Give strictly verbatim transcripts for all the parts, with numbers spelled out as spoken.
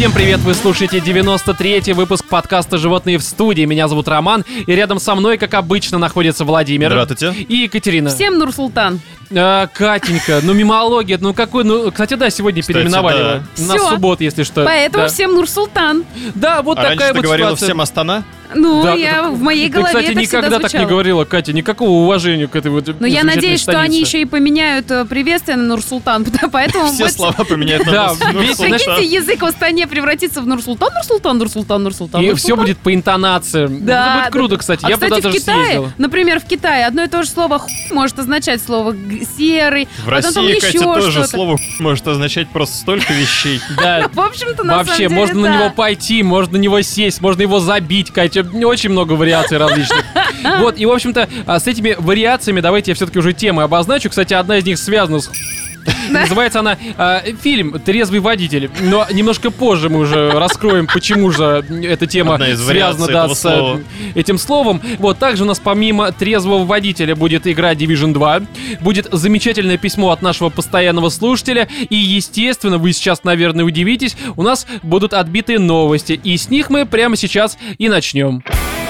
Всем привет, вы слушаете девяносто третий выпуск подкаста «Животные в студии». Меня зовут Роман, и рядом со мной, как обычно, находится Владимир. Здравствуйте. И Екатерина. Всем Нурсултан. А, Катенька, ну мимология, ну какой, ну, кстати, да, сегодня Кстати, переименовали да. его. У нас Всё. суббота, если что. Поэтому Да. всем Нурсултан. Да, вот А такая раньше ты вот говорила ситуация. всем Астана? Ну, Да, я да, в моей ты, голове кстати, это всегда никогда так звучало. не говорила, Катя, никакого уважения к этой вот Но я замечательной надеюсь, что они столице. еще и поменяют э, приветствие на Нурсултан, поэтому... Все мы- слова поменяют на Да, нас. весь- Нурсултан. Прикиньте, язык в Астане превратится в Нурсултан, Нурсултан, Нурсултан, Нурсултан. И Нурсултан. все будет по интонациям. Да, Это будет да, круто, да. кстати. А, Я бы кстати, туда в даже Китае, съездил. например, в Китае одно и то же слово «хуй» может означать слово г- «серый», В потом там России, еще Катя, тоже что-то. слово может означать просто столько вещей. Да. В общем-то, на Вообще, самом деле, можно на да. него пойти, можно на него сесть, можно его забить, Катя. Очень много вариаций различных. Вот, и, в общем-то, а, с этими вариациями давайте я все-таки уже темы обозначу. Кстати, одна из них связана с... Называется она а, фильм «Трезвый водитель». Но немножко позже мы уже раскроем, почему же эта тема Одна из связана вариаций да, этого с слова. э, этим словом. Вот, также у нас помимо «Трезвого водителя» будет игра Division два. Будет замечательное письмо от нашего постоянного слушателя. И, естественно, вы сейчас, наверное, удивитесь, у нас будут отбитые новости. И с них мы прямо сейчас и начнем.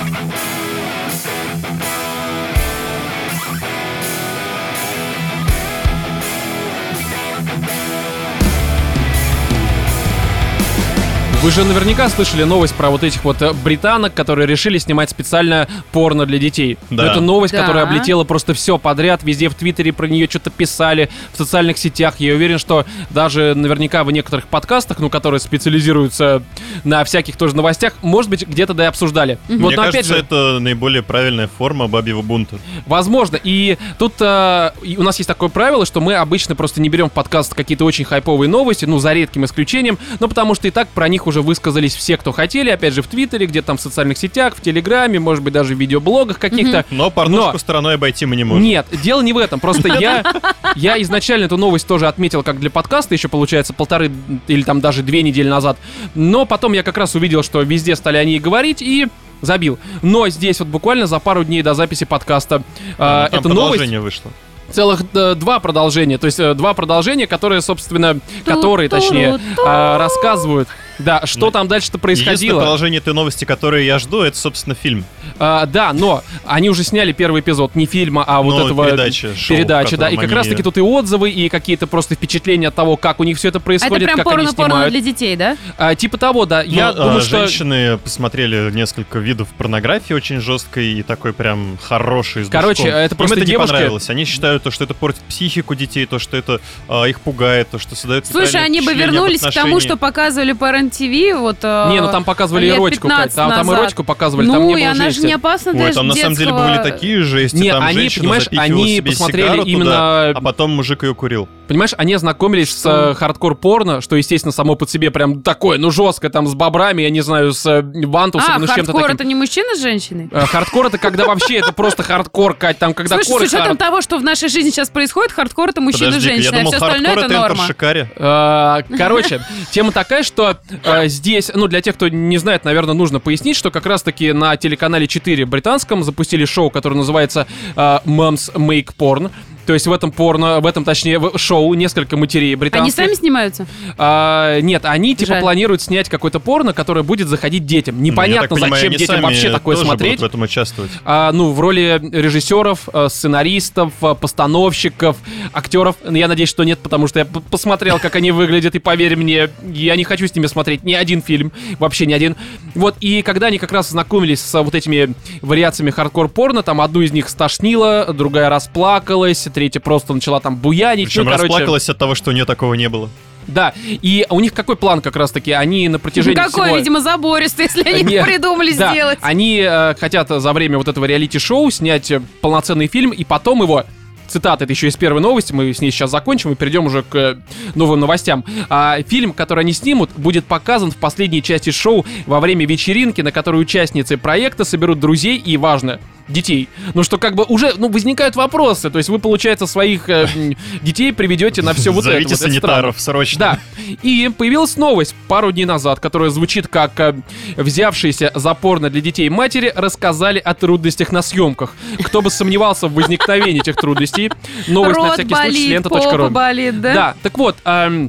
Вы же наверняка слышали новость про вот этих вот э, британок, которые решили снимать специально порно для детей. Да. Но это новость, Да. которая облетела просто все подряд, везде в Твиттере про нее что-то писали, в социальных сетях. Я уверен, что даже наверняка в некоторых подкастах, ну, которые специализируются на всяких тоже новостях, может быть, где-то да и обсуждали. Вот, Мне но опять кажется, же, это наиболее правильная форма бабьего бунта. возможно. И тут э, и у нас есть такое правило, что мы обычно просто не берем в подкаст какие-то очень хайповые новости, ну, за редким исключением, но потому что и так про них уже высказались все, кто хотели, опять же, в Твиттере, где-то там в социальных сетях, в Телеграме, может быть, даже в видеоблогах каких-то. Но порнушку Но- стороной обойти мы не можем. Нет, дело не в этом. Просто я, я изначально эту новость тоже отметил как для подкаста, еще, получается, полторы или там даже две недели назад. Но потом я как раз увидел, что везде стали о ней говорить, и забил. Но здесь вот буквально за пару дней до записи подкаста А, э, там эта новость... продолжение вышло. Целых э, два продолжения, то есть э, два продолжения, которые, собственно, которые, точнее, э, рассказывают, да, что Ну, там дальше-то Единственное происходило. продолжение этой новости, которое я жду, это, собственно, фильм. А, да, но они уже сняли первый эпизод, не фильма, а вот Ну, этого... передачи, шоу, передачи, в да, и котором как они- раз-таки тут и отзывы, и какие-то просто впечатления от того, как у них все это А это происходит, прям как они порно-порно снимают. для детей, да? А, типа того, да. Я Ну, думаю, а, что... женщины посмотрели несколько видов порнографии очень жесткой и такой прям хороший. с Короче, душком. это просто Им это не девушки- понравилось. Они считают, то, что это портит психику детей, то, что это а, их пугает, то, что создает Слушай, неправильное они бы впечатление об вернулись к тому, отношении. что показывали по эр эн ти ви, вот... э, Не, ну там показывали лет эротику, Кать, пятнадцать там, там назад. эротику показывали, Ну, там не и было она же жести. не опасна Ой, для там на самом деле детского- были такие жести, Не, там они, женщина понимаешь, запихивала они себе посмотрели сигару именно- туда, а потом мужик ее курил. Понимаешь, они ознакомились с э, хардкор-порно, что, естественно, само по себе прям такое, ну, жесткое, там, с бобрами, я не знаю, с э, вантусом, А, ну, с чем-то хардкор таким. это не мужчина с женщиной? Э, Хардкор — это когда вообще это просто хардкор, Кать, там, когда Слушай, с коры учетом хард. того, что в нашей жизни сейчас происходит, хардкор это мужчина с Подожди-ка, я женщиной, а думал, все остальное хардкор это это норма. Энтер-Шикари. Э, Короче, тема такая, что э, здесь, ну, для тех, кто не знает, наверное, нужно пояснить, что как раз-таки на телеканале четыре британском запустили шоу, которое называется э, Moms Make Porn. То есть в этом порно, в этом, точнее, в шоу несколько матерей Они британских. сами снимаются? А, нет, они типа Жаль. планируют снять какое-то порно, которое будет заходить детям. Ну, я так Непонятно, понимаю, зачем они детям сами вообще такое тоже смотреть. будут в этом участвовать. А, ну, в роли режиссеров, э, сценаристов, э, постановщиков, актеров. Я надеюсь, что нет, потому что я п- посмотрел, как они выглядят, и поверь мне, я не хочу с ними смотреть ни один фильм, вообще ни один. Вот, и когда они как раз знакомились с вот этими вариациями хардкор-порно, там одну из них стошнило, другая расплакалась, третья просто начала там буянить. Причем ну, короче, расплакалась от того, что у нее такого не было. да, и у них какой план как раз-таки? Они на протяжении Какой, всего... видимо, забористый, если они Не, придумали да, сделать. Они э, хотят за время вот этого реалити-шоу снять э, полноценный фильм, и потом его... Цитата, это еще из первой новости, мы с ней сейчас закончим и перейдем уже к э, новым новостям. А, фильм, который они снимут, будет показан в последней части шоу во время вечеринки, на которой участницы проекта соберут друзей и, важно, детей. Ну что как бы уже, ну, возникают вопросы. То есть вы, получается, своих э, м, детей приведете на все вот это. Зовите вот это санитаров странно. срочно. Да. И появилась новость пару дней назад, которая звучит как э, «Взявшиеся за порно для детей матери рассказали о трудностях на съемках». Кто бы сомневался в возникновении этих трудностей. Новость на Рот всякий случай с болит, лента точка ру. попа болит, да? Да, так вот, эм,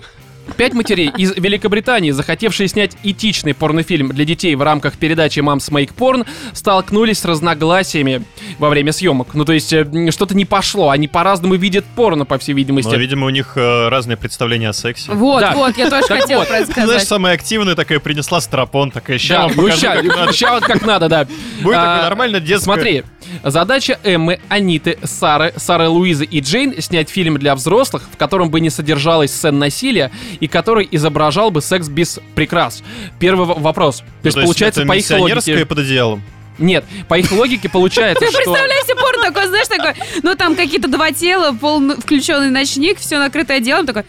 Пять матерей из Великобритании, захотевшие снять этичный порнофильм для детей в рамках передачи «Мамс Make Porn», столкнулись с разногласиями во время съемок. Ну, то есть, э, что-то не пошло. Они по-разному видят порно, по всей видимости. Но, видимо, у них э, разные представления о сексе. Вот, Да. вот, я тоже Так хотела вот, про это Ты знаешь, сказать. самая активная такая принесла стропон, такая, ща Да, вам ну, покажу, ща, как надо. ща вот как надо, да. Будет А, такое нормально детское. Смотри, задача Эммы, Аниты, Сары, Сары Луизы и Джейн снять фильм для взрослых, в котором бы не содержалось сцен насилия и который изображал бы секс без прикрас. Первый в- вопрос. То есть, Ну, то получается, это по их миссионерское логике... под одеялом. Нет, по их логике получается, Ты что... представляешь себе порно такое, знаешь, такое, ну там какие-то два тела, полный включенный ночник, все накрытое делом, такое,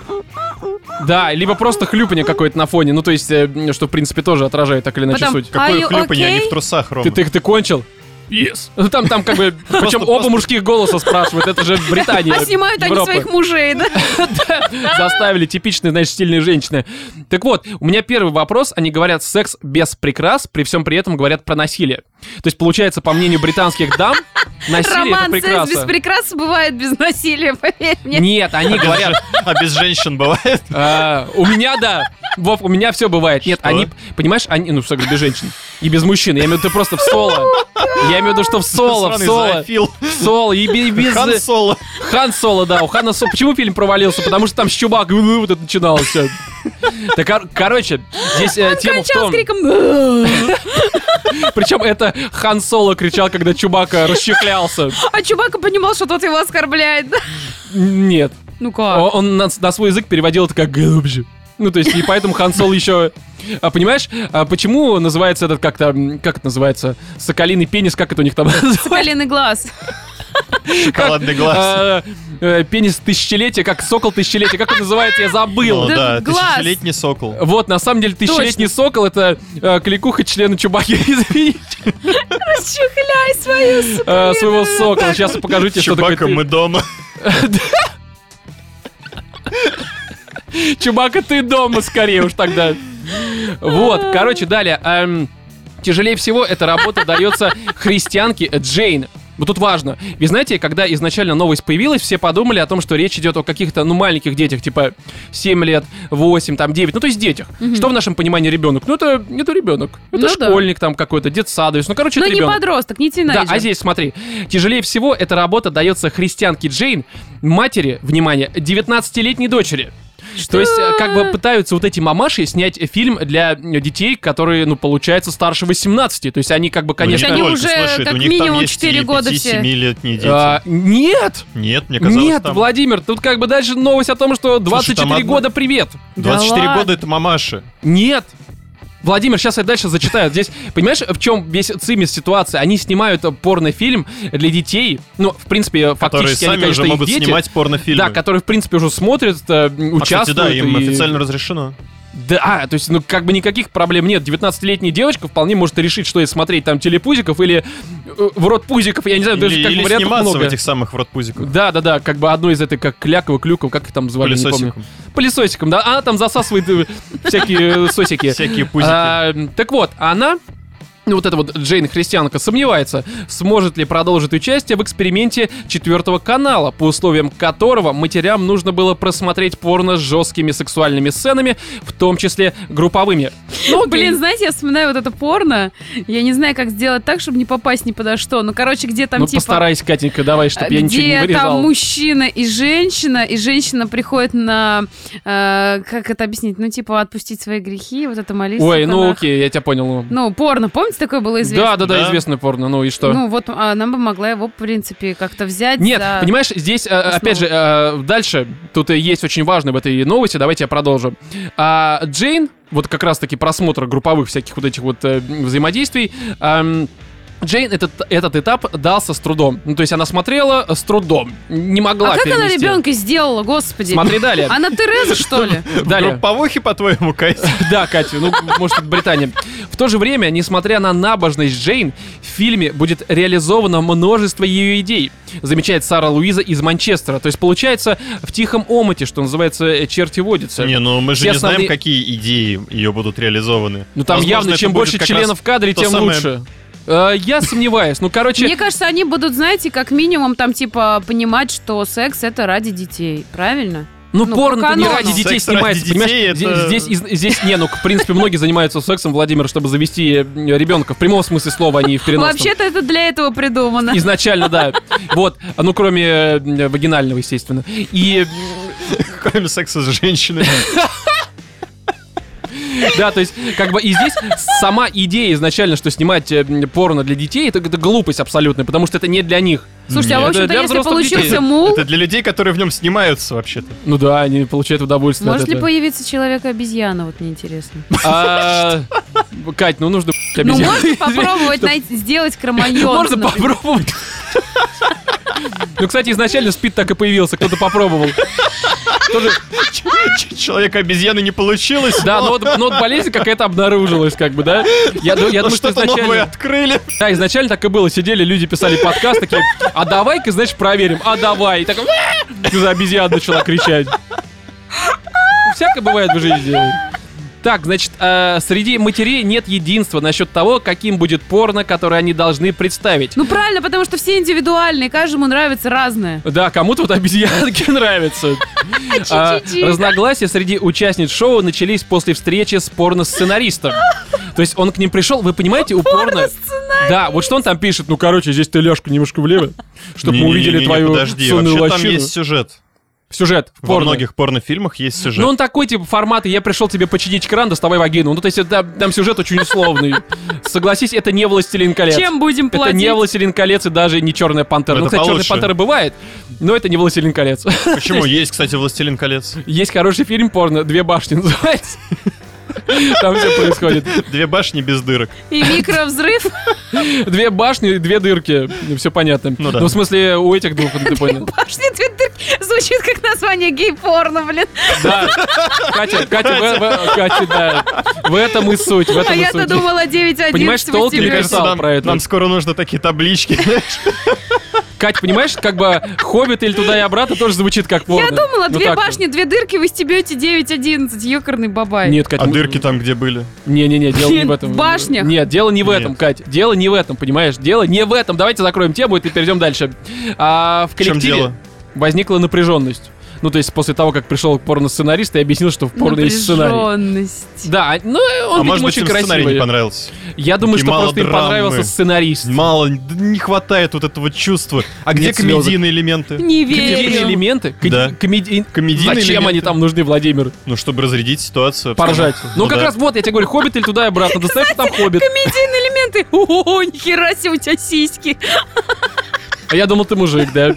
Да, либо просто хлюпанье какое-то на фоне. Ну, то есть, э, что, в принципе, тоже отражает так или иначе Потом- суть. Какое Are you хлюпанье, они okay? в трусах, Рома. Ты, ты, ты кончил? Yes. Ну, Там, там как бы, причем Просто- оба просто- мужских голоса спрашивают, это же Британия. а снимают они Европа. своих мужей, да? Заставили типичные, значит, стильные женщины. Так вот, у меня первый вопрос. Они говорят секс без прикрас, при всем при этом говорят про насилие. То есть, получается, по мнению британских дам, насилие это Роман, секс без прекрасно. прикрас бывает без насилия, поверь мне. Нет, они говорят, А без женщин бывает? а, у меня да. Вов, у меня все бывает. Нет, Что? они, понимаешь, они, ну, что, без женщин и без мужчин. Я имею в виду, ты просто в соло. Я имею в виду, что в соло, в Сраный соло, зоофил. в соло и би- без... Хан Соло. Хан Соло, да, у Хана Соло. Почему фильм провалился? Потому что там с Чубакой ну, вот это начиналось все. Так, кор- короче, здесь э, тема в Кричал том... с криком, Причем это Хан Соло кричал, когда Чубака расчехлялся. а Чубака понимал, что тот его оскорбляет. да? Нет. Ну как? О- Он на, на свой язык переводил это как «глубже». Ну, то есть, и поэтому Хан Соло еще... А, понимаешь, а почему называется этот как-то... м, Как это называется? Соколиный пенис, как это у них там называется? Соколиный глаз. Шоколадный глаз. А, э, Пенис тысячелетия, как сокол тысячелетия. Как он называется? Я забыл. Ну Да да, глаз. тысячелетний сокол. Вот, на самом деле, тысячелетний сокол — это э, кликуха члена Чубаки, извините, Расчехляй свою э, своего соколиную. сокола. Сейчас я покажу тебе, что такое... Чубака, мы дома. Чубака, ты дома скорее уж тогда. Вот, короче, далее. эм, Тяжелее всего эта работа дается христианке Джейн. Вот тут важно. Вы знаете, когда изначально новость появилась, все подумали о том, что речь идет о каких-то, ну, маленьких детях, типа семь лет, восемь, там, девять, ну, то есть детях. Что в нашем понимании ребенок? Ну, это, это ребенок. Это Ну да. школьник там какой-то, детсадовец. Ну, короче, Ну это не ребенок. подросток, не Да, тинейджер. а здесь смотри, тяжелее всего эта работа дается христианке Джейн, матери, внимание, девятнадцатилетней дочери. То есть, э, как бы пытаются вот эти мамаши снять фильм для э, детей, которые, ну, получается, старше восемнадцати. То есть они как бы, Ну, не конечно... они только, уже слушай, как у них там минимум есть четыре и года все. пяти-семилетние дети. а, нет! Нет, мне казалось, Нет, там Владимир, тут как бы дальше новость о том, что двадцать четыре там одна- года, привет. двадцать четыре Да года это мамаши. Нет. Владимир, сейчас я дальше зачитаю. Здесь, понимаешь, в чем весь цимис ситуации? Они снимают э, порнофильм для детей. Ну, в принципе, Которые фактически они, сами конечно, уже их могут дети. снимать порнофильмы. Да, которые, в принципе, уже смотрят, э, А, кстати, участвуют. да, им и- официально разрешено. Да, то есть, ну, как бы никаких проблем нет. девятнадцатилетняя девочка вполне может решить, что ей смотреть, там, телепузиков или э, в рот пузиков, я не знаю, даже Или, как или бы вариантов сниматься много. в этих самых в рот пузиках. Да, да, да, как бы одно из этой, как Клякова, Клюков, как их там звали, не помню. Пылесосиком. Пылесосиком, да, она там засасывает э, всякие сосики. Всякие пузики. А, так вот, она, ну вот эта вот Джейн Христианка, сомневается, сможет ли продолжить участие в эксперименте четвертого канала, по условиям которого матерям нужно было просмотреть порно с жесткими сексуальными сценами, в том числе групповыми. Ну, окей. Блин, знаете, я вспоминаю вот это порно. Я не знаю, как сделать так, чтобы не попасть ни подо что. Ну, короче, где там ну типа... постарайся, Катенька, давай, чтобы я ничего не где вырезал. там мужчина и женщина, и женщина приходит на... э, как это объяснить? Ну, типа, отпустить свои грехи, вот это молиться. Ой, в ну канах. окей, я тебя понял. Ну, порно, помните, такое было известно? Да, да, да, Да. известное порно, ну и что? Ну, вот она бы могла его, в принципе, как-то взять Нет, за- понимаешь, здесь, э, опять же, э, дальше, тут и есть очень важное в этой новости, давайте я продолжу. А, Джейн, вот как раз-таки просмотр групповых всяких вот этих вот э, взаимодействий, эм, Джейн этот, этот этап дался с трудом. Ну, то есть она смотрела с трудом, не могла А как она перенести. ребенка сделала, господи? Смотри далее. Она Тереза, что ли? В Далее. групповухе, по-твоему, Катя? Да, Катя, ну, может, это Британия. В то же время, несмотря на набожность Джейн, в фильме будет реализовано множество ее идей, замечает Сара Луиза из Манчестера. То есть, получается, в тихом омуте, что называется, э, черти водятся. Не, ну мы же Все не знаем, основные- какие идеи ее будут реализованы. Ну, там Возможно, явно, это чем будет больше как членов раз в кадре, то тем самое- лучше. Э, Я сомневаюсь. Ну, короче, Мне кажется, они будут, знаете, как минимум там, типа, понимать, что секс — это ради детей. Правильно? Ну, Ну, порно-то по не канону. ради детей Секс ради снимается, детей понимаешь? это- Здесь, здесь, здесь не, ну, в принципе, многие занимаются сексом, Владимир, чтобы завести э, ребенка. В прямом смысле слова, а не в переносном. Вообще-то это для этого придумано. Изначально, да. Вот. Ну, кроме э, вагинального, естественно. И, Кроме секса с женщиной. да, то есть, как бы, и здесь сама идея изначально, что снимать э, порно для детей, это, это глупость абсолютная, потому что это не для них. Слушайте, а в Нет, общем-то, для если взрослых получился детей. мул, Это для людей, которые в нем снимаются, вообще-то. Ну да, они получают удовольствие может от ли этого. появиться человек-обезьяна, вот мне интересно. А, Кать, ну нужно Ну, обезьян. можно попробовать найти- сделать кроманьон. Можно попробовать. Ну, кстати, изначально спид так и появился, кто-то попробовал. Тоже, Ч- Человека-обезьяны не получилось. да, но вот, но вот болезнь какая-то обнаружилась, как бы, да? Я, ду- я но думаю, что что-то новое изначально... открыли. Да, изначально так и было. Сидели люди, писали подкаст, такие, а давай-ка, знаешь, проверим, а давай. И так, за обезьян начала кричать. Всякое бывает в жизни. Так, значит, э, среди матерей нет единства насчет того, каким будет порно, которое они должны представить. Ну правильно, потому что все индивидуальные, каждому нравится разное. Да, кому-то вот обезьянки нравятся. А, Чи-чи-чи. Разногласия среди участниц шоу начались после встречи с порно-сценаристом. То есть он к ним пришел, вы понимаете, упорно... Да, вот что он там пишет, ну, короче, здесь ты ляжку немножко влево, чтобы мы увидели Не-не-не, твою подожди, сонную вообще там лощину. есть сюжет. Сюжет в Во порно. многих порнофильмах есть сюжет. Ну, он такой, типа, формат, я пришел тебе починить кран, доставай вагину. Ну, то есть, это, там сюжет очень условный. Согласись, это не «Властелин колец». Чем будем Это платить? не «Властелин колец» и даже не «Черная пантера». Это Ну, кстати, «Черная получше. пантера» бывает, но это не «Властелин колец». Почему? Есть, кстати, «Властелин колец». Есть хороший фильм порно «Две башни» называется. Там все происходит. Две башни без дырок. И микровзрыв. Две башни, две дырки. Все понятно. Ну да. Ну, в смысле, у этих двух, ты понял. Башни две дырки. Звучит как название гей-порно, блин. Да. Катя, Катя, в, в- Катя, да. В этом и суть, в этом А и я-то суть. думала девять один. Понимаешь, Толкин Мне Тебе кажется, писал нам, про это. нам скоро нужно такие таблички. Кать, понимаешь, как бы «Хоббит» или «Туда и обратно» тоже звучит как порно. Я думала, Ну две так. башни, две дырки, вы стебете девять одиннадцать. Ёкарный бабай. Нет, Кать. А мы- дырки там где были? Не-не-не, дело не в этом. В башнях. Нет, дело не в Нет. этом, Кать. Дело не в этом, понимаешь? Дело не в этом. Давайте закроем тему и перейдем дальше. А, в В чем коллективе дело? возникла напряженность. Ну, то есть после того, как пришел порно-сценарист и объяснил, что в порно есть сценарий. Напряженность. Да, ну, он, А видимо, может быть, очень им сценарий красивый. не понравился? Я думаю, Такие что мало просто им драмы. понравился сценарист. Мало, да не хватает вот этого чувства. А где Нет слезок. комедийные элементы? Не Комедийные верю. элементы? Да. Коди- комеди- Комедийные Зачем они элементы. там нужны, Владимир? Ну, чтобы разрядить ситуацию. Поржать. обстановку. Ну, как да. раз вот, я тебе говорю, «Хоббит» или «Туда и обратно». Ты знаешь, что там «Хоббит». Комедийные элементы. О, нихера себе у тебя сиськи. А я думал, ты мужик, да?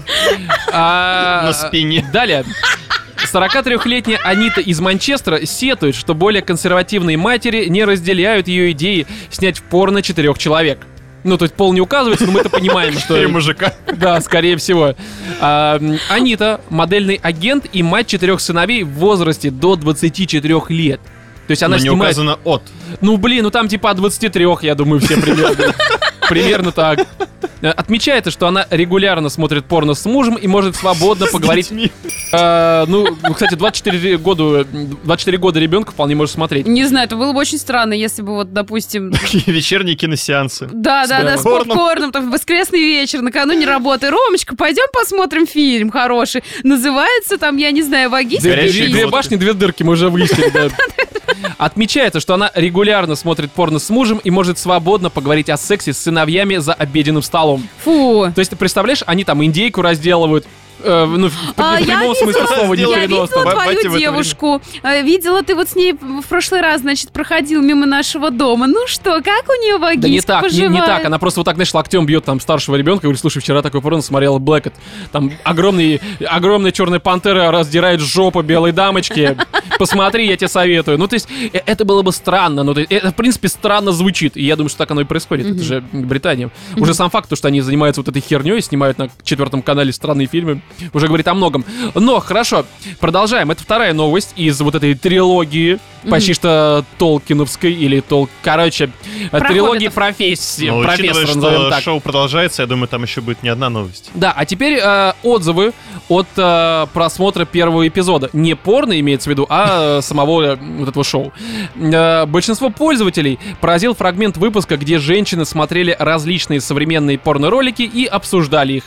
А, На спине. Далее. сорокатрёхлетняя Анита из Манчестера сетует, что более консервативные матери не разделяют ее идеи снять в порно четырех человек. Ну, то есть пол не указывается, но мы-то понимаем, что... Четыре мужика. Да, скорее всего. А, м, Анита — модельный агент и мать четырех сыновей в возрасте до двадцати четырёх лет. То есть она Но не снимает... указано от. Ну, блин, ну там типа от двадцати трёх, я думаю, все примерно. Примерно так. Э, Отмечается, что она регулярно смотрит порно с мужем и может свободно поговорить. детьми. Э, Ну, ну, кстати, двадцать четыре года, двадцать четыре года ребенка вполне может смотреть. Не знаю, это было бы очень странно, если бы вот, допустим... Такие вечерние киносеансы. Да, да, да, с попкорном. попкорном, там, в воскресный вечер, накануне работы. Ромочка, пойдем посмотрим фильм хороший. Называется там, я не знаю, «Вагийский Две, Горячие две- две глотки. башни, две дырки, мы уже выяснили, да. Отмечается, что она регулярно смотрит порно с мужем и может свободно поговорить о сексе с сыновьями за обеденным столом. Фу. То есть, ты представляешь, они там индейку разделывают, э, ну, в, А, в я прямом смысле видела- слова, не Я переносном. видела Ба- батя в твою это девушку. Э, Видела ты вот с ней в прошлый раз, значит, проходил мимо нашего дома. Ну что, как у нее вагиска Да не так, не, не поживает? так. Она просто вот так, знаешь, локтем бьет там старшего ребенка и говорит, слушай, вчера такой порно смотрела Блэкет. Там огромный, огромная черная пантера раздирает жопу белой дамочки. Посмотри, я тебе советую. Ну, то есть, э, это было бы странно. Ну, то есть, это, в принципе, странно звучит. И я думаю, что так оно и происходит. Это же Британия. Уже сам факт, то, что они занимаются вот этой херней, снимают на четвертом канале странные фильмы, уже говорит о многом. Но, хорошо, продолжаем. Это вторая новость из вот этой трилогии, почти что толкиновской, или тол... Короче, Про трилогии хоббитов. профессии. Но учитывая, Профессора, назовем что так. шоу продолжается, я думаю, там еще будет не одна новость. Да, а теперь э, отзывы от э, просмотра первого эпизода. Не порно имеется в виду, а э, самого э, вот этого шоу. Э, большинство пользователей поразил фрагмент выпуска, где женщины смотрели различные современные порно-ролики и обсуждали их.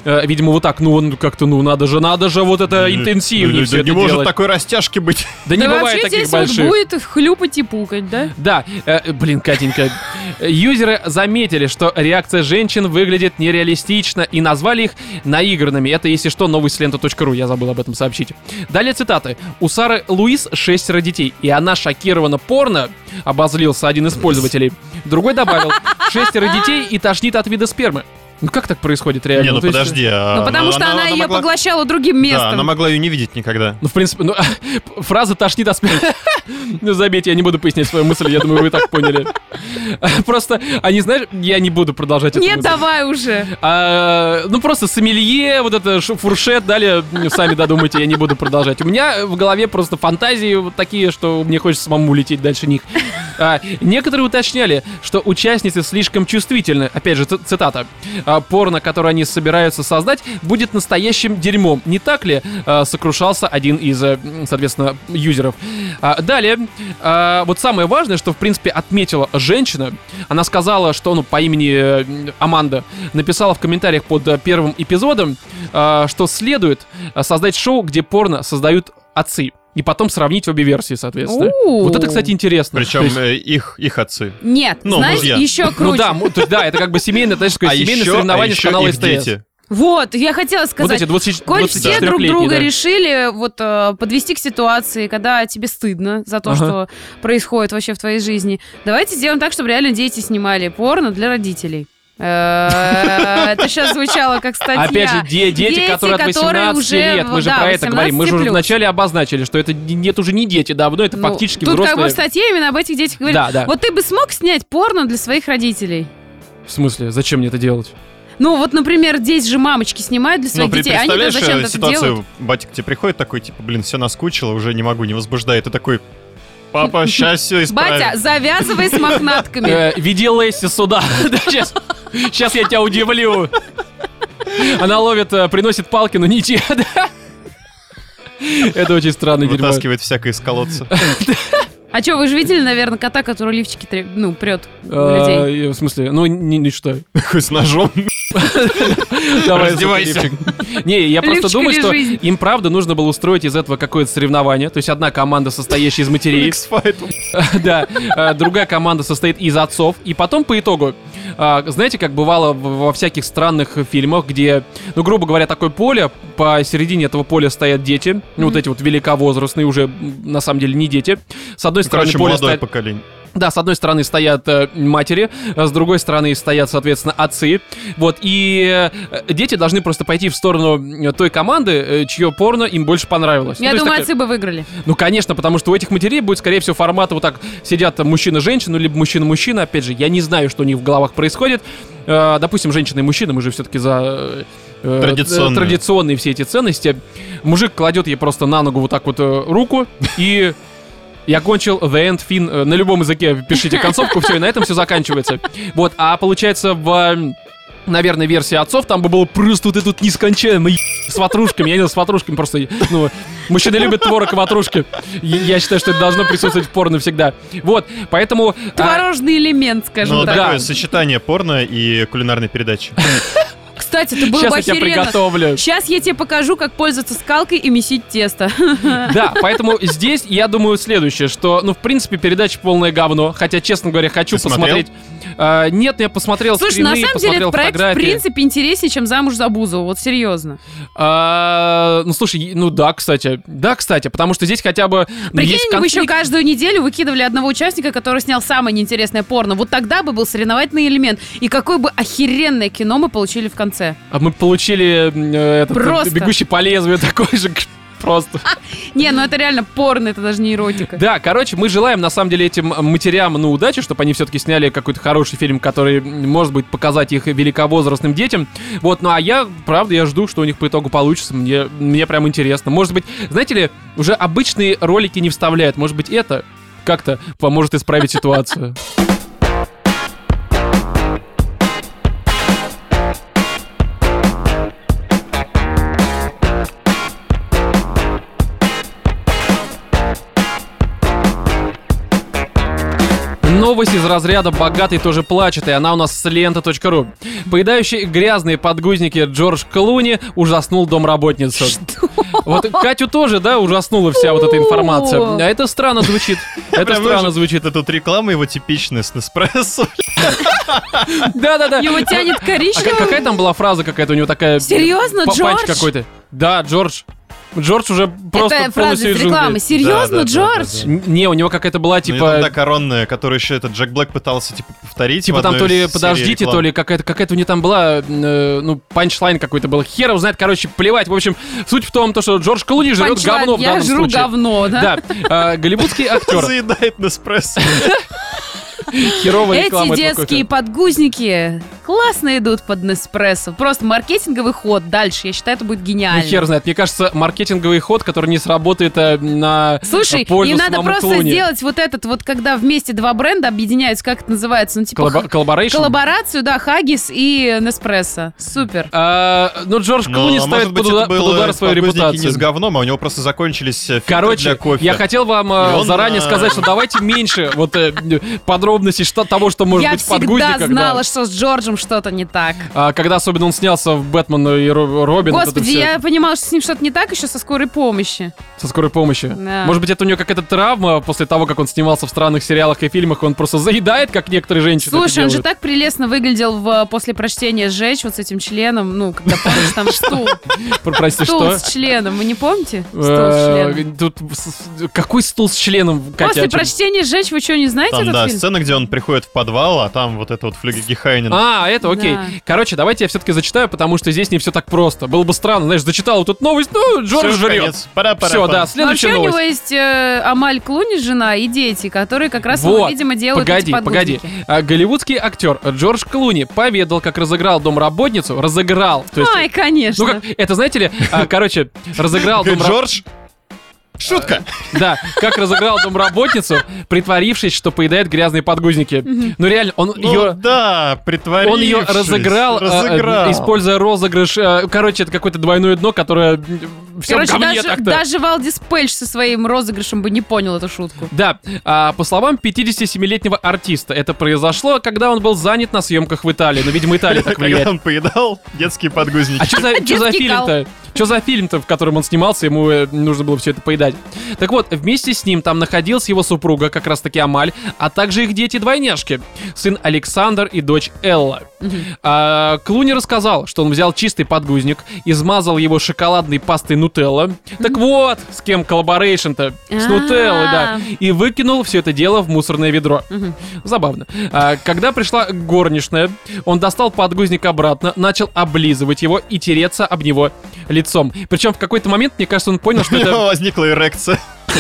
э, видимо, вот так, ну, он как-то, ну, надо же, надо же вот это интенсивнее Да все не это может делать. такой растяжки быть. Да не Да бывает вообще таких здесь вот больших. будет хлюпать и пукать, да? Да, э, блин, Катенька, юзеры заметили, что реакция женщин выглядит нереалистично и назвали их наигранными. Это, если что, новость с лента точка ру, я забыл об этом сообщить. Далее цитаты. У Сары Луис шестеро детей, и она шокирована порно, обозлился один из пользователей. Другой добавил, шестеро детей и тошнит от вида спермы. Ну как так происходит реально? Не, ну то есть- подожди. а Ну, потому что она, ее могла- поглощала другим Да, местом. она могла ее не видеть никогда. Ну, в принципе, ну, фраза «тошнит от спермы». Ну, заметьте, я не буду пояснять свою мысль, я думаю, вы и так поняли. Просто, они, знаешь, я не буду продолжать эту Нет, мысль. давай уже. А, ну, просто сомелье, вот это ш- фуршет, далее сами додумайте, я не буду продолжать. У меня в голове просто фантазии вот такие, что мне хочется самому улететь дальше них. А, некоторые уточняли, что участницы слишком чувствительны. Опять же, ц- цитата. А, порно, которое они собираются создать, будет настоящим дерьмом. Не так ли? А, сокрушался один из, э, соответственно, юзеров. А, далее, а, вот самое важное, что, в принципе, отметила женщина. Она сказала, что, ну, по имени э, Аманда, написала в комментариях под э, первым эпизодом, а, что следует а, создать шоу, где порно создают отцы. И потом сравнить обе версии, соответственно. У-у-у. Вот это, кстати, интересно. Причем То есть- э, их, их отцы. Нет, Ну, знаешь, мужья. еще ну круче. да, м- то есть, да, это как бы семейное, знаешь, такое А семейное еще, соревнование а с еще канала их СТС. дети. Вот, я хотела Вот сказать, эти двадцать, коль все друг двадцатичетырёхлетние, друга да. решили вот э, подвести к ситуации, когда тебе стыдно за то, Ага. что происходит вообще в твоей жизни, давайте сделаем так, чтобы реально дети снимали порно для родителей. Э, Это сейчас звучало как статья. Опять же, де- дети, Дети, которые от которые восемнадцати уже, лет, мы же да, про это говорим. Мы же уже восемнадцать плюс. вначале обозначили, что это не- нет уже не дети давно, это Ну, фактически тут как бы в взрослые. статье именно об этих детях говорит. Да, да. Вот ты бы смог снять порно для своих родителей? В смысле, зачем мне это делать? Ну, вот, например, здесь же мамочки снимают для Ну, своих при- детей, они-то представляешь зачем э, это ситуацию, делают? батя к тебе приходит такой, типа, блин, все наскучило, уже не могу, не возбуждает. И такой, папа, сейчас все исправим. Батя, завязывай с мохнатками. Э, Веди Лесси сюда. Сейчас я тебя удивлю. Она ловит, э, приносит палки, но не те, да? Это очень странное дерьмо. Вытаскивает всякое из колодца. А что, вы же видели, наверное, кота, который лифчики треб- ну, прет у А, людей? В смысле, ну, не не что. Такой с ножом. Давай, Раздевайся. лифчик. Не, я просто Лифчик думаю, или что жизнь? им правда нужно было устроить из этого какое-то соревнование. То есть одна команда, состоящая из матерей, X-Fight. да, а, другая команда состоит из отцов. И потом по итогу, а, знаете, как бывало в- во всяких странных фильмах, где, ну, грубо говоря, такое поле, посередине этого поля стоят дети, ну, вот эти вот великовозрастные, уже м, на самом деле не дети. С одной стороны Короче, поле молодое стоят... поколение. Да, с одной стороны стоят э, матери, а с другой стороны стоят, соответственно, отцы. Вот, и э, дети должны просто пойти в сторону э, той команды, э, чье порно им больше понравилось. Ну, Я то есть думаю, такая- отцы бы выиграли. Ну, конечно, потому что у этих матерей будет, скорее всего, формат вот так сидят там мужчина-женщина, либо мужчина-мужчина. Опять же, я не знаю, что у них в головах происходит. Э, допустим, женщина и мужчина, мы же все-таки за... э, Традиционные. э, традиционные все эти ценности. Мужик кладет ей просто на ногу вот так вот э, руку и... Я кончил The End Fin. э, На любом языке пишите концовку, все, и на этом все заканчивается. Вот, а получается в... э, Наверное, версия отцов, там бы было просто вот это вот нескончаемо е- с ватрушками. Я не знаю, с ватрушками просто, ну, мужчины любят творог и ватрушки. Я я считаю, что это должно присутствовать в порно всегда. Вот, поэтому... а, Творожный элемент, скажем Ну, так. такое Да. сочетание порно и кулинарной передачи. Кстати, это было Сейчас бы я тебя охеренно. приготовлю. Сейчас я тебе покажу, как пользоваться скалкой и месить тесто. Да, поэтому здесь я думаю следующее, что, ну, в принципе, передача полное говно. Хотя, честно говоря, хочу Ты смотрел? посмотреть. А, нет, я посмотрел Слушай, скрины, на самом деле посмотрел этот проект, в фотографии. принципе, интереснее, чем «Замуж за Бузову». Вот серьезно. А, ну, слушай, ну да, кстати. Да, кстати, потому что здесь хотя бы... ну, Прикинь, есть они бы еще конфликт. каждую неделю выкидывали одного участника, который снял самое неинтересное порно. Вот тогда бы был соревновательный элемент. И какое бы охеренное кино мы получили в конце. А мы получили э, этот, Просто. «Бегущий по лезвию» такой же просто. Не, ну это реально порно, это даже не эротика. Да, короче, мы желаем, на самом деле, этим матерям, ну, удачи, чтобы они все-таки сняли какой-то хороший фильм, который, может быть, показать их великовозрастным детям. Вот, ну, а я, правда, я жду, что у них по итогу получится. Мне, мне прям интересно. Может быть, знаете ли, уже обычные ролики не вставляют. Может быть, это как-то поможет исправить ситуацию. Ну новость из разряда «богатый тоже плачет», и она у нас с лента точка ру. Поедающий грязные подгузники Джордж Клуни ужаснул домработницу. Что? Вот Катю тоже, да, ужаснула вся вот эта информация. А это странно звучит. Это Прям странно уже звучит. Это тут реклама его типичная с Неспрессо. Да-да-да. Его тянет А коричневым. какая там была фраза какая-то у него такая? Серьезно, Панч Джордж? какой-то. Да, Джордж. Джордж уже просто Это фраза полностью из из рекламы. джунглей. Серьезно, Да, да, да, Джордж? да, да. Н- Не, у него какая-то была Типа... типа... та коронная, которую еще этот Джек Блэк пытался типа повторить. Типа в там одной то ли, из серий подождите, реклам. то ли какая-то какая-то у нее там была, э, ну, панчлайн какой-то был. Хер его знает, короче, плевать. В общем, суть в том, то, что Джордж Клуни жрет Панчлайн, говно в я данном жру случае. говно, да? Да, э, голливудский актер. Заедает Неспрессо. Херовая реклама Эти этого детские кофе. подгузники классно идут под Неспрессо. Просто маркетинговый ход дальше. Я считаю, это будет Ну, гениально. хер знает. Мне кажется, маркетинговый ход, который не сработает э, на Слушай, пользу им надо самому просто Клуни. сделать вот этот, вот когда вместе два бренда объединяются, как это называется? Ну, типа Коллаба- х- Коллаборейшн? коллаборацию, да, Хаггис и Неспрессо. Супер. А, ну, Джордж Ну, Клуни а ставит может быть, под, уда- это под было удар свою подгузники не с репутацию. говном, а у него просто закончились э, фильтры Короче, для кофе. я хотел вам э, И он, заранее э, сказать, что давайте меньше вот э, подробностей что, того, что может Я быть в всегда подгузниках. знала, да. что с Джорджем что-то не так. А, когда особенно он снялся в «Бэтмен» и Ро- «Робин». вот это Господи, всё я понимала, что с ним что-то не так еще со скорой помощи. Со скорой помощью. Да. Может быть, это у него какая-то травма после того, как он снимался в странных сериалах и фильмах, и он просто заедает, как некоторые женщины это Слушай, он же делают. так прелестно выглядел в, после прочтения «Сжечь» вот с этим членом. Ну, когда, помнишь, там стул. Про- Прости, Стул что? с членом. Вы не помните? Стул с Э, членом. Тут с- с- какой стул с членом, Катя? После о чем? прочтения «Сжечь» вы что, не знаете Там, этот да, фильм? сцена, где он приходит в подвал, а там вот это вот Флюгегехайнен. А, это окей. Да. Короче, давайте я все-таки зачитаю, потому что здесь не все так просто. Было бы странно, знаешь, зачитал вот эту новость, ну, Джордж Всё, жрет. конец. Пора-пора. Все, да, Но следующая вообще у него новость. есть э, Амаль Клуни, жена, и дети, которые как раз, ну, Вот, видимо, делают погоди, эти погоди. подгузники. А, голливудский актер Джордж Клуни поведал, как разыграл домработницу. Разыграл. То есть, Ай, конечно. ну как, это знаете ли, а, короче, разыграл Говорит, домработницу. Джордж, шутка. Да, как разыграл домработницу, притворившись, что поедает грязные подгузники. Ну реально, он Ну ее... да, притворившись. Он ее разыграл, а, разыграл. а, используя розыгрыш. а, Короче, это какое-то двойное дно, которое все в Короче, говне даже, так-то. даже Валдис Пельш со своим розыгрышем бы не понял эту шутку. Да, а, по словам пятидесятисемилетнего артиста, это произошло, когда он был занят на съемках в Италии. Ну, видимо, Италия так Когда влияет. он поедал детские подгузники. А что за, чё за Детский кал. фильм-то? Что за фильм-то, в котором он снимался, ему э, нужно было все это поедать? Так вот, вместе с ним там находилась его супруга, как раз-таки Амаль, а также их дети-двойняшки, сын Александр и дочь Элла. А, Клуни рассказал, что он взял чистый подгузник, измазал его шоколадной пастой Нутелла. Так вот, с кем коллаборейшн-то? С Нутеллой, да. И выкинул все это дело в мусорное ведро. Забавно. А, когда пришла горничная, он достал подгузник обратно, начал облизывать его и тереться об него лицом. Причем в какой-то момент, мне кажется, он понял, что У него это возникла эрекция.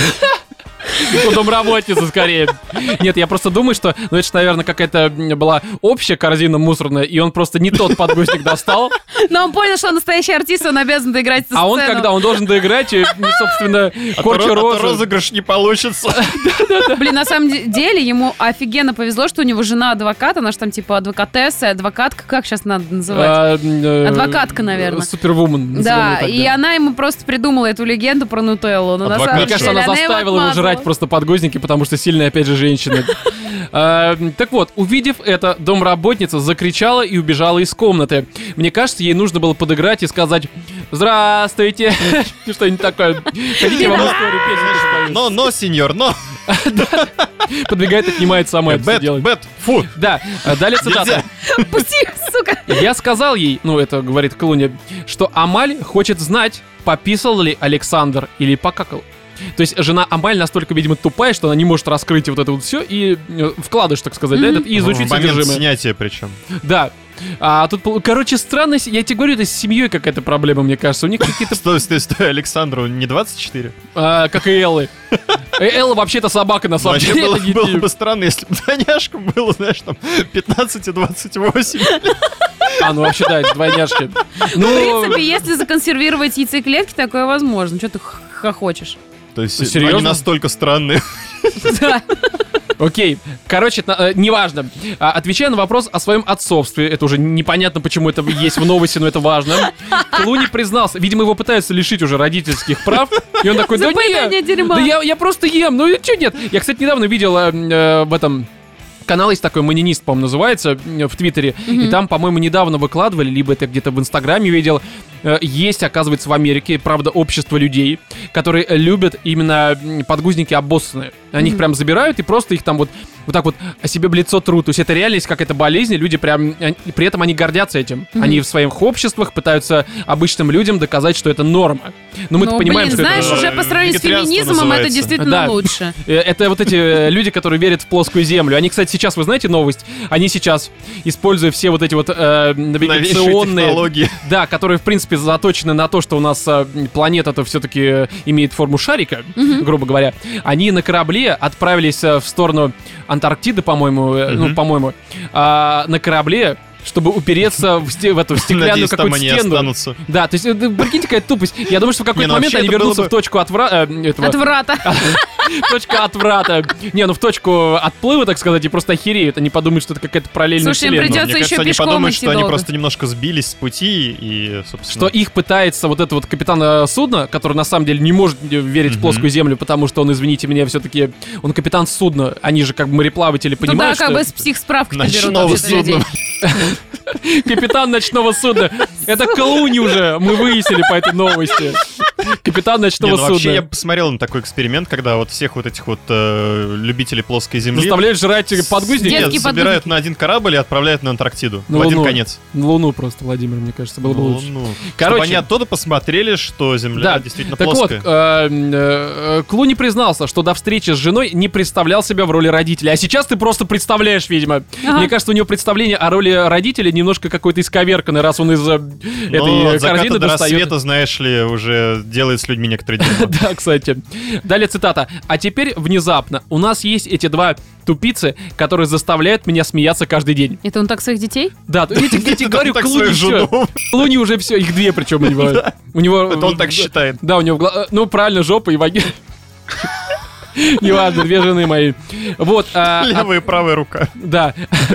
у домработницы скорее. Нет, я просто думаю, что, ну это же, наверное, какая-то была общая корзина мусорная, и он просто не тот подгузник достал. Но он понял, что он настоящий артист, он обязан доиграть эту А он, сцену. когда он должен доиграть, и, собственно, А то корчу ро- а то розы. розыгрыш не получится. Блин, на самом де- деле ему офигенно повезло, что у него жена адвокат, она же там типа адвокатесса, адвокатка, как сейчас надо называть? А, э, Адвокатка, наверное. Супервумен. назовем Да, её так, и она ему просто придумала эту легенду про Нутеллу. Но на Адвокат. самом Мне кажется, деле она его заставила его отмазала. жрать просто подгузники, потому что сильная, опять же, женщина. А, Так вот, увидев это, домработница закричала и убежала из комнаты. Мне кажется, ей нужно было подыграть и сказать «Здравствуйте!» Что-нибудь такое. Хотите, я вам историю песенку спою? Но, но, сеньор, но. Подбегает, отнимает сама это всё Бэт, делает. бэт, фу. Да, а далее цитата. Пусти, сука! Я сказал ей, ну это говорит Клуни, что Амаль хочет знать, пописал ли Александр или покакал. То есть жена Амаль настолько, видимо, тупая, что она не может раскрыть вот это вот все и э, вкладыш, так сказать, да, этот, и изучить В момент содержимое. снятия причем. Да. А тут, пол- короче, странно, я тебе говорю, это с семьей какая-то проблема, мне кажется. У них какие-то, Стой, стой, стой, Александру не двадцать четыре? а, как и Эллы. Э, Элла вообще-то собака, на Ну, самом вообще деле. было, это не было фильм. бы странно, если бы двойняшкам было, знаешь, там пятнадцать и двадцать восемь. А, ну вообще, да, это двойняшки. В Ну, принципе, если законсервировать яйцеклетки, такое возможно. Что ты х- хохочешь? То есть Ты серьезно? они настолько странные. Да. окей. Короче, на- э, неважно. А, отвечая на вопрос о своем отцовстве, это уже непонятно, почему это есть в новости, но это важно. Клуни признался, видимо, его пытаются лишить уже родительских прав, и он такой, да За поедание нет, дерьма. да я, я просто ем, ну и что нет? Я, кстати, недавно видел э, э, в этом... Канал есть такой, «Манинист», по-моему, называется, в Твиттере. Mm-hmm. И там, по-моему, недавно выкладывали, либо это где-то в Инстаграме видел. Есть, оказывается, в Америке, правда, общество людей, которые любят именно подгузники обоссанные. Они mm-hmm. их прям забирают и просто их там вот, вот так вот о себе в лицо трут. То есть это реально есть какая-то болезнь, и люди прям... При этом они гордятся этим. Mm-hmm. Они в своих обществах пытаются обычным людям доказать, что это норма. Но мы-то ну, понимаем, блин, что знаешь, это... уже по сравнению с феминизмом называется. Это действительно да. лучше. Это вот эти люди, которые верят в плоскую землю. Они, кстати, сейчас, вы знаете новость? Они сейчас, используя все вот эти вот э, навигационные... технологии. Да, которые, в принципе, заточены на то, что у нас э, планета-то все-таки имеет форму шарика, mm-hmm. грубо говоря. Они на корабле отправились э, в сторону Антарктиды, по-моему, э, mm-hmm. ну, по-моему, э, на корабле, чтобы упереться в, сте- в эту в стеклянную Надеюсь, какую-то там они стену. останутся. Да, то есть, это, прикиньте, какая тупость. Я думаю, что в какой-то Не, ну момент вообще они это вернутся было бы- в точку отвра... э, этого- Отврата. Точка отврата. Не, ну в точку отплыва, так сказать, и просто охереют. Они подумают, что это какая-то параллельная Слушай, им вселенная. придется Мне еще кажется, они пешком подумают, идти что они долго. просто немножко сбились с пути и, Что собственно... их пытается вот это вот капитан э, судна, который на самом деле не может верить в Мгм. плоскую землю, потому что он, извините меня, все-таки он капитан судна. Они же как бы мореплаватели, Ну да, понимают, как бы что... с психсправкой берут Ночного вообще-то людей. судна. Капитан ночного судна. Это Клуни уже, мы выяснили по этой новости. Капитан Не, ночного ну вообще судна. я посмотрел на такой эксперимент, когда вот всех вот этих вот э, любителей плоской земли Заставляют жрать подгузники? Детские Нет, собирают на один корабль и отправляют на Антарктиду. На в один Луну. конец. На Луну просто, Владимир, мне кажется, было бы Ну, лучше. ну. Короче. Чтобы они оттуда посмотрели, что Земля Да, действительно так плоская. вот, э, э, Клуни признался, что до встречи с женой не представлял себя в роли родителя. А сейчас ты просто представляешь, видимо. Ага. Мне кажется, у него представление о роли родителя немножко какое-то исковерканное, раз он из э, Но этой от заката корзины до достает. рассвета, знаешь ли, уже делает с людьми некоторые дела. Да, кстати. Далее цитата. А теперь внезапно у нас есть эти два тупицы, которые заставляют меня смеяться каждый день. Это он так своих детей? Да, я тебе я тебе говорю, Так Клуни свою всё. жену. Клуни уже все, их две причем у него. У него. Это он так считает. Да, у него, в гла- ну, правильно, жопа и вагина. Неважно, две жены мои. Вот. а, а, Левая и правая рука. Да.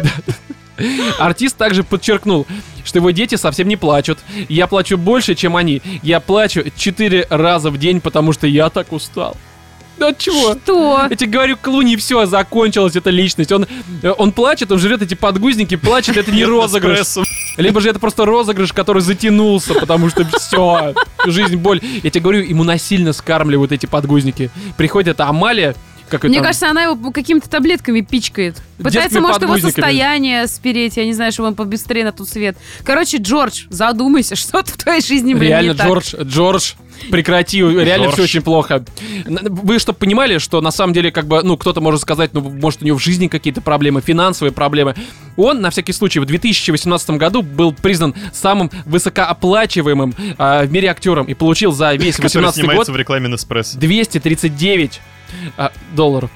Артист также подчеркнул, что его дети совсем не плачут. Я плачу больше, чем они. Я плачу четыре раза в день, потому что я так устал. Да от чего? Что? Я тебе говорю, Клуни, все, закончилась эта личность. Он, он плачет, он жрет эти подгузники, плачет, это не розыгрыш. Эспрессо. Либо же это просто розыгрыш, который затянулся, потому что все, жизнь, боль. Я тебе говорю, ему насильно скармливают эти подгузники. Приходит эта Амалия, как Мне это... кажется, она его какими-то таблетками пичкает. Пытается, Детскими может, его подгузниками. состояние спереть, я не знаю, чтобы он побыстрее на тот свет. Короче, Джордж, задумайся, что-то в твоей жизни, блин, Реально, не так. Джордж, Джордж, прекрати, реально Джордж. все очень плохо. Н- Вы чтобы понимали, что на самом деле, как бы, ну, кто-то может сказать, ну, может, у него в жизни какие-то проблемы, финансовые проблемы. Он, на всякий случай, в две тысячи восемнадцатом году был признан самым высокооплачиваемым а, в мире актером и получил за весь Который восемнадцатый год снимается в рекламе Неспрессо. двести тридцать девять а, долларов.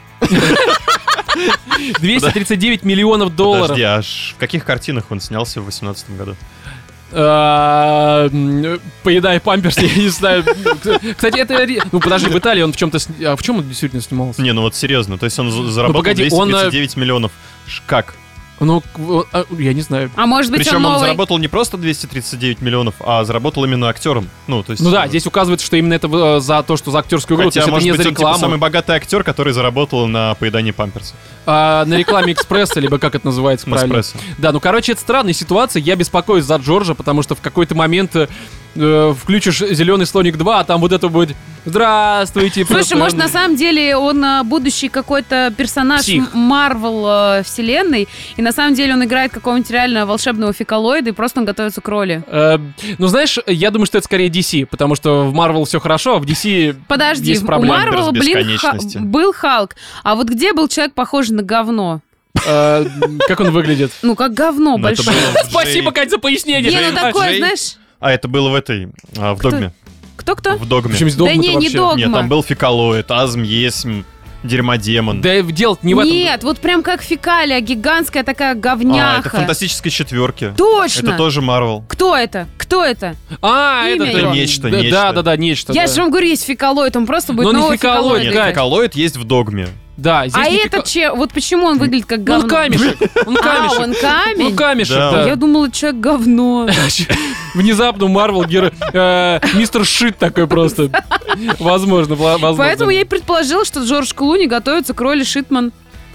двести тридцать девять миллионов долларов. Подожди, а ж в каких картинах он снялся в восемнадцатом году? А, м, Поедая памперс, я не знаю. Кстати, это... ре- Ну, подожди, в Италии он в чем-то... сни- А в чем он действительно снимался? Не, ну вот серьезно, то есть он за- заработал погоди, двести он, тридцать девять миллионов. Ш- Как? Ну, к- он- а, я не знаю. А может быть, Причем он он новый? заработал не просто двести тридцать девять миллионов, а заработал именно актером. Ну, то есть... Ну да, э, здесь указывается, что именно это э, за то, что за актерскую игру. То Хотя, есть это может не быть, за он типа рекламу. самый богатый актер, который заработал на поедании памперса. А, на рекламе Экспресса, либо как это называется правильно. Неспрессо. Да, ну, короче, это странная ситуация. Я беспокоюсь за Джорджа, потому что в какой-то момент э, э, включишь «Зеленый слоник два», а там вот это будет «Здравствуйте». Слушай, просто, может, э, на самом деле он а, будущий какой-то персонаж Псих. М- Марвел а, вселенной, и на самом деле он играет какого-нибудь реально волшебного фекалоида, и просто он готовится к роли. э, ну, знаешь, я думаю, что это скорее ди си, потому что в Marvel все хорошо, а в ди си Подожди, есть у проблемы. Марвела, Без блин, ха- бесконечности. был Халк, а вот где был человек, похожий на говно? Э, Как он выглядит? Ну, как говно Ну, это большое. было в Спасибо, Джей- Кать, за пояснение. Не, ну Джей- такое, Джей- знаешь... А, это было в этой, а, в Кто? «Догме». Кто-кто? В «Догме». Причем здесь Да догма-то не, не вообще? догма. Нет, там был фекалоид, азм, есмь, дерьмодемон. Да дело не в этом. Нет, вот прям как фекалия, гигантская такая А, говняха. это фантастической четверки. Точно! Это тоже Марвел. Кто это? Кто это? А, Имя это... его. э, Нечто, да, нечто. Да, да, да, нечто. Я да. же вам говорю, есть фекалоид, он просто будет Но не новый фекалоид, фекалоид. Нет, Кать. играть. фекалоид есть в «Догме». Да, здесь А не это фека- че? Вот почему он выглядит как Ну, говно? он камешек. Он А, камешек. он камень? Он камешек, Да. да. Я думала, человек говно. Внезапно Марвел герой... э, Мистер Шит такой просто. Возможно, вла- возможно. Поэтому я и предположила, что Джордж Клуни готовится к роли Шитман.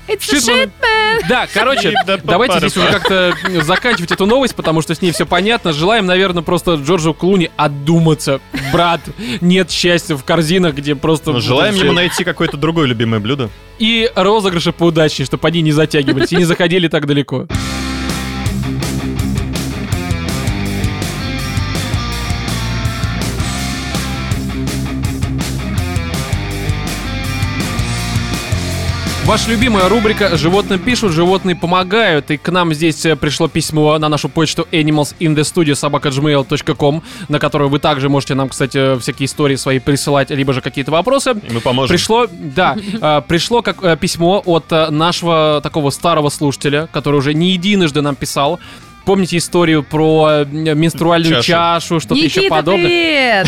It's a Шитман. shit, man. Да, короче, давайте здесь уже как-то заканчивать эту новость, потому что с ней все понятно. Желаем, наверное, просто Джорджу Клуни отдуматься. Брат, нет счастья в корзинах, где просто... Ну, желаем ему найти какое-то другое любимое блюдо. И розыгрыши поудачнее, чтобы они не затягивались и не заходили так далеко. Ваша любимая рубрика «Животные пишут, животные помогают». И к нам здесь пришло письмо на нашу почту animalsinthestudio собака джимейл точка ком, на которую вы также можете нам, кстати, всякие истории свои присылать, либо же какие-то вопросы. И мы поможем. Пришло, да, пришло как письмо от нашего такого старого слушателя, который уже не единожды нам писал. Помните историю про менструальную чашу, чашу что-то Никита, еще подобное? Привет!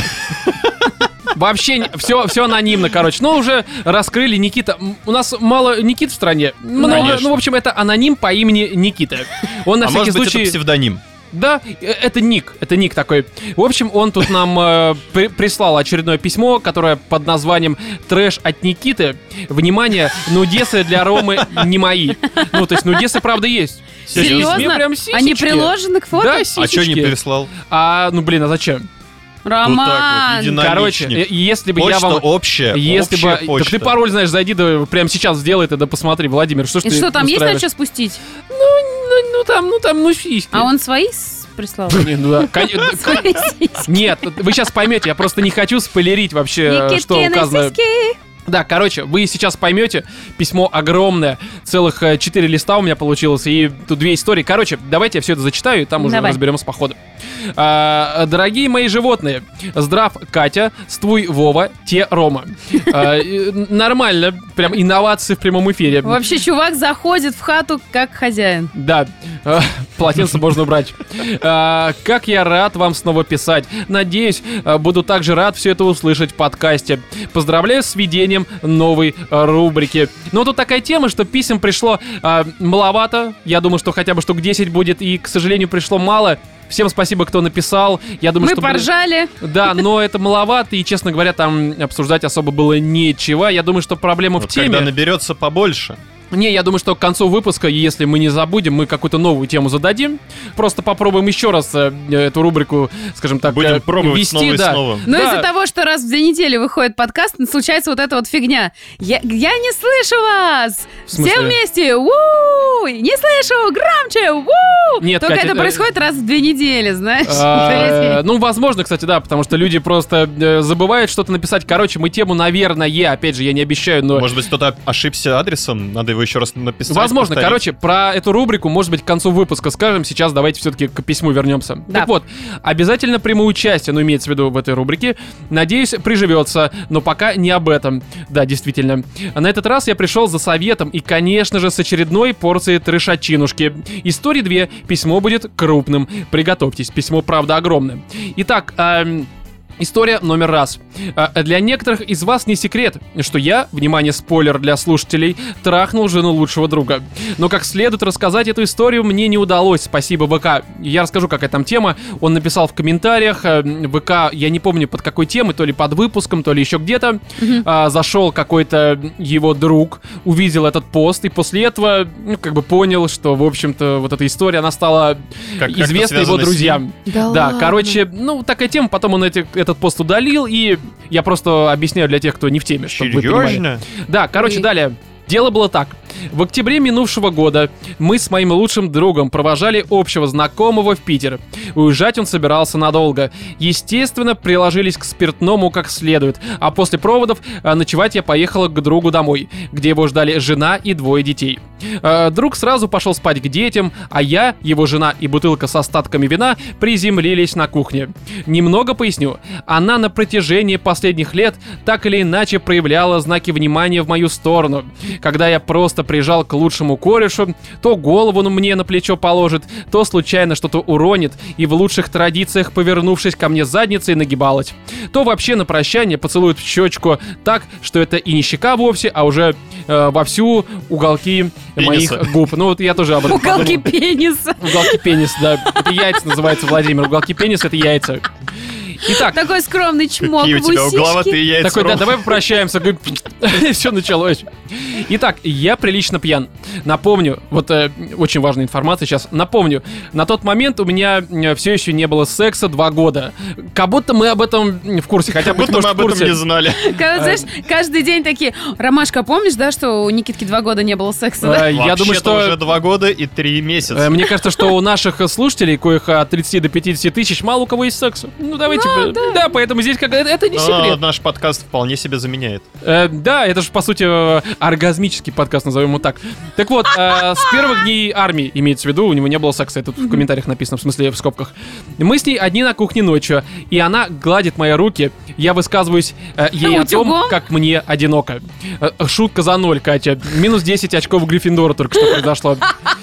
Вообще все, все анонимно, короче. Но уже раскрыли Никита. У нас мало Никит в стране. Много, ну, в общем, это аноним по имени Никита. Он на а всякий может быть, случай... это псевдоним? Да, это ник, это ник такой. В общем, он тут нам э, при- прислал очередное письмо, которое под названием «Трэш от Никиты». Внимание, нудесы для Ромы не мои. Ну, то есть нудесы, правда, есть. Серьезно? Письме прям сисечки. Они приложены к фото? Да, А что не сисечки. прислал? А, ну, блин, а зачем? Роман! Вот так вот, единоличник. Короче, э, если бы Почта я вам... общая, Если общая бы... почта. Так ты пароль знаешь, зайди, да прямо сейчас сделай это, да посмотри, Владимир, что ж И ты что, там есть на устраиваешь? что спустить? Ну, ну, ну, там, ну, там, ну, сиськи. А он свои с- прислал? Не, ну да. Кон- Свои сиськи. Нет, вы сейчас поймете, я просто не хочу спойлерить вообще, что Никиткины указано. сиськи. Да, короче, вы сейчас поймете, письмо огромное, целых э, четыре листа у меня получилось, и тут две истории. Короче, давайте я все это зачитаю, и там уже Давай. разберемся по ходу. А, дорогие мои животные, здрав, Катя, ствуй, Вова, те, Рома. А, и, нормально, прям инновации в прямом эфире. Вообще, чувак заходит в хату как хозяин. Да, э, полотенце можно убрать. Э, Как я рад вам снова писать. Надеюсь, э, буду также рад все это услышать в подкасте. Поздравляю с введением новой э, рубрики. Но тут такая тема, что писем пришло э, маловато. Я думаю, что хотя бы штук десять будет, и, к сожалению, пришло мало. Всем спасибо, кто написал. Я думаю, Мы что... поржали. Да, но это маловато, и, честно говоря, там обсуждать особо было нечего. Я думаю, что проблема Вот в теме... когда наберется побольше. Не, я думаю, что к концу выпуска, если мы не забудем, мы какую-то новую тему зададим. Просто попробуем еще раз э, эту рубрику, скажем так, Будем э, пробовать вести, снова и да. снова. Но Да. из-за того, что раз в две недели выходит подкаст, случается вот эта вот фигня. Я, я не слышу вас! В смысле? Все вместе! У-у-у! Не слышу! Громче! У-у-у! Нет, Только Катя, это э, происходит раз в две недели, знаешь? А, Ну, возможно, кстати, да, потому что люди просто э, забывают что-то написать. Короче, мы тему, наверное, опять же, я не обещаю, но... Может быть, кто-то ошибся адресом, надо его еще раз написать. Возможно, повторить. короче, про эту рубрику, может быть, к концу выпуска скажем. Сейчас давайте все-таки к письму вернемся. Да. Так вот, обязательно приму участие, ну, имеется в виду в этой рубрике. Надеюсь, приживется, но пока не об этом. Да, действительно. На этот раз я пришел за советом и, конечно же, с очередной порцией трешачинушки. Истории две. Письмо будет крупным. Приготовьтесь, письмо, правда, огромное. Итак, эм... история номер раз. А, Для некоторых из вас не секрет, что я, внимание, спойлер для слушателей, трахнул жену лучшего друга. Но как следует рассказать эту историю мне не удалось, спасибо ВК. Я расскажу, какая там тема. Он написал в комментариях. э, ВК, я не помню под какой темой, то ли под выпуском, то ли еще где-то. А, Зашел какой-то его друг, увидел этот пост, и после этого, ну, как бы понял, что, в общем-то, вот эта история, она стала Как- как-то известна его связана с друзьям. Да Да, ладно? короче, ну, такая тема, потом он эти, этот пост удалил, и я просто объясняю для тех, кто не в теме, чтобы вы понимали. Серьезно? Да, короче, Ой. далее. Дело было так. В октябре минувшего года мы с моим лучшим другом провожали общего знакомого в Питер. Уезжать он собирался надолго. Естественно, приложились к спиртному как следует. А после проводов а, ночевать я поехала к другу домой, где его ждали жена и двое детей. А, друг сразу пошел спать к детям, а я, его жена и бутылка с остатками вина приземлились на кухне. Немного поясню. Она на протяжении последних лет так или иначе проявляла знаки внимания в мою сторону. Когда я просто приезжал к лучшему корешу, то голову мне на плечо положит, то случайно что-то уронит и в лучших традициях, повернувшись ко мне задницей, нагибалась. То вообще на прощание поцелует в щечку так, что это и не щека вовсе, а уже э, вовсю уголки Пениса. моих губ. Ну вот я тоже об этом Уголки подумал. пениса. Уголки пениса, да. Это яйца называется, Владимир. Уголки пениса — это яйца. Итак, Такой скромный чмок Какие у в тебя усишки. угловатые яйца, такой, да, Ром. давай попрощаемся. Все началось. Итак, я прилично пьян. Напомню, вот э, очень важная информация сейчас. Напомню, на тот момент у меня э, все еще не было секса два года. Как будто мы об этом в курсе, хотя бы Как будто мы об этом не знали. Как, знаешь, каждый день такие: Ромашка, помнишь, да, что у Никитки два года не было секса? Да? Э, Я думаю, что... уже два года и три месяца. Э, Мне кажется, что у наших слушателей, коих от тридцати до пятидесяти тысяч, мало у кого есть секс. Ну, давайте... Ну, э, да. Да, поэтому здесь как... это, это не Но секрет. наш подкаст вполне себе заменяет. Э, да, это же, по сути, э, оргазмический подкаст, назовем его так. Так вот, э, с первых дней армии, имеется в виду, у него не было секса, это тут в комментариях написано, в смысле, в скобках. Мы с ней одни на кухне ночью, и она гладит мои руки, я высказываюсь э, ей о том, Утюгом? как мне одиноко. Э, шутка за ноль, Катя. Минус десять очков Гриффиндора только что произошло.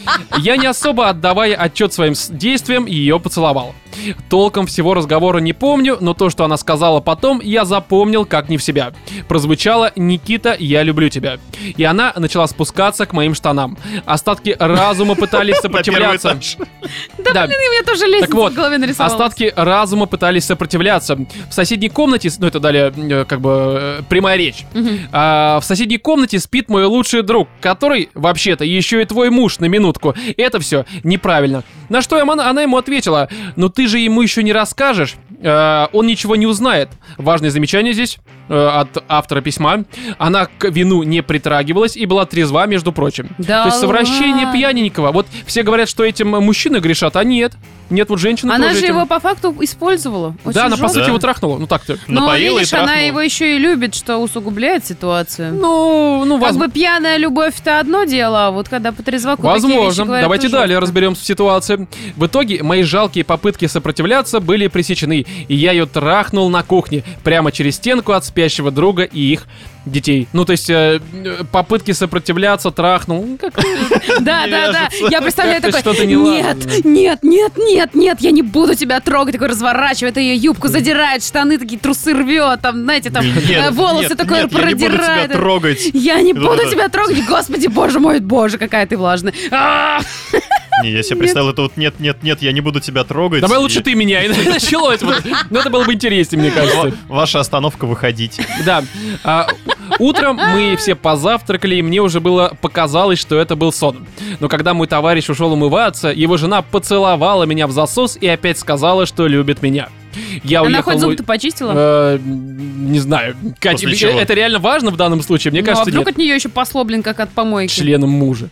Я не особо, отдавая отчет своим с- действиям, ее поцеловал. Толком всего разговора не помню, но то, что она сказала потом, я запомнил как не в себя. Прозвучало: «Никита, я люблю тебя». И она начала спускаться к моим штанам. Остатки разума пытались сопротивляться. Да, Да. блин, и у меня тоже лестница Так вот, в голове нарисовалась. остатки разума пытались сопротивляться. В соседней комнате, ну это далее э, как бы э, прямая речь. Мгм. А, в соседней комнате спит мой лучший друг, который, вообще-то, еще и твой муж на минутку. Это все неправильно. На что она, она ему ответила: «Ну ты же ему еще не расскажешь, э, он ничего не узнает». Важное замечание здесь э, от автора письма. Она к вину не притрагивалась и была трезва, между прочим. Да То есть совращение ладно. пьяненького. Вот все говорят, что этим мужчины грешат, а нет. Нет, вот женщина Она тоже же этим. его по факту использовала. Очень Да, она по жестко. сути Да. его трахнула. Ну так-то. Но Напоила и видишь, она трахнула. его еще и любит, что усугубляет ситуацию. Ну, ну, Как воз- бы пьяная любовь это одно дело, а вот когда по трезваку такие вещи Возможно. говорят, Давайте то далее жестко. разберемся в ситуации. В итоге мои жалкие попытки сопротивляться были пресечены, и я ее трахнул на кухне, прямо через стенку от спящего друга и их детей. Ну, то есть, э, э, попытки сопротивляться, трахнул. Ну, как- Да, Не да, да. вяжется. Я представляю Как-то такой: что-то не нет, ладно. нет, нет, нет, нет, я не буду тебя трогать. Такой разворачивает ее юбку, задирает штаны, такие трусы рвет, там, знаете, там Нет, э, волосы нет, такое нет, я не буду тебя продирает. трогать. Я не буду Да-да-да. тебя трогать, господи, боже мой, боже, какая ты влажная. А! Не, я себе представил это вот нет, нет, нет, я не буду тебя трогать. Давай И лучше ты меня. И началось. вот. Ну, это было бы интереснее, мне кажется. ва- Ваша остановка, выходить. Да. А, утром мы все позавтракали, и мне уже было показалось, что это был сон. Но когда мой товарищ ушел умываться, его жена поцеловала меня в засос и опять сказала, что любит меня. Я Она уехал... хоть ну, зубы-то почистила? э, не знаю. Катя, После чего? это реально важно в данном случае? Мне Ну, кажется, а вдруг нет. от нее еще послоблен, как от помойки? Членом мужа.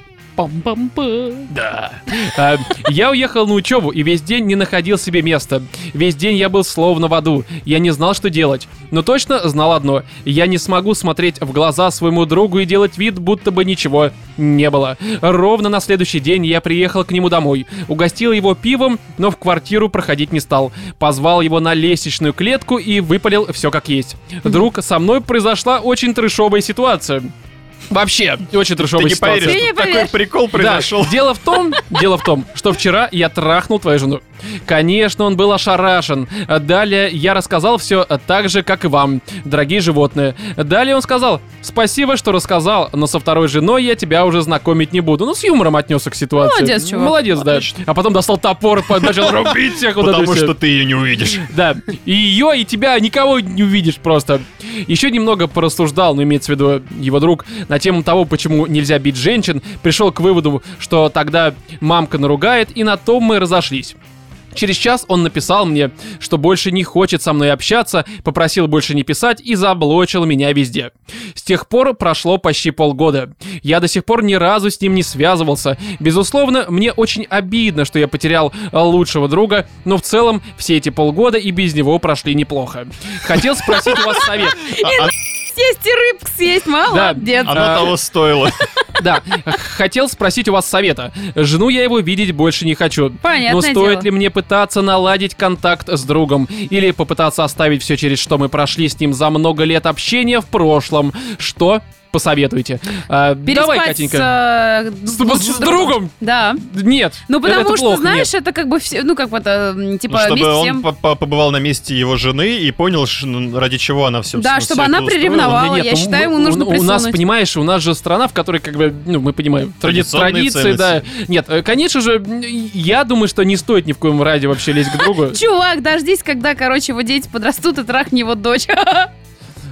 Пам-пам-пам. Да. А, Я уехал на учебу и весь день не находил себе места. Весь день я был словно в аду. Я не знал, что делать. Но точно знал одно. Я не смогу смотреть в глаза своему другу и делать вид, будто бы ничего не было. Ровно на следующий день я приехал к нему домой. Угостил его пивом, но в квартиру проходить не стал. Позвал его на лестничную клетку и выпалил все как есть. Друг, со мной произошла очень трэшовая ситуация. Вообще, очень Ты трэшовая не ситуация. поверишь, Ты не что такой поверишь. прикол произошел. Да, дело в том, дело в том, что вчера я трахнул твою жену. Конечно, он был ошарашен. Далее я рассказал все так же, как и вам, дорогие животные. Далее он сказал: спасибо, что рассказал, но со второй женой я тебя уже знакомить не буду. Ну, с юмором отнесся к ситуации. Молодец, чувак. Молодец, да. Отлично. А потом достал топор, начал рубить всех. вот это Потому всё. что ты ее не увидишь. Да, и ее, и тебя никого не увидишь просто. Еще немного порассуждал, но имеется в виду его друг, на тему того, почему нельзя бить женщин, пришел к выводу, что тогда мамка наругает, и на том мы разошлись. Через час он написал мне, что больше не хочет со мной общаться, попросил больше не писать и заблочил меня везде. С тех пор прошло почти полгода. Я до сих пор ни разу с ним не связывался. Безусловно, мне очень обидно, что я потерял лучшего друга, но в целом все эти полгода и без него прошли неплохо. Хотел спросить у вас совет. А- Съесть и рыбку съесть, молодец. Оно А, того стоило. Да, хотел спросить у вас совета. Жену я его видеть больше не хочу. Понятное Но стоит дело. ли мне пытаться наладить контакт с другом? Или попытаться оставить все, через что мы прошли с ним за много лет общения в прошлом? Что посоветуете? А, давай, Переспать Катенька. с, э, С- лучшим с другом? Да. Нет. Ну, это- потому это что, плохо, знаешь, нет. это как бы все, ну, как бы это, м, Ну, типа, чтобы вместе он всем... по- по- побывал на месте его жены и понял, ш- ну, ради чего она все Да, чтобы она приревновала. Ну, нет, я ну, считаю, ему у- нужно у, у нас, присунуть. понимаешь, у нас же страна, в которой, как бы, ну, мы понимаем, тради- Традиционные традиции, да. ценности. Нет, э, конечно же, м, я думаю, что не стоит ни в коем разе вообще лезть к другу. Чувак, дождись, когда, короче, его дети подрастут и трахни его дочь.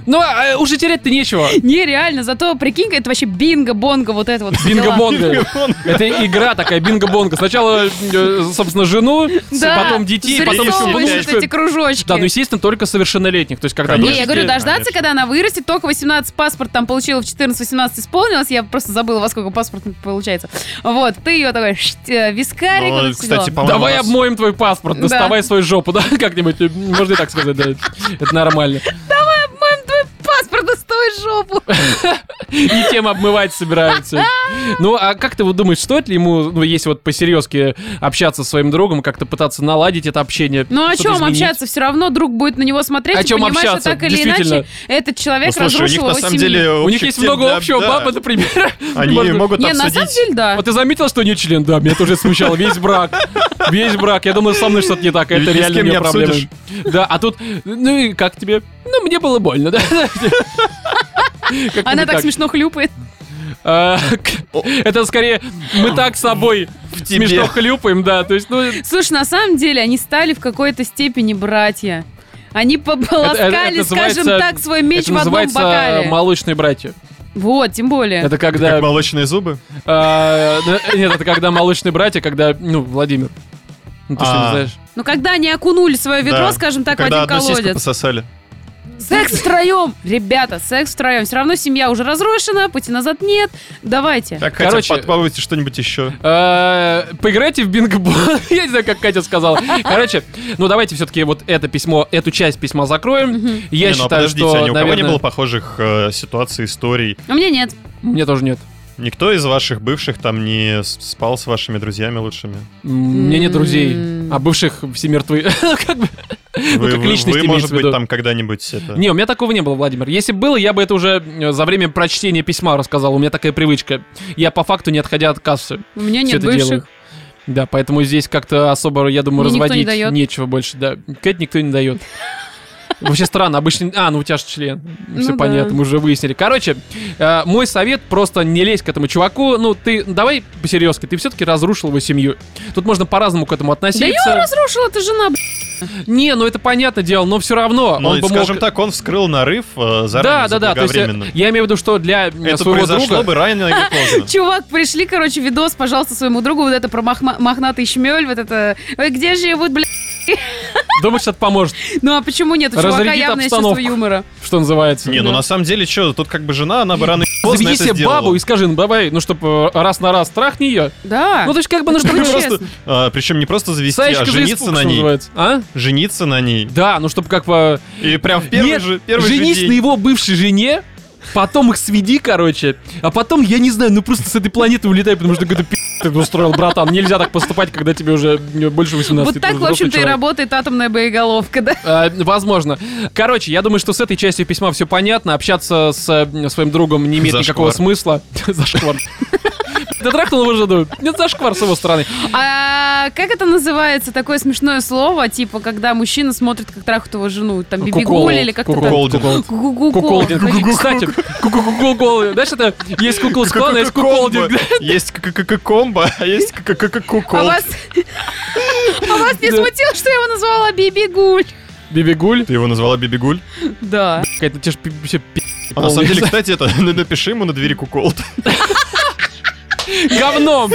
Ну, а, уже терять-то нечего. Нереально, зато прикинь, это вообще бинго-бонго, вот это вот. все дела. Бинго-бонго. Это игра такая, бинго-бонго. Сначала, э, собственно, жену, Да, потом детей, потом еще зарисовываешь внучку. вот эти кружочки. Да, ну, естественно, только совершеннолетних. То есть, когда Не, Конечно. я говорю, дочке- дождаться, Конечно. когда она вырастет, только восемнадцать паспорт там получила, в четырнадцать-восемнадцать исполнилось, я просто забыла, во сколько паспорт получается. Вот, ты ее такой, шт, э, вискарик, Ну, вот это всё кстати, дело. по-моему, Давай у нас- обмоем твой паспорт, Да. доставай свою жопу, да, как-нибудь, э, можно и так сказать, да, это нормально. Обмоем твой паспорт, доставай жопу. Не тем обмывать собираются. Ну, а как ты вот думаешь, стоит ли ему, ну, если вот по-серьезки общаться со своим другом, как-то пытаться наладить это общение? Ну о что-то чем изменить? общаться? Все равно друг будет на него смотреть О и чем понимать, что общаться? так или Действительно. иначе этот человек Ну, слушай, у них разрушил на его самом семью. деле У них общих есть тем много для- общего, да. баба, например. Они Можно- могут Не, на самом обсудить. деле, да. Вот ты заметила, что у нее член? Да, меня тоже это смущало. Весь брак. Весь брак. Я думаю, со мной что-то не так. И Это ведь ни с реально кем у не нее проблема. обсудишь. Да, а тут, ну и как тебе? Ну, мне было больно, да? Как-нибудь Она так смешно хлюпает. А, к- Это скорее мы так с собой тебе. смешно хлюпаем, да. То есть, ну, Слушай, на самом деле они стали в какой-то степени братья. Они пополоскали, это скажем называется- так, свой меч это в одном называется бокале. молочные братья. Вот, тем более. Это когда... Как молочные зубы? а, да, Нет, это когда молочные братья, когда... Ну, Владимир. Ну, ты что, не А. знаешь? Ну, когда они окунули свое ведро, Да. скажем так, Когда в один одну сиську колодец. пососали. Секс втроем! Ребята, секс втроем. Все равно семья уже разрушена, пути назад нет. Давайте. Так, Короче- хотя попробуйте что-нибудь еще. А, Поиграйте в бинго-бонго. Я не знаю, как Катя сказала. Короче, ну давайте все-таки вот это письмо, эту часть письма закроем. Я Не, ну, а считаю, подождите, что, а ни у кого не наверное, было похожих э, ситуаций, историй? У меня нет. Мне тоже нет. Никто из ваших бывших там не с- спал с вашими друзьями лучшими? М, У меня нет друзей, М. а бывших все мертвы. Как бы. Ну, Вы, как вы- личность вы, имеется может в быть, виду. там когда-нибудь это... Не, у меня такого не было, Владимир. Если было, я бы это уже э, за время прочтения письма рассказал. У меня такая привычка. Я по факту, не отходя от кассы, У меня все нет это бывших. делаю. Да, поэтому здесь как-то особо, я думаю, Мне никто не разводить дает. нечего больше. Да, Кэт никто не дает. Вообще странно, обычно... А, ну у тебя же член. Все Ну понятно, да. мы уже выяснили. Короче, э, мой совет просто не лезь к этому чуваку. Ну, ты давай по-серьезки, ты все-таки разрушил его семью. Тут можно по-разному к этому Да относиться. я его разрушила, это жена, блядь. Не, ну это понятное дело, но все равно. Ну, он бы скажем мог... так, он вскрыл нарыв э, Да, заранее, да, да. То есть, э, заблаговременно. я имею в виду, что для э, Это своего произошло друга... бы рано или поздно. Чувак, пришли, короче, видос, пожалуйста, своему другу, вот это про махма- мохнатый шмель, вот это... Ой, где живут, блядь? Думаешь, это поможет, Ну а почему нет? У чувака Разрядит явное чувство обстановку. юмора. что называется. Не, ну Да. на самом деле, что, тут как бы жена, она бы рано или поздно Заведи это себе сделала. бабу и скажи, ну давай, ну чтобы раз на раз трахни ее. Да. Ну то есть как бы, ну Это чтобы же просто... честно. А, причем не просто завести, Саечка а за жениться испуг, на что ней. называется. А? Жениться на ней. Да, ну чтобы как бы... И прям в первый Нет, же, первый же женись день. на его бывшей жене, потом их сведи, короче, а потом, я не знаю, ну просто с этой планеты улетай, потому что какой-то пи*** ты устроил, братан. Нельзя так поступать, когда тебе уже больше восемнадцати. Вот так, ты в общем-то, и взрослый человек. работает атомная боеголовка, да? А, возможно. Короче, я думаю, что с этой частью письма все понятно. Общаться с э, своим другом не имеет Зашквар. никакого смысла. Зашквар. Ты трахнул его жену? Нет, зашквар с его стороны. А как это называется, такое смешное слово, типа, когда мужчина смотрит, как трахают его жену, там, Кукол. бибигуль или как-то так? Куколдинг. Ку-ку-ку. Куколдинг. Кстати, куколдинг. Знаешь, это есть кукол-склон, а есть куколдинг. Есть комбо, а есть А кукол. вас... А вас не Да. смутило, что я его назвала бибигуль? Бибигуль. Ты его назвала Бибигуль? Да. Какая-то тебе ж пи- вообще пи***. А на самом деле, полная. кстати, это напиши ему на двери кукол. Говном.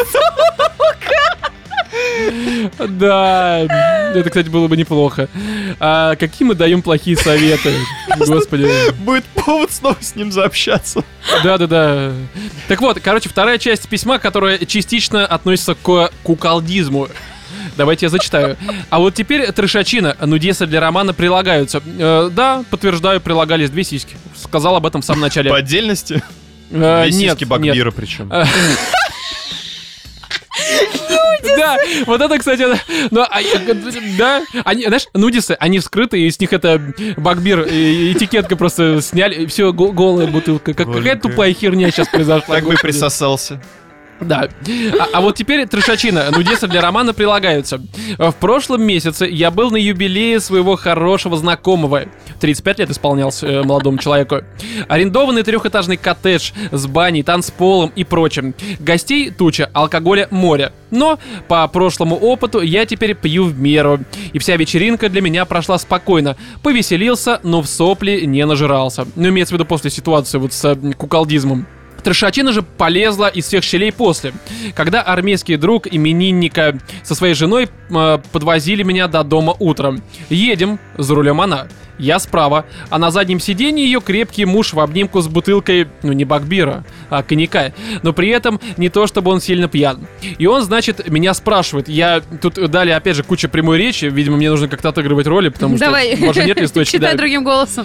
Да, это, кстати, было бы неплохо. А какие мы даем плохие советы? Господи. Будет повод снова с ним заобщаться. Да-да-да. Так вот, короче, вторая часть письма, которая частично относится к куколдизму. Давайте я зачитаю. А вот теперь трешачина. Нудесы для романа прилагаются. Э, да, подтверждаю, прилагались две сиськи. Сказал об этом в самом начале. По отдельности? Э, Две нет, сиськи нет. Багбира причем. Э, Да, вот это, кстати, ну, а, э, да, они, знаешь, нудисы, они вскрыты, и с них это багбир, и этикетка просто сняли, и все, голая бутылка. Как, какая Голенькая. тупая херня сейчас произошла. Так бы господи. присосался. Да. А, а вот теперь трешачина. Нудесы для романа прилагаются. В прошлом месяце я был на юбилее своего хорошего знакомого. тридцать пять лет исполнялся э, молодому человеку. Арендованный трехэтажный коттедж с баней, танцполом и прочим. Гостей туча, алкоголя море. Но по прошлому опыту я теперь пью в меру. И вся вечеринка для меня прошла спокойно. Повеселился, но в сопли не нажирался. Ну, имеется в виду после ситуации вот с э, куколдизмом. Трешачина же полезла из всех щелей после, когда армейский друг именинника со своей женой э, подвозили меня до дома утром. Едем, за рулем она, я справа, а на заднем сиденье ее крепкий муж в обнимку с бутылкой, ну не бакбира, а коньяка, но при этом не то чтобы он сильно пьян. И он, значит, меня спрашивает, я тут далее опять же куча прямой речи, видимо мне нужно как-то отыгрывать роли, потому что Давай. Может нет листочки. Читай да. другим голосом.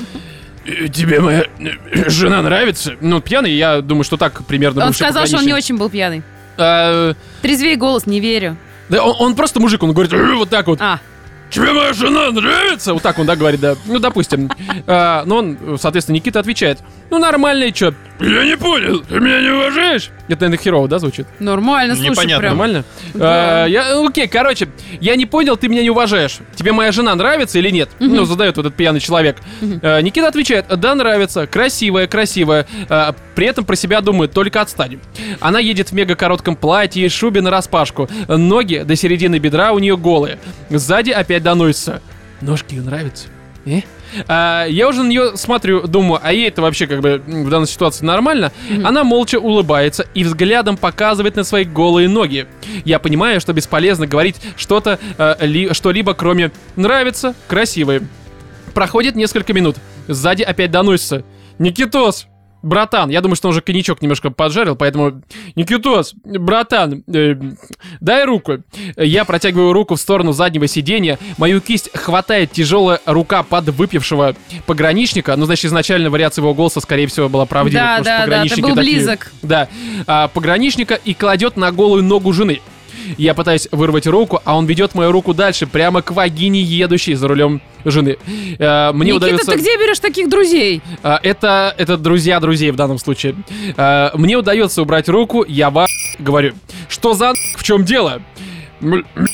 Тебе моя жена нравится? Ну, пьяный, я думаю, что так примерно. Он сказал, что он не очень был пьяный. А, Трезвей голос, не верю. да, он, он просто мужик, он говорит «Э, вот так вот. А, Тебе моя жена нравится? Вот так он, да, говорит, да. Ну, допустим. А, но он, соответственно, Никита отвечает: ну, нормально, и чё? Я не понял, ты меня не уважаешь? Это, наверное, херово, да, звучит? нормально, слушай, Непонятно. прям. Нормально? Да. А, я, окей, короче, я не понял, ты меня не уважаешь. Тебе моя жена нравится или нет? Мгм. Ну, задает вот этот пьяный человек. Мгм. А, Никита отвечает: да, нравится, красивая, красивая. А, при этом про себя думает: только отстань. Она едет в мега коротком платье и шубе нараспашку. Ноги до середины бедра у нее голые. Сзади опять доносится: ножки ей нравятся. Э? А, я уже на нее смотрю, думаю, а ей это вообще как бы в данной ситуации нормально? Мгм. Она молча улыбается и взглядом показывает на свои голые ноги. Я понимаю, что бесполезно говорить что-то, э, ли, что-либо кроме «нравится», «красивые». Проходит несколько минут. Сзади опять доносится: Никитос, братан. Я думаю, что он уже коньячок немножко поджарил, поэтому: Никитос, братан, э, дай руку. Я протягиваю руку в сторону заднего сиденья. Мою кисть хватает тяжелая рука подвыпившего пограничника. Ну, значит, изначально вариация его голоса, скорее всего, была правдива. Да, потому что да, да, ты пограничники был такие- близок. Да, а, пограничника и кладет на голую ногу жены. Я пытаюсь вырвать руку, а он ведет мою руку дальше, прямо к вагине, едущей за рулем жены. Э, Мне Никита, удается... ты где берешь таких друзей? А, Это, это друзья друзей в данном случае. А, Мне удается убрать руку, я ва... говорю: что за в чем дело? М- м-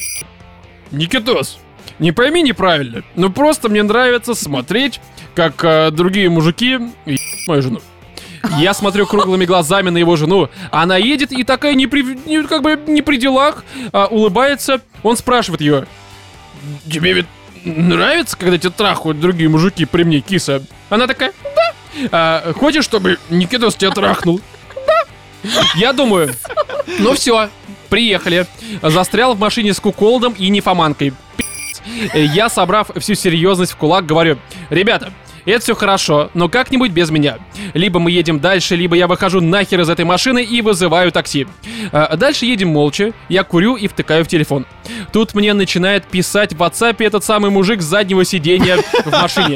Никитос, не пойми неправильно, но просто мне нравится смотреть, как а, другие мужики ебут мою жену. Я смотрю круглыми глазами на его жену. Она едет и такая не при, не- как бы не при делах, а, улыбается. Он спрашивает ее: тебе ведь нравится, когда тебя трахают другие мужики при мне, киса? Она такая: да. А, хочешь, чтобы Никитос тебя трахнул? Да. Я думаю: ну все, приехали. Застрял в машине с куколдом и нефоманкой. Пи***ц. Я, собрав всю серьезность в кулак, говорю: ребята, это все хорошо, но как-нибудь без меня. Либо мы едем дальше, либо я выхожу нахер из этой машины и вызываю такси. А дальше едем молча, я курю и втыкаю в телефон. Тут мне начинает писать в WhatsApp этот самый мужик с заднего сиденья в машине.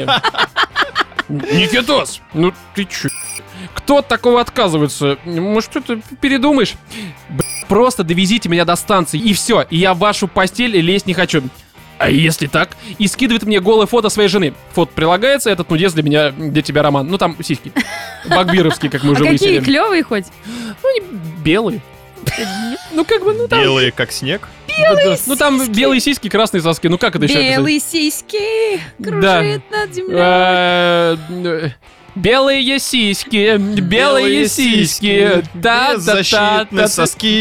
Никитос, ну ты чё? Кто от такого отказывается? Может, что-то передумаешь? Б***, просто довезите меня до станции, и все, и я в вашу постель лезть не хочу. А если так? И скидывает мне голое фото своей жены. Фото прилагается, этот нудес для меня, для тебя, Роман. Ну там сиськи. Бакбировские, как мы уже А какие выяснили. клевые хоть? Ну, они белые. Ну, как бы, ну там... Белые, как снег. Ну, там сиськи. белые сиськи, красные соски. Ну, как это еще описать? Белые сиськи кружит Да. над землей. Э, Белые сиськи, белые сиськи. Беззащитные соски.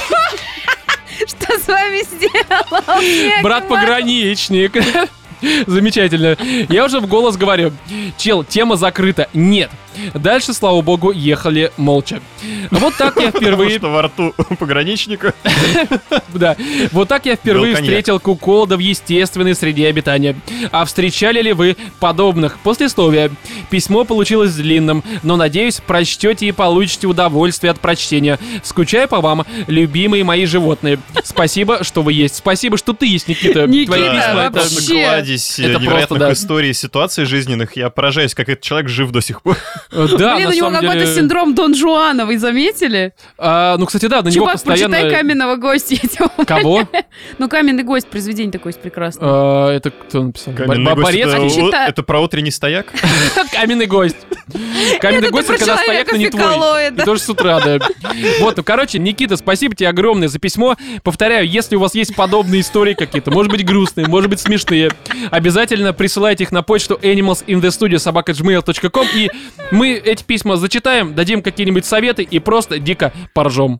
Что с вами сделал? Снег? Брат пограничник. Замечательно. Я уже в голос говорю: чел, тема закрыта. Нет. Дальше, слава богу, ехали молча. Вот так я Потому впервые... что во рту у пограничника. Да. Вот так я впервые Был коньяк. встретил куколда в естественной среде обитания. А встречали ли вы подобных? Послесловие. Письмо получилось длинным, но, надеюсь, прочтете и получите удовольствие от прочтения. Скучаю по вам, любимые мои животные. Спасибо, что вы есть. Спасибо, что ты есть, Никита. Никита, Твои Да, письма, это это- вообще. просто кладезь это невероятных просто, да. историй, ситуаций жизненных. Я поражаюсь, как этот человек жив до сих пор. Да, Блин, на у него самом какой-то деле- синдром Дон Жуана, вы заметили? А, ну, кстати, да, на него Чувак, постоянно... почитай «Каменного гостя». я тебя умоляю. Кого? Ну, «Каменный гость», произведение такое есть прекрасное. А, это кто написал? Каменный гость, Борец? это, Читай. это про утренний стояк? Каменный гость. Каменный это гость, про когда стояк, но не твой. человека-фекалоида. И тоже с утра, да. Вот, ну, короче, Никита, спасибо тебе огромное за письмо. Повторяю, если у вас есть подобные истории какие-то, может быть, грустные, может быть, смешные, обязательно присылайте их на почту animalsinthestudio собака джимейл точка ком, и мы эти письма зачитаем, дадим какие-нибудь советы и просто дико поржем.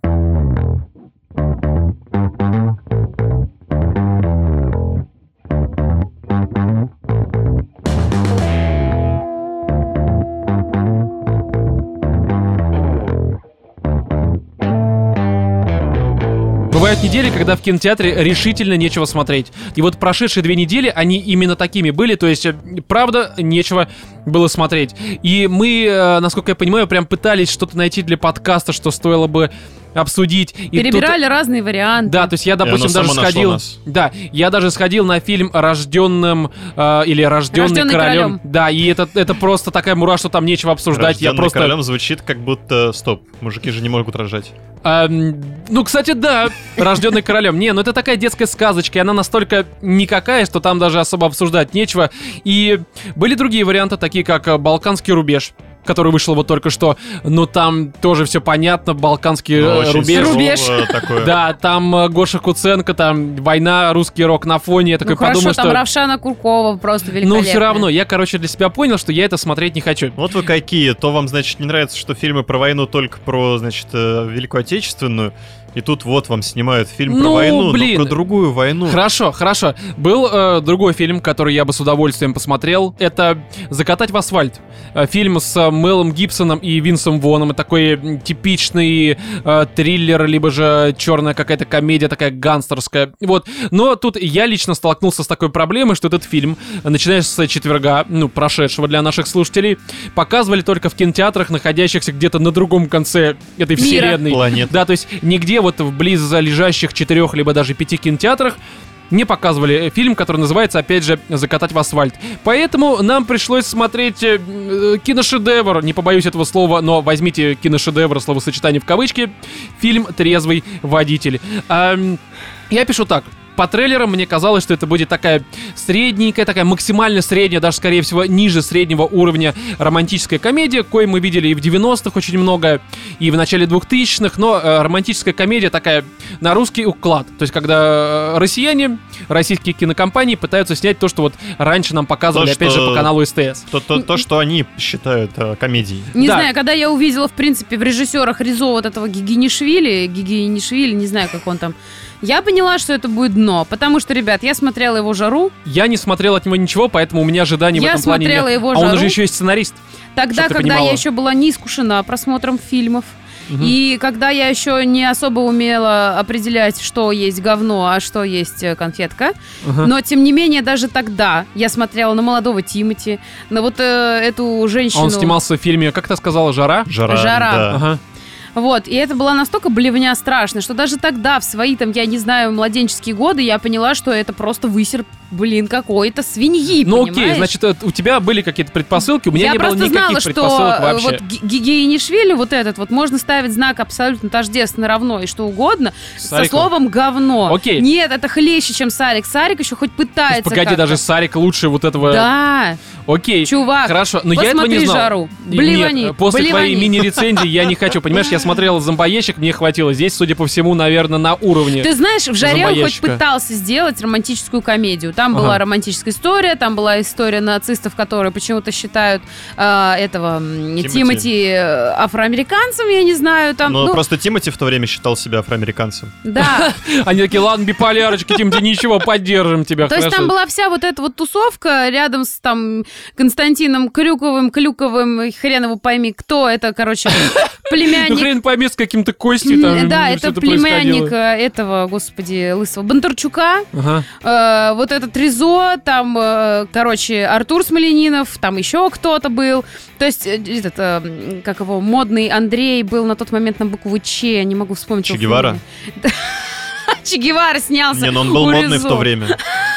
Бывают недели, когда в кинотеатре решительно нечего смотреть. И вот прошедшие две недели, они именно такими были, то есть, правда, нечего было смотреть. И мы, э, насколько я понимаю, прям пытались что-то найти для подкаста, что стоило бы обсудить. И Перебирали тут- разные варианты. Да, то есть я, допустим, оно само даже нашло сходил... нас. Да, я даже сходил на фильм «Рожденным» э, или «Рожденный, «Рожденный королем». королем». Да, и это, это просто такая мура, что там нечего обсуждать. Я Рожденный просто... королем звучит как будто... Стоп, мужики же не могут рожать. Эм, ну, кстати, да, «Рожденный королем». Не, ну это такая детская сказочка, и она настолько никакая, что там даже особо обсуждать нечего. И были другие варианты, такие как э, «Балканский рубеж», который вышел вот только что, но там тоже все понятно, балканский Ну, э, очень рубеж. Рубеж. сурово такое. Да, там э, Гоша Куценко, там война, русский рок на фоне. Я такой Ну хорошо, подумал, там что... Равшана Куркова просто Ну, великолепная. все равно, я, короче, для себя понял, что я это смотреть не хочу. Вот вы какие. То вам, значит, не нравится, что фильмы про войну только про, значит, э, Великую Отечественную, и тут вот вам снимают фильм про Ну, войну, блин. но про другую войну. Хорошо, хорошо. Был э, другой фильм, который я бы с удовольствием посмотрел. Это «Закатать в асфальт». Э, фильм с э, Мелом Гибсоном и Винсом Воном. Это такой м, типичный э, триллер, либо же черная какая-то комедия такая гангстерская. Вот. Но тут я лично столкнулся с такой проблемой, что этот фильм, э, начиная с четверга, ну, прошедшего для наших слушателей, показывали только в кинотеатрах, находящихся где-то на другом конце этой Мира. вселенной. Планеты. Да, то есть нигде вот в близлежащих четырех либо даже пяти кинотеатрах не показывали фильм, который называется, опять же, «Закатать в асфальт». Поэтому нам пришлось смотреть э, э, киношедевр, не побоюсь этого слова, но возьмите киношедевр, словосочетание в кавычки, фильм «Трезвый водитель». Ам, я пишу так. По трейлерам мне казалось, что это будет такая средненькая, такая максимально средняя, даже, скорее всего, ниже среднего уровня романтическая комедия, кою мы видели и в девяностых очень много, и в начале двухтысячных, но э, романтическая комедия такая на русский уклад. То есть, когда э, россияне, российские кинокомпании пытаются снять то, что вот раньше нам показывали, То, опять что- же, по каналу СТС. То, то, то, что они считают э, комедией. Не Да. знаю, когда я увидела, в принципе, в режиссерах Ризо вот этого Гигинишвили, Гигинишвили, не знаю, как он там, я поняла, что это будет дно. Потому что, ребят, я смотрела его «Жару». Я не смотрел от него ничего, поэтому у меня ожиданий Я в этом плане нет. смотрела его А он «Жару». же еще и сценарист. Тогда, Чтоб ты когда понимала. я еще была не искушена просмотром фильмов, Мгм. и когда я еще не особо умела определять, что есть говно, а что есть э, конфетка, Ага. но, тем не менее, даже тогда я смотрела на молодого Тимати, на вот э, эту А женщину. он снимался в фильме, как ты сказала, «Жара»? Жара. Жара. Да. Ага. Вот, и это была настолько блевня страшная, что даже тогда, в свои, там, я не знаю, младенческие годы, я поняла, что это просто высер, блин, какой-то свиньи, Ну окей, понимаешь? значит, э, у тебя были какие-то предпосылки, у меня я не было просто никаких знала, предпосылок что э, вообще. вот Ги- Гигиенишвили, вот этот вот, можно ставить знак абсолютно тождественно равно и что угодно, со Сариком. словом говно. Окей. Нет, это хлеще, чем Сарик. Сарик еще хоть То есть, пытается погоди, как-то. даже Сарик лучше вот этого... Да, Окей, чувак, хорошо, но я этого не посмотри знал. «Жару». Нет, Блевани, после твоей блевани. мини-рецензии я не хочу. Понимаешь, я смотрел «Зомбоящик», мне хватило. Здесь, судя по всему, наверное, на уровне. Ты знаешь, в «Жаре» он хоть «Зомбоящика». пытался сделать романтическую комедию. Там Ага. была романтическая история, там была история нацистов, которые почему-то считают э, этого м, Тимати. Тимати э, афроамериканцем, я не знаю. Там, Но ну, просто Тимати в то время считал себя афроамериканцем. да. Они такие, ладно, биполярочка, Тимати, ничего, поддержим тебя. То есть хорошо». там была вся вот эта вот тусовка рядом с там Константином Крюковым, Клюковым, хрен его пойми, кто это, короче, Ну племянник. хрен пойми, с каким-то Костей там М, Да, это что-то племянник происходило. э, этого, господи, лысого Бондарчука. Ага. Э, вот этот Ризо, там, э, короче, Артур Смоленинов, там еще кто-то был. То есть, э, этот, э, м, как его, модный Андрей был на тот момент на букву Ч, не могу вспомнить. Че его Гевара? фамилию. Че Гевара снялся. Не, ну он был у модный в Ризо. то время.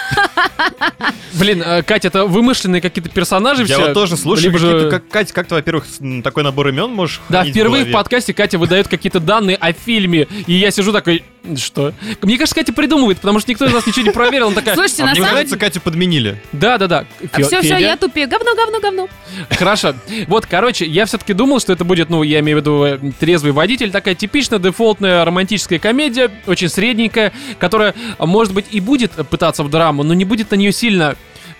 Блин, э, Катя, это вымышленные какие-то персонажи Я все? вот тоже слушаю Либо же- какие-то... Как, Кать, как ты, во-первых, с- такой набор имен можешь Да, хранить впервые в голове? подкасте Катя выдает какие-то данные о фильме, и я сижу такой, что? Мне кажется, Катя придумывает, потому что никто из нас ничего не проверил, она такая... Слушайте, А на мне самом кажется, Катю подменили. Да-да-да. Фе- Все, все, Федя? я тупее. Говно, говно, говно. Хорошо. Вот, короче, я все-таки думал, что это будет, ну, я имею в виду э, «Трезвый водитель», такая типичная дефолтная романтическая комедия, очень средненькая, которая, а, может быть, и будет пытаться в драму, но не будет на нее сильно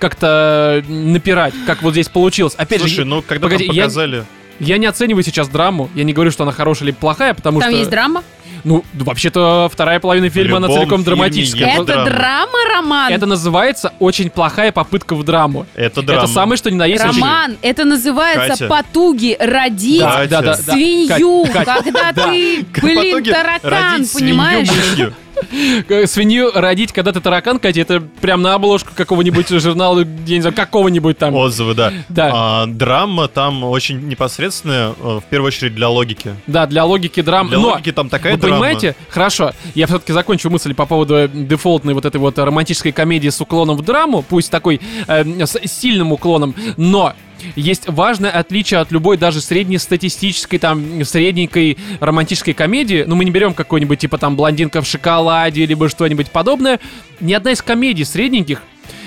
как-то напирать, как вот здесь получилось. Опять Слушай, же, ну когда погоди, там я- показали... я не оцениваю сейчас драму, я не говорю, что она хорошая или плохая, потому Там что... есть драма? Ну, вообще-то вторая половина фильма, она любом целиком фильме драматическая. есть Это драма. драма, Роман? Это называется очень плохая попытка в драму. Это драма. Это самое, что ни на есть. очень- Роман, это называется Катя. потуги родить Да, да, да, да. свинью, Кать, Кать, когда да. ты, К- блин, потуги таракан, родить свинью понимаешь? мышью. Э, Свинью родить, когда ты таракан, Катя, это прям на обложку какого-нибудь журнала, я не знаю, какого-нибудь там. Отзывы, да. Да. А, драма там очень непосредственная, э, в первую очередь для логики. Да, для логики драм. Для Но, логики там такая вы драма. понимаете, хорошо, я все-таки закончу мысль по поводу э, дефолтной вот этой вот романтической комедии с уклоном в драму, пусть такой э, с сильным уклоном, но есть важное отличие от любой даже среднестатистической, там, средненькой романтической комедии. Ну, мы не берем какой-нибудь, типа, там, «Блондинка в шоколаде», либо что-нибудь подобное. Ни одна из комедий средненьких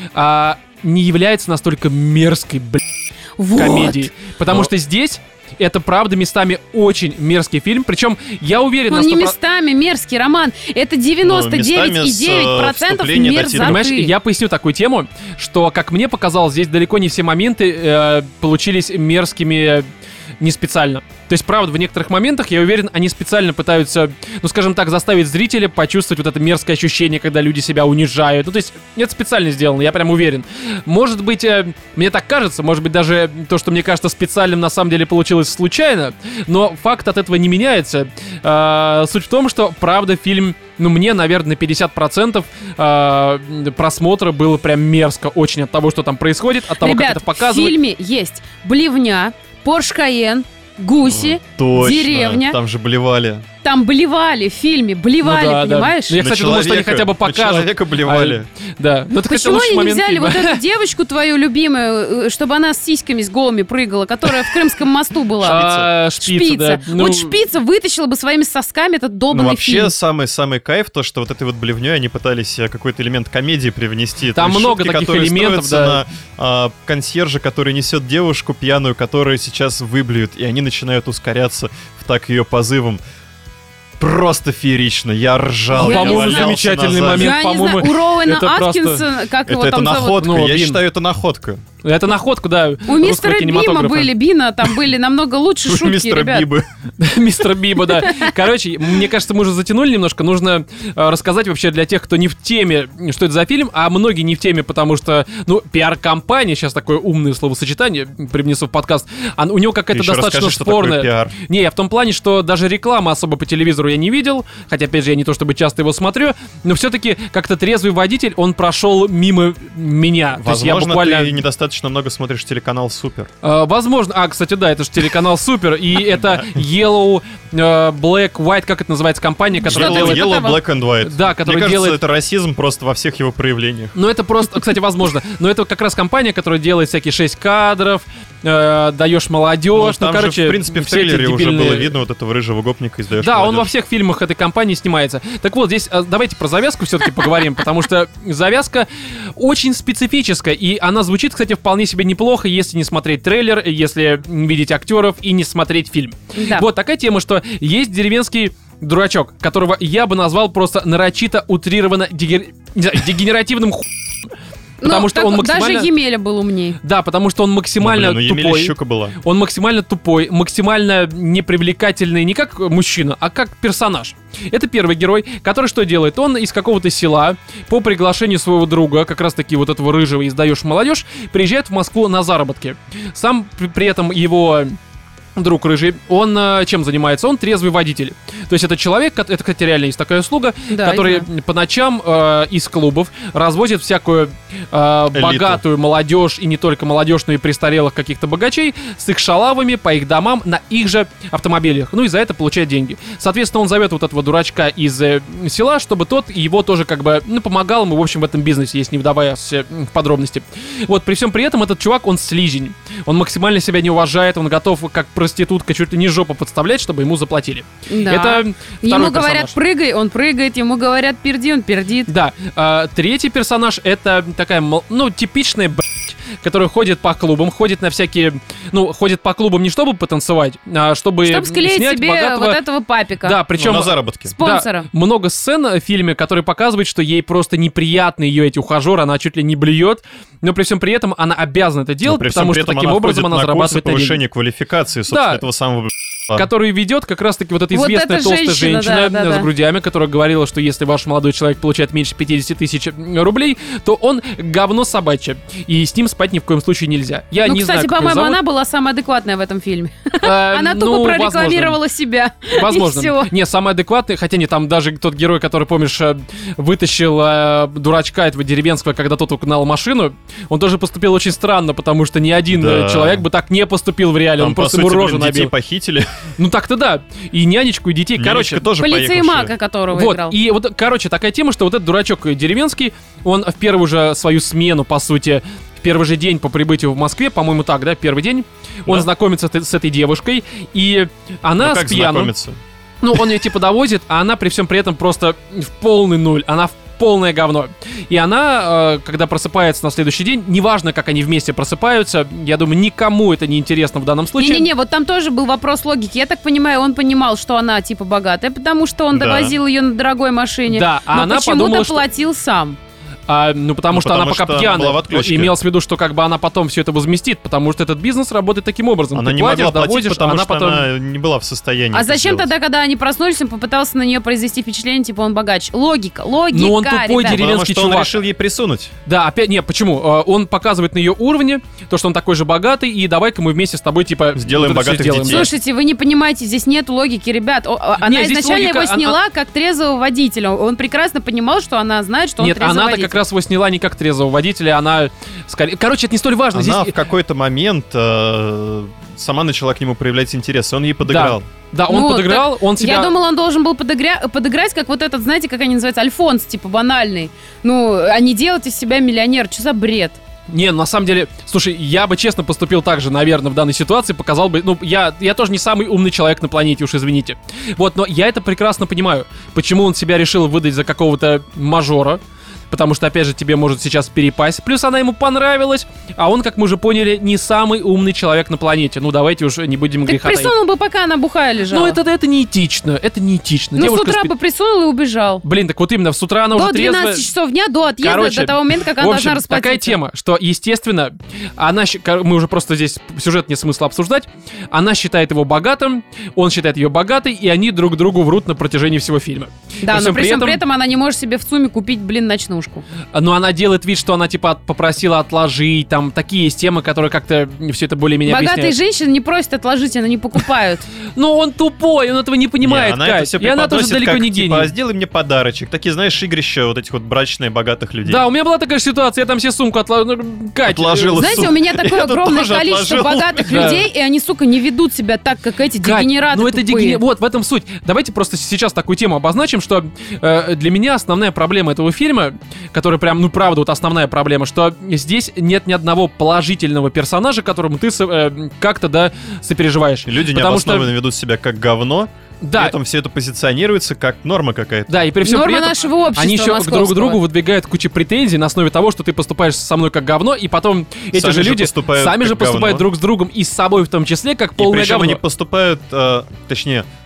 а, не является настолько мерзкой, блядь, Вот. комедией. Потому Но- что здесь это, правда, местами очень мерзкий фильм. Причем я уверен Он на не сто процентов... местами мерзкий, Роман. Это девяносто девять и девять процентов Ну, местами с, э, вступления мерзоты. до Понимаешь, я поясню такую тему, что, как мне показалось, здесь далеко не все моменты э, получились мерзкими э, не специально. То есть, правда, в некоторых моментах, я уверен, они специально пытаются, ну, скажем так, заставить зрителя почувствовать вот это мерзкое ощущение, когда люди себя унижают. Ну, то есть, это специально сделано, я прям уверен. Может быть, э, мне так кажется, может быть, даже то, что мне кажется специальным, на самом деле получилось случайно, но факт от этого не меняется. Э, суть в том, что, правда, фильм, ну, мне, наверное, на пятьдесят процентов э, просмотра было прям мерзко очень от того, что там происходит, от того, Ребят, как это в показывают. фильме есть блевня, Порш Кайен, гуси, Точно, деревня. там же блевали. Там блевали в фильме, блевали, Ну да, да. понимаешь? Ну, я, кстати, думал, что они хотя бы на покажут. человека блевали. Да. Ну, это, кстати, Почему лучший они не момент взяли фильма. вот эту девочку твою любимую, э, чтобы она с сиськами с голыми прыгала, которая в Крымском мосту была? А, шпица, Шпица. да. Ну, Вот шпица вытащила бы своими сосками этот Ну, долбанный вообще, фильм. самый-самый кайф, то, что вот этой вот блевней они пытались э, какой-то элемент комедии привнести. Там То есть много шутки, таких которые элементов, строятся да. на а, консьержа, который несет девушку пьяную, которую сейчас выблюют, и они начинают ускоряться в так ее позывом. Просто феерично, я ржал, Я я не По-моему, знаю. валялся замечательный назад. момент. Я не по-моему, знаю, у Роуэна это просто- Аткинсона, как его Это, это там зовут? находка, Ну, я Бин. считаю, это находка. Это находка, да. У мистера Бима были, Бина, там были намного лучше У шутки, мистера ребят. Бибы. Мистер Биба, да. Короче, мне кажется, мы уже затянули немножко. Нужно э, рассказать вообще для тех, кто не в теме, что это за фильм, а многие не в теме, потому что, ну, пиар-компания, сейчас такое умное словосочетание привнесу в подкаст, а у него какая-то Ты еще достаточно расскажи, что такое спорная... пиар. Не, я в том плане, что даже рекламы особо по телевизору я не видел, хотя, опять же, я не то чтобы часто его смотрю, но все-таки как-то «Трезвый водитель», он прошел мимо меня. То есть я Возможно, буквально... ты недостаточно много смотришь телеканал Супер. Э, возможно. А, кстати, да, это же телеканал Супер, и это Yellow, э, Black, White, как это называется, компания, которая Что-то Yellow, делает... типа Yellow, того. Black and White. Да, который Мне кажется, делает- это расизм просто во всех его проявлениях. Ну, это просто, кстати, возможно. Но это как раз компания, которая делает всякие шесть кадров, э, даешь молодежь. Ну, Ну, там короче, же, в принципе, в все эти трейлере уже дебильные- было видно вот этого рыжего гопника из «Даешь Да, он во молодежь». всех фильмах этой компании снимается. Так вот, здесь э, давайте про завязку все-таки поговорим, потому что завязка очень специфическая, и она звучит, кстати, вполне себе неплохо, если не смотреть трейлер, если не видеть актеров и не смотреть фильм. Да. Вот такая тема, что есть деревенский дурачок, которого я бы назвал просто нарочито утрированно дегер- не знаю, дегенеративным ху... Потому Ну, что так он максимально... Даже Емеля был умнее. Да, потому что он Ну, максимально блин, ну, Емеля тупой. щука была. Он максимально тупой, максимально непривлекательный не как мужчина, а как персонаж. Это первый герой, который что делает? Он из какого-то села по приглашению своего друга, как раз таки вот этого рыжего издаешь молодежь, приезжает в Москву на заработки. Сам при, при этом его друг рыжий, он э, чем занимается? Он трезвый водитель. То есть это человек, это, кстати, реально есть такая услуга, Да, который я знаю. по ночам э, из клубов развозит всякую э, богатую молодежь, и не только молодежь, но и престарелых каких-то богачей с их шалавами по их домам на их же автомобилях. Ну и за это получает деньги. Соответственно, он зовет вот этого дурачка из э, села, чтобы тот его тоже как бы, ну, помогал ему, в общем, в этом бизнесе, если не вдаваясь э, в подробности. Вот, при всем при этом этот чувак, он слизень. Он максимально себя не уважает, он готов как проститутка чуть ли не жопу подставлять, чтобы ему заплатили. Да. Это второй Ему говорят, персонаж. прыгай, он прыгает, ему говорят, перди, он пердит. Да, а, третий персонаж это такая, мол- ну, типичная блядь, которая ходит по клубам, ходит на всякие, ну, ходит по клубам не чтобы потанцевать, а чтобы, Чтобы склеить снять себе богатого... вот этого папика. Да, Ну, причем... на заработки. Спонсора. Да, много сцен в фильме, которые показывают, что ей просто неприятны ее эти ухажеры, она чуть ли не блюет, но при всем при этом она обязана это делать, Но при всем потому при что этом таким она образом ходит она на курсы зарабатывает на деньги. повышения квалификации, собственно, Да. этого самого Который ведет как раз-таки вот эта Вот известная эта толстая женщина, женщина, да, да, с да. грудями, которая говорила, что если ваш молодой человек получает меньше пятьдесят тысяч рублей, то он говно собачье, и с ним спать ни в коем случае нельзя. Я Ну, не кстати, знаю, как её по-моему, зовут. она была самая адекватная в этом фильме. Э, Она ну, тупо возможно. прорекламировала себя. Возможно. И всё. Не, самый адекватный, хотя не, там даже тот герой, который, помнишь, э, вытащил э, дурачка этого деревенского, когда тот угнал машину, он тоже поступил очень странно, потому что ни один Да. э, человек бы так не поступил в реале, Там, он по просто сути, ему рожу блин, детей набил. похитили. Ну так-то да. И нянечку, и детей. Короче, Нянечка тоже Полицеймака, поехавшая. которого вот, играл. и вот, короче, такая тема, что вот этот дурачок деревенский, он в первую же свою смену, по сути, в первый же день по прибытию в Москве, по-моему, так, да, первый день, он Да. знакомится с, с этой девушкой, и она Ну с как пьяну, знакомиться? ну, он ее типа довозит, а она при всем при этом просто в полный нуль, она в полное говно. И она, э, когда просыпается на следующий день, неважно, как они вместе просыпаются, я думаю, никому это не интересно в данном случае. Не-не-не, вот там тоже был вопрос логики. Я так понимаю, он понимал, что она типа богатая, потому что он Да. довозил ее на дорогой машине. Да, а но она почему-то подумала, что- платил сам. А, ну, потому Ну, что она потому пока что она пьяная. была в отключке. Имелось в виду, что как бы она потом все это возместит, потому что этот бизнес работает таким образом. Она Ты не платишь, могла платить, доводишь, потому она что потом... она не была в состоянии А это зачем сделать. тогда, когда они проснулись, он попытался на нее произвести впечатление, типа он богач? Логика, логика, Ну, он тупой ребята. деревенский Потому что он чувак. решил ей присунуть. Да, опять, не, почему? Э, Он показывает на ее уровне, то, что он такой же богатый, и давай-ка мы вместе с тобой, типа... Сделаем вот это всё богатых сделаем. детей. Слушайте, вы не понимаете, здесь нет логики, ребят. О, а- она Не, здесь изначально логика, его она- сняла как трезвого водителя. Он прекрасно понимал, что она знает, что он Нет, трезвый она-то водитель. как раз его сняла не как трезвого водителя, она... Скорее... Короче, это не столь важно. Она Здесь... в какой-то момент э, сама начала к нему проявлять интерес, он ей подыграл. Да, он Ну, подыграл, он себя... Я думала, он должен был подыгря... подыграть, как вот этот, знаете, как они называются, Альфонс, типа банальный. Ну, а не делать из себя миллионер. Что за бред? Не, на самом деле, слушай, я бы честно поступил так же, наверное, в данной ситуации, показал бы, ну, я, я тоже не самый умный человек на планете, уж извините. Вот, но я это прекрасно понимаю, почему он себя решил выдать за какого-то мажора, потому что, опять же, тебе может сейчас перепасть. Плюс она ему понравилась, а он, как мы уже поняли, не самый умный человек на планете. Ну, давайте уже не будем Так греха таить. присунул бы, пока она бухая лежала. Ну, это, это неэтично, это неэтично. Ну, с Девушка утра спит- бы присунул и убежал. Блин, так вот именно, с утра она До уже трезвая. двенадцати часов дня, до отъезда, Короче, до того момента, как она В общем, должна расплатиться. такая тема, что, естественно, она, щ- кор- мы уже просто здесь сюжет нет смысла обсуждать, она считает его богатым, он считает ее богатой, и они друг другу врут на протяжении всего фильма. Да, но всем при при всем этом- при этом она не может себе в ЦУМе купить, блин, ночнушку. Но она делает вид, что она, типа, от- попросила отложить, там, такие есть темы, которые как-то все это более-менее Богатые объясняют. женщины не просят отложить, она не покупают. Ну, он тупой, он этого не понимает, Не, она Кать. это все И она тоже далеко как, не типа, гений. а сделай мне подарочек. Такие, знаешь, игрища вот этих вот брачные богатых людей. Да, у меня была такая же ситуация, я там себе сумку отложил. Кать, Отложила. Знаете, сука. у меня такое Я тут огромное тоже количество отложил. богатых Да. людей, и они, сука, не ведут себя так, как эти Кать, дегенераты ну это тупые. дегенер... Вот, в этом суть. Давайте просто сейчас такую тему обозначим, что э, для меня основная проблема этого фильма, которая прям, ну правда, вот основная проблема, что здесь нет ни одного положительного персонажа, которому ты со- э, как-то, да, сопереживаешь. И люди Потому что- необоснованно ведут себя как говно, Да, при этом все это позиционируется как норма какая-то. да, и при всем Норма при этом нашего общества они еще друг к московского. другу выдвигают кучу претензий на основе того, что ты поступаешь со мной как говно, и потом эти Сами же же люди поступают сами как же поступают говно. друг с другом и с собой в том числе, как И полное причем говно. они поступают, э, точнее,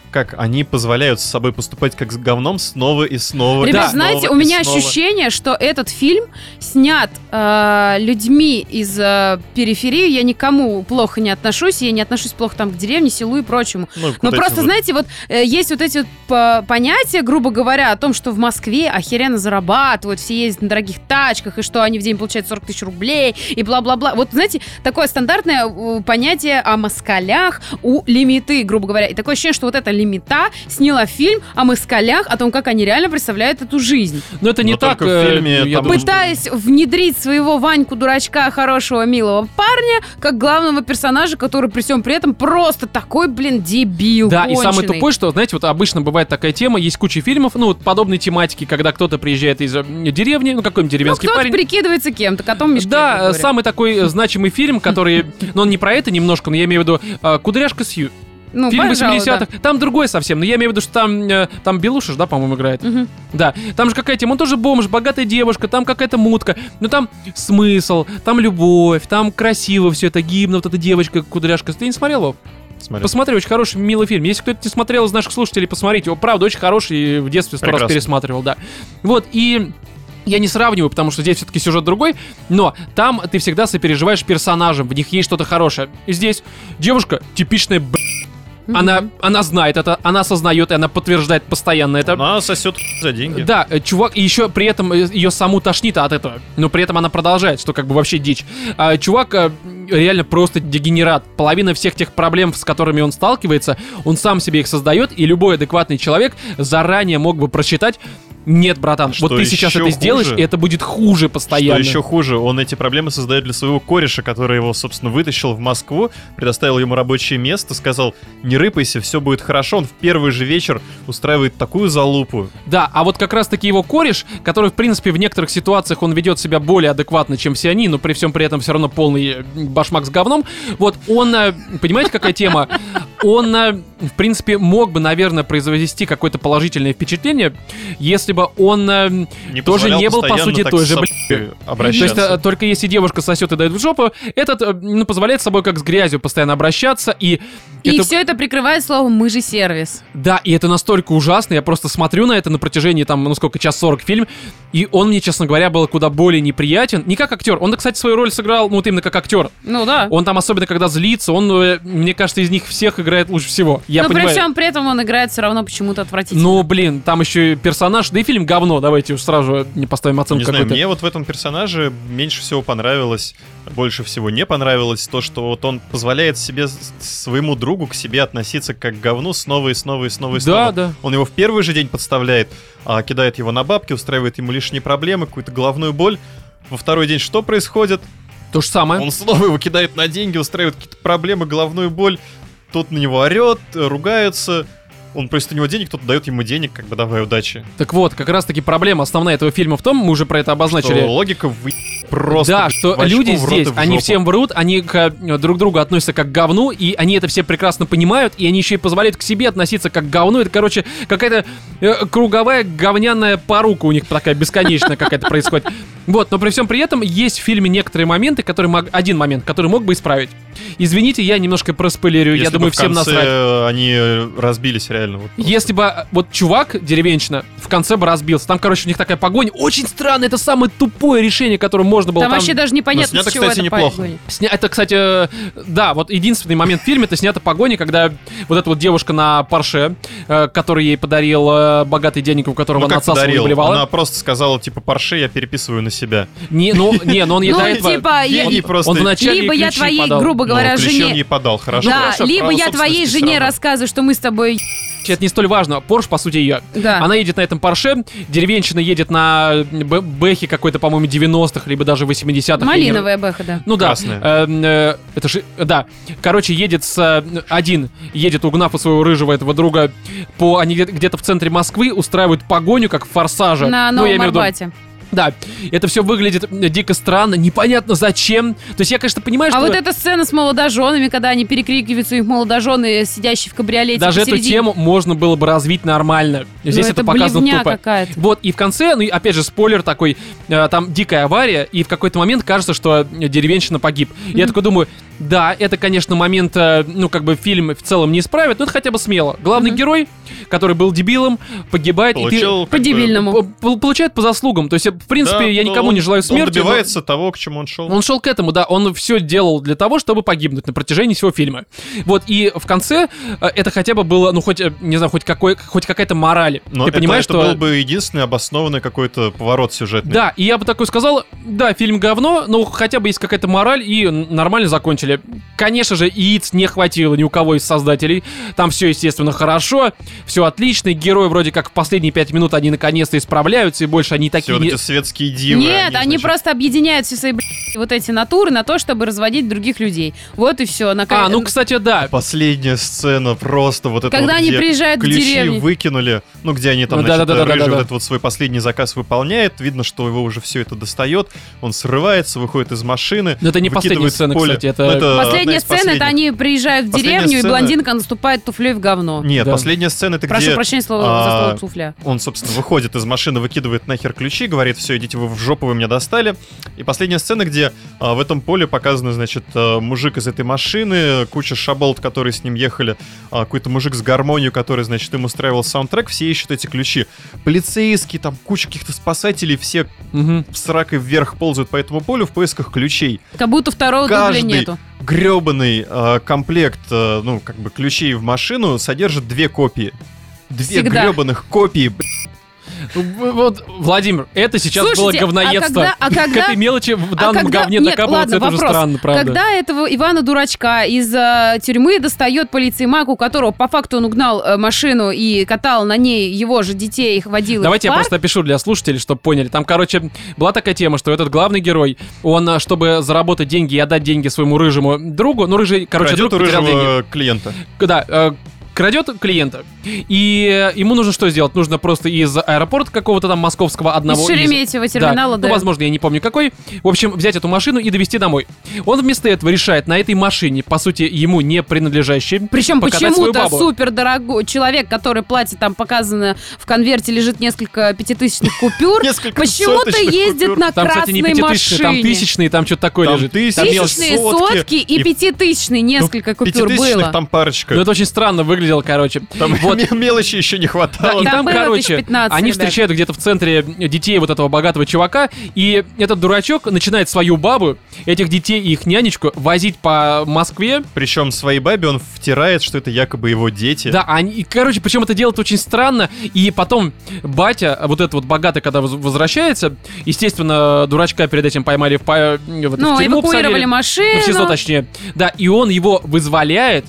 как они позволяют с собой поступать как с говном снова и снова. Ребят, и знаете, снова у меня и снова. ощущение, что этот фильм снят э, людьми из э, периферии. Я никому плохо не отношусь, я не отношусь плохо там к деревне, селу и прочему. Ну, Но куда просто, это вы- знаете, вот э, есть вот эти вот по- понятия, грубо говоря, о том, что в Москве охеренно зарабатывают, все ездят на дорогих тачках, и что они в день получают сорок тысяч рублей, и бла-бла-бла. Вот, знаете, такое стандартное э, понятие о москалях у Лимиты, грубо говоря. И такое ощущение, что вот эта Лимита сняла фильм о москалях, о том, как они реально представляют эту жизнь. Но это не Но так. только в э, фильме я там- думаю, Пытаясь внедрить своего Ваньку-дурачка, хорошего, милого парня, как главного персонажа, который при всем при этом просто такой, блин, дебил Да, и конченый. самое тупое, что, знаете, вот обычно бывает такая тема, есть куча фильмов, ну, вот подобной тематики, когда кто-то приезжает из э, деревни, ну, какой-нибудь Ну, деревенский кто-то парень. прикидывается кем-то, котом в мешке. грубо Да, говоря. самый такой э, значимый фильм, который, ну, он не про это немножко, но я имею в виду э, «Кудряшка Сью». Ну, Фильм пожалуй, восьмидесятых, там другой совсем, но я имею в виду, что там, э, там Белуша, да, по-моему, играет. да. Мгм. Да, там же какая тема, он тоже бомж, богатая девушка, там какая-то мутка, но там смысл, там любовь, там красиво все это, гимн, вот эта девочка, Кудряшка. Ты не смотрел, Вов? Смотри. Посмотри, очень хороший, милый фильм. Если кто-то не смотрел из наших слушателей, посмотрите. Его, правда, очень хороший, и в детстве сто раз Прекрасно. пересматривал, да. Вот, и я не сравниваю, потому что здесь все-таки сюжет другой, но там ты всегда сопереживаешь персонажам, в них есть что-то хорошее. И здесь девушка типичная б***. Она, она знает это, она осознает, и она подтверждает постоянно это. Она сосет за деньги. Да, э, чувак, и еще при этом э, ее саму тошнит от этого, но при этом она продолжает, что как бы вообще дичь. А, чувак э, реально просто дегенерат. Половина всех тех проблем, с которыми он сталкивается, он сам себе их создает, и любой адекватный человек заранее мог бы просчитать: нет, братан, Что вот ты сейчас еще это сделаешь, хуже? и это будет хуже постоянно. Что еще хуже, он эти проблемы создает для своего кореша, который его, собственно, вытащил в Москву, предоставил ему рабочее место, сказал: не рыпайся, все будет хорошо. Он в первый же вечер устраивает такую залупу. Да, а вот как раз-таки его кореш, который, в принципе, в некоторых ситуациях он ведет себя более адекватно, чем все они, но при всем при этом все равно полный э, башмак с говном, вот он, э, понимаете, какая тема? Он, э, в принципе, мог бы, наверное, произвести какое-то положительное впечатление, если бы он э, Не тоже позволял не был, по постоянно сути, так той с же, собой блядь. То обращаться. есть э, только если девушка сосет и дает в жопу, этот э, ну, позволяет с собой как с грязью постоянно обращаться, и И это- все это прикрывает словом «мы же сервис». Да, и это настолько ужасно, я просто смотрю на это на протяжении, там, ну сколько, час сорок фильм, и он мне, честно говоря, был куда более неприятен. Не как актер, он, кстати, свою роль сыграл, ну вот именно как актер. Ну да. Он там, особенно когда злится, он, э, мне кажется, из них всех играет лучше всего. Я Но понимаю. при всем при этом он играет все равно почему-то отвратительно. Ну, блин, там еще и персонаж, да и фильм говно, давайте уж сразу не поставим оценку Не знаю, какую-то. мне вот в этом персонаже меньше всего понравилось, больше всего не понравилось то, что вот он позволяет себе, с- своему другу к себе относиться как к говну снова и снова и снова и снова. Да, да. Он его в первый же день подставляет, а, кидает его на бабки, устраивает ему лишние проблемы, какую-то головную боль. Во второй день что происходит? То же самое. Он снова его кидает на деньги, устраивает какие-то проблемы, головную боль. Тот на него орет, ругается. Он просит у него денег, кто-то дает ему денег, как бы давай удачи. Так вот, как раз-таки проблема основная этого фильма в том, мы уже про это обозначили. Что логика вы... просто... Да, вот что в очко, люди в рот и здесь, в они жопу. всем врут, они к э, друг другу относятся как к говну, и они это все прекрасно понимают, и они еще и позволяют к себе относиться как к говну. Это, короче, какая-то э, круговая говняная порука у них такая бесконечная какая-то происходит. Вот, но при всем при этом есть в фильме некоторые моменты, которые мог... один момент, который мог бы исправить. Извините, я немножко проспойлерю, я Если думаю, бы в всем конце насрать. они разбились реально. Вот просто. Если бы э, вот чувак, деревенщина, в конце бы разбился, там, короче, у них такая погоня, очень странно, это самое тупое решение, которое можно было Там вообще даже непонятно, Но снято, с чего кстати, это неплохо. погоня. Сня... Это, кстати, э, да, вот единственный момент в фильме, это снята погоня, когда вот эта вот девушка на Порше, э, который ей подарил э, богатый денег, у которого Ну, она как отсасывала и подарил? блевала. Она просто сказала, типа, Порше я переписываю на себя. Не, ну, не, но он ей Ну, до этого... типа, я- Деньги он, просто... он вначале Либо ей я ключи твоей, подал. грубо Ну, говоря, ключи он жене... ей подал, хорошо. Да, хорошо, либо право я твоей собственности всё жене равно. рассказываю, что мы с тобой... Это не столь важно. Порш, по сути, ее. Да. Она едет на этом Порше, деревенщина едет на Б- Бэхе какой-то, по-моему, девяностых, либо даже восьмидесятых. я не- Малиновая бэха, да. Ну да, Красная. э, э, это же, да. Короче, едет с э, один, едет, угнав у своего рыжего этого друга, по, они где- где-то в центре Москвы устраивают погоню, как в «Форсаже». На Ну, я Новом имею в виду- Арбате. Да, это все выглядит э, дико странно, непонятно зачем. То есть я, конечно, понимаю, А что вот эта сцена с молодоженами, когда они перекрикиваются, их молодожены, сидящие в кабриолете даже эту посередине. тему можно было бы развить нормально. Ну, Здесь это, это показано блевня тупо. какая-то. Вот, и в конце, ну, и опять же, спойлер такой, э, там дикая авария, и в какой-то момент кажется, что э, деревенщина погиб. И Я такой думаю, Да, это, конечно, момент, э, ну, как бы фильм в целом не исправит, но это хотя бы смело. Главный Мгм. герой, который был дебилом, погибает, Получил, и как бы, По-дебильному. ты по- получает по заслугам. То есть, в принципе, да, я но никому он- не желаю смерти. Он но- добивается того, к чему он шел. Он шел к этому, да, он все делал для того, чтобы погибнуть на протяжении всего фильма. Вот, и в конце э, это хотя бы было, ну, хоть, э, не знаю, хоть, какой, хоть какая-то мораль. Но Ты это, понимаешь, это что... был бы единственный обоснованный какой-то поворот сюжетный. Да, и я бы такой сказал, да, фильм говно, но хотя бы есть какая-то мораль, и н- нормально закончили. Конечно же, яиц не хватило ни у кого из создателей. Там все, естественно, хорошо, все отлично. Герои вроде как в последние пять минут они наконец-то исправляются, и больше они Все такие... вот не- эти светские дивы. Нет, они значит, просто объединяют все свои блядь, вот эти натуры на то, чтобы разводить других людей. Вот и все. А, ну, кстати, да. Последняя сцена просто вот это Когда вот, они где приезжают в ключи деревню. выкинули, ну где они там, Ну, значит, да-да-да-да-да-да. рыжий вот этот вот свой последний заказ выполняет, видно, что его уже все это достает, он срывается, выходит из машины. Но это не последняя выкидывает в сцена, поле. кстати, это- Ну, одна Последняя из сцена, это последних. они приезжают в Последняя деревню, и сцена- блондинка наступает туфлей в говно. Нет, Да. последняя сцена это Прошу где прощения слово, за а, слово туфля. он, собственно, выходит из машины, выкидывает нахер ключи, говорит, все, идите вы в жопу, вы меня достали. И последняя сцена, где а, в этом поле показано, значит, а, мужик из этой машины, куча шаболт, которые с ним ехали, а, какой-то мужик с гармонию, который, значит, им устраивал саундтрек, все ищут эти ключи. Полицейские, там куча каких-то спасателей, все Мгм. с ракой вверх ползают по этому полю в поисках ключей. Как будто второго дубля Каждый нету. гребаный э, комплект, э, ну, как бы ключей в машину содержит две копии. Две Всегда. гребаных копии. б***ь. В- Вот, Владимир, это сейчас Слушайте, было а говноедство. когда- а К когда- этой мелочи в А данном когда- говне Нет, докапываться, ладно, это уже вопрос. странно, правда. Когда этого Ивана-дурачка из э, тюрьмы достает полицеймак, у которого по факту он угнал э, машину и катал на ней его же детей, их водил Давайте их я в парк. просто опишу для слушателей, чтобы поняли. Там, короче, была такая тема, что этот главный герой, он, а, чтобы заработать деньги и отдать деньги своему рыжему другу, ну, рыжий, короче, Крадет друг у потерял деньги. рыжего клиента. Да, э, крадет клиента. И ему нужно что сделать? Нужно просто из аэропорта какого-то там московского одного... Из Шереметьево, терминала, да. Ну, возможно, я не помню какой. В общем, взять эту машину и довести домой. Он вместо этого решает на этой машине, по сути, ему не принадлежащей, Причем покатать свою почему-то бабу. супер дорогой человек, который платит, там показано в конверте лежит несколько пятитысячных купюр, Несколько почему-то соточных ездит купюр. на Там, кстати, не красной пятитысячные, там машине. тысячные, там что-то такое Там лежит. тысячные, мелочь. Тысячные сотки сотки и и- пятитысячные несколько Ну, купюр пятитысячных было. там парочка. Ну, это очень странно выглядело, короче. Там Вот. ме- мелочи еще не Да, хватало. и Там там, было короче, тысяч пятнадцать, они ребят. встречают где-то в центре детей вот этого богатого чувака, и этот дурачок начинает свою бабу, этих детей и их нянечку возить по Москве. Причем своей бабе он втирает, что это якобы его дети. Да, они, и, короче, причем это делает очень странно, и потом батя, вот этот вот богатый, когда воз- возвращается, естественно, дурачка перед этим поймали в, по- в, эту, в Ну, тюрьму, эвакуировали посадили. машину. Ну, в СИЗО, точнее. Да, и он его вызволяет,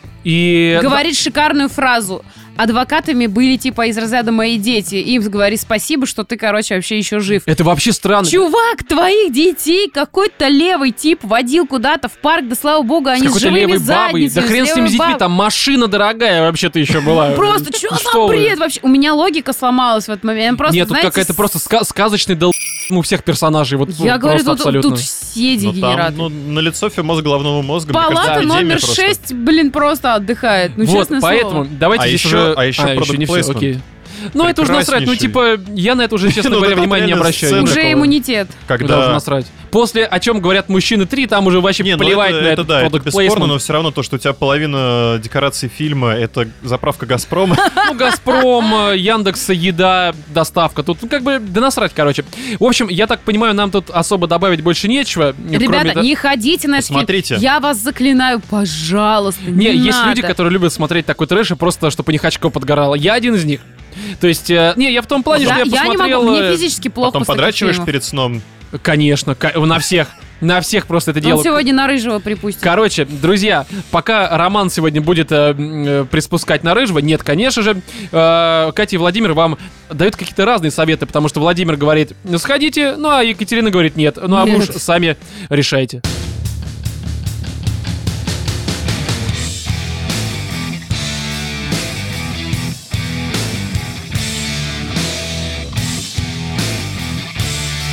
и... Говорит шикарную фразу. Адвокатами были типа из разряда мои дети. Им говори спасибо, что ты, короче, вообще еще жив. Это вообще странно. Чувак, твоих детей какой-то левый тип водил куда-то в парк, да слава богу, С они с какой-то живыми левой бабой. Да задницами, хрен с ними левой с детьми, бабой. там машина дорогая вообще-то еще была. Просто что Ну, за вы? бред вообще? У меня логика сломалась в этот момент. Просто, Нет, тут знаете, какая-то просто ска- сказочный дол... у всех персонажей. Вот, Я ну, говорю, просто тут, абсолютно. тут все Ну, дегенераты. там, ну, на лицо фимоз головного мозга. мне Палата кажется, эпидемия номер просто. шесть, блин, просто отдыхет. Ну, Вот, честное поэтому слово. давайте А здесь еще- уже... а еще product не все, placement. окей. Ну, это уже насрать. Ну, Прекраснейший. типа, я на это уже, честно Ну, говоря, да, внимания не реально обращаю. сцена Уже никакого. иммунитет. Да, уже Когда... насрать. После «О чем говорят мужчины три», там уже вообще Не, ну плевать это, на это этот да, это product бесспорно, placement. но все равно то, что у тебя половина декораций фильма это заправка Газпрома. Ну, Газпром, Яндекс, еда, доставка. Тут, ну, как бы, да насрать, короче. В общем, я так понимаю, нам тут особо добавить больше нечего. кроме Ребята, того- не ходите на этот фильм. Посмотрите. Я вас заклинаю, пожалуйста, не, Не, есть надо. люди, которые любят смотреть такой трэш и просто, чтобы у них очко подгорало. Я один из них. То есть, э, не, я в том плане, я, что я я не посмотрел... могу, мне э, физически плохо Потом после таких подрачиваешь фильмов. перед сном. Конечно, ка- на всех. На всех просто это Он дело. сегодня на рыжего припустит. Короче, друзья, пока Роман сегодня будет э, э, приспускать на рыжего, нет, конечно же, э, Катя и Владимир вам дают какие-то разные советы, потому что Владимир говорит, ну сходите, ну а Екатерина говорит нет, ну а вы уж Нет. сами решайте.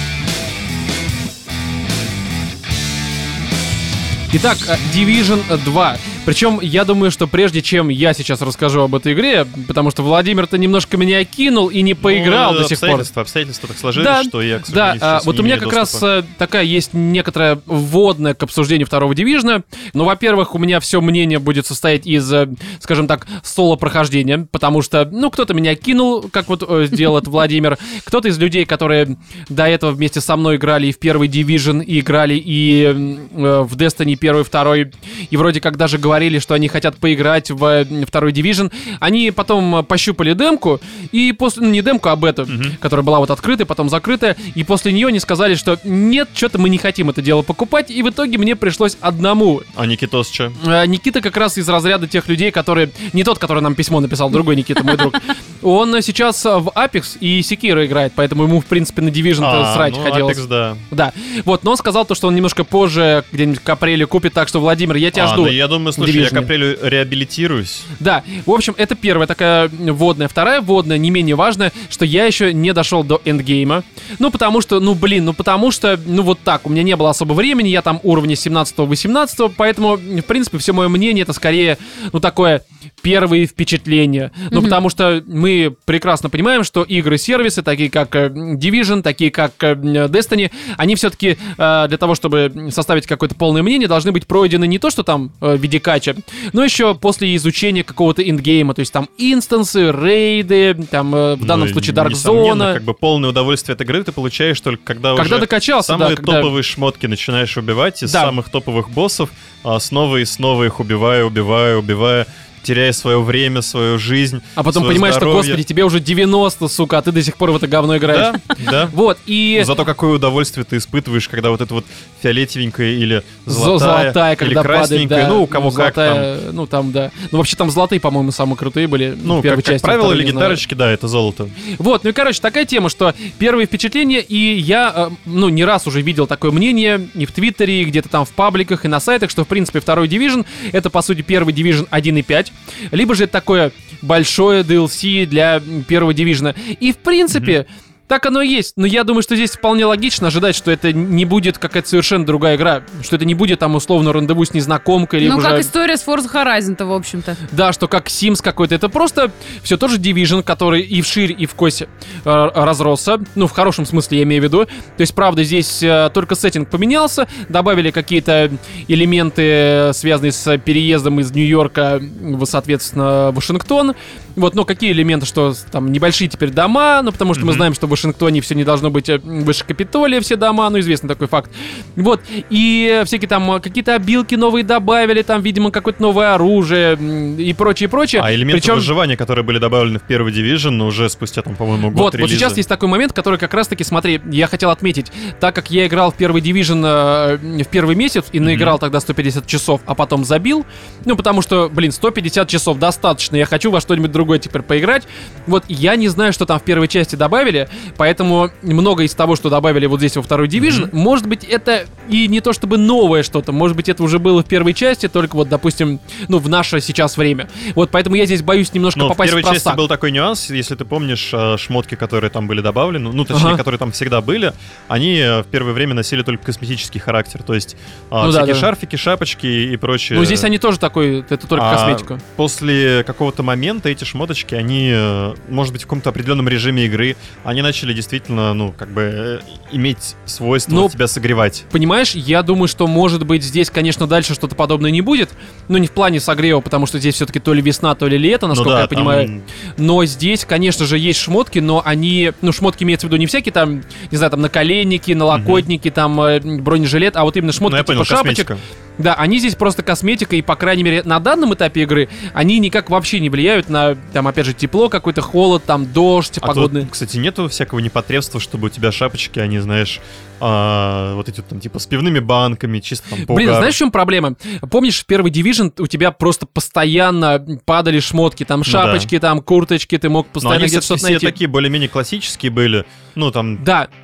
Итак, э, Division два. Причем, я думаю, что прежде чем я сейчас расскажу об этой игре, потому что Владимир-то немножко меня кинул и не поиграл ну, до сих пор. Обстоятельства, обстоятельства так сложились, Да, что я, к да, сожалению, а, сейчас вот не у меня имею как доступа. раз а, такая есть некоторая вводная к обсуждению второго Дивижна. Ну, во-первых, у меня все мнение будет состоять из, а, скажем так, соло-прохождения, потому что, ну, кто-то меня кинул, как вот э, сделал это Владимир, кто-то из людей, которые до этого вместе со мной играли и в первый Division, и играли и э, в Destiny первый, второй, и вроде как даже говорили, что они хотят поиграть в э, второй Division, они потом э, пощупали демку, и после, ну, не демку, а бету, Мгм. которая была вот открытая, потом закрытая, и после нее они сказали, что нет, что-то мы не хотим это дело покупать, и в итоге мне пришлось одному. А Никитос что? Э, Никита как раз из разряда тех людей, которые... Не тот, который нам письмо написал, другой Никита, мой друг. Он сейчас в Apex и Sekiro играет, поэтому ему, в принципе, на Division А, срать ну, хотелось. Apex, да. Да. Вот, но он сказал то, что он немножко позже, где-нибудь к апрелю купит, так что, Владимир, я тебя А, жду. ну, я думаю, слушай, я к Division. апрелю реабилитируюсь. Да, в общем, это первая такая вводная. Вторая вводная, не менее важная, что я еще не дошел до эндгейма. Ну, потому что, ну, блин, ну, потому что, ну, вот так, у меня не было особо времени, я там уровня семнадцатого-восемнадцатого, поэтому, в принципе, все мое мнение, это скорее, ну, такое первые впечатления. Ну, Мгм. потому что мы прекрасно понимаем, что игры-сервисы, такие как э, Division, такие как э, Destiny, они все-таки э, для того, чтобы составить какое-то полное мнение, должны быть пройдены не то, что там э, в виде кача, но еще после изучения какого-то эндгейма, то есть там инстансы, рейды, там э, в данном Ну, случае Dark несомненно, Zone. как бы полное удовольствие от игры ты получаешь только когда, Когда уже докачался, самые да, когда- топовые шмотки начинаешь убивать, из Да. самых топовых боссов, а, снова и снова их убивая, убивая, убивая, теряя свое время, свою жизнь, А потом свое понимаешь, что, здоровье. господи, тебе уже девяносто, сука, а ты до сих пор в это говно играешь. Да, да. Вот, и... Зато какое удовольствие ты испытываешь, когда вот это вот фиолетовенькая или Золотая, золотая, или когда падает, красненькая, да. ну, у кого как там. Золотая, ну, там, да. Ну, вообще, там золотые, по-моему, самые крутые были Ну, в первой как, как части. правило, второй не знаю. легендарочки, да, это золото. Вот, ну и, короче, такая тема, что первые впечатления, и я, э, ну, не раз уже видел такое мнение и в Твиттере, и где-то там в пабликах, и на сайтах, что, в принципе, второй Division — это, по сути, первый Division один и пять, либо же это такое большое ди эл си для первого Division. И, в принципе... Так оно и есть, но я думаю, что здесь вполне логично ожидать, что это не будет какая-то совершенно другая игра, что это не будет там условно рандеву с незнакомкой, либо Ну, же... как история с Forza Horizon-то, в общем-то. Да, что как Sims какой-то. Это просто все тот же Division, который и вширь, и вкось э, разросся. Ну, в хорошем смысле я имею в виду. То есть, правда, здесь э, только сеттинг поменялся. Добавили какие-то элементы, э, связанные с переездом из Нью-Йорка, в, соответственно, в Вашингтон. Вот, но какие элементы, что там небольшие теперь дома, ну, потому что мы Мгм. знаем, что в Вашингтоне все не должно быть э, выше Капитолия, все дома, ну, известный такой факт. Вот, и всякие там э, какие-то обилки новые добавили, там, видимо, какое-то новое оружие м, и прочее, прочее. А элементы Причем- выживания, которые были добавлены в первый Division, но уже спустя, там, по-моему, год Вот, вот релиза. сейчас есть такой момент, который как раз-таки, смотри, я хотел отметить, так как я играл в первый Division э, в первый месяц и наиграл тогда сто пятьдесят часов, а потом забил, ну, потому что, блин, сто пятьдесят часов достаточно, я хочу во что-нибудь другое теперь поиграть. Вот, я не знаю, что там в первой части добавили, поэтому много из того, что добавили вот здесь во второй Division, может быть, это и не то чтобы новое что-то, может быть, это уже было в первой части, только вот, допустим, ну, в наше сейчас время. Вот, поэтому я здесь боюсь немножко Но в попасть в первой части просак. был такой нюанс, если ты помнишь, э, шмотки, которые там были добавлены, ну, точнее, Ага. которые там всегда были, они э, в первое время носили только косметический характер, то есть э, Ну да, всякие да. шарфики, шапочки и прочее. Ну, здесь они тоже такой, это только А косметика. После какого-то момента эти шмоточки, они, э, может быть, в каком-то определенном режиме игры, они начали действительно, ну, как бы, э, иметь свойство Ну, тебя согревать. Понимаешь, я думаю, что, может быть, здесь, конечно, дальше что-то подобное не будет. Ну, не в плане согрева, потому что здесь все-таки то ли весна, то ли лето, насколько ну да, я понимаю. там- Но здесь, конечно же, есть шмотки, но они... Ну, шмотки имеется в виду не всякие там, не знаю, там наколенники, налокотники, там э, бронежилет, а вот именно шмотки Ну, я типа понял, шапочек. косметика. Да, они здесь просто косметика, и, по крайней мере, на данном этапе игры они никак вообще не влияют на, там, опять же, тепло, какой-то холод, там, дождь, А погодный. тут, кстати, нету всякого непотребства, чтобы у тебя шапочки, они, знаешь, а, вот эти вот там, типа, с пивными банками, чисто там по Блин, угару. знаешь, в чем проблема? Помнишь, в первый Division у тебя просто постоянно падали шмотки, там шапочки, там курточки, ты мог Но постоянно они, где-то кстати, что-то все найти. такие более-менее классические были. Ну, там, Да,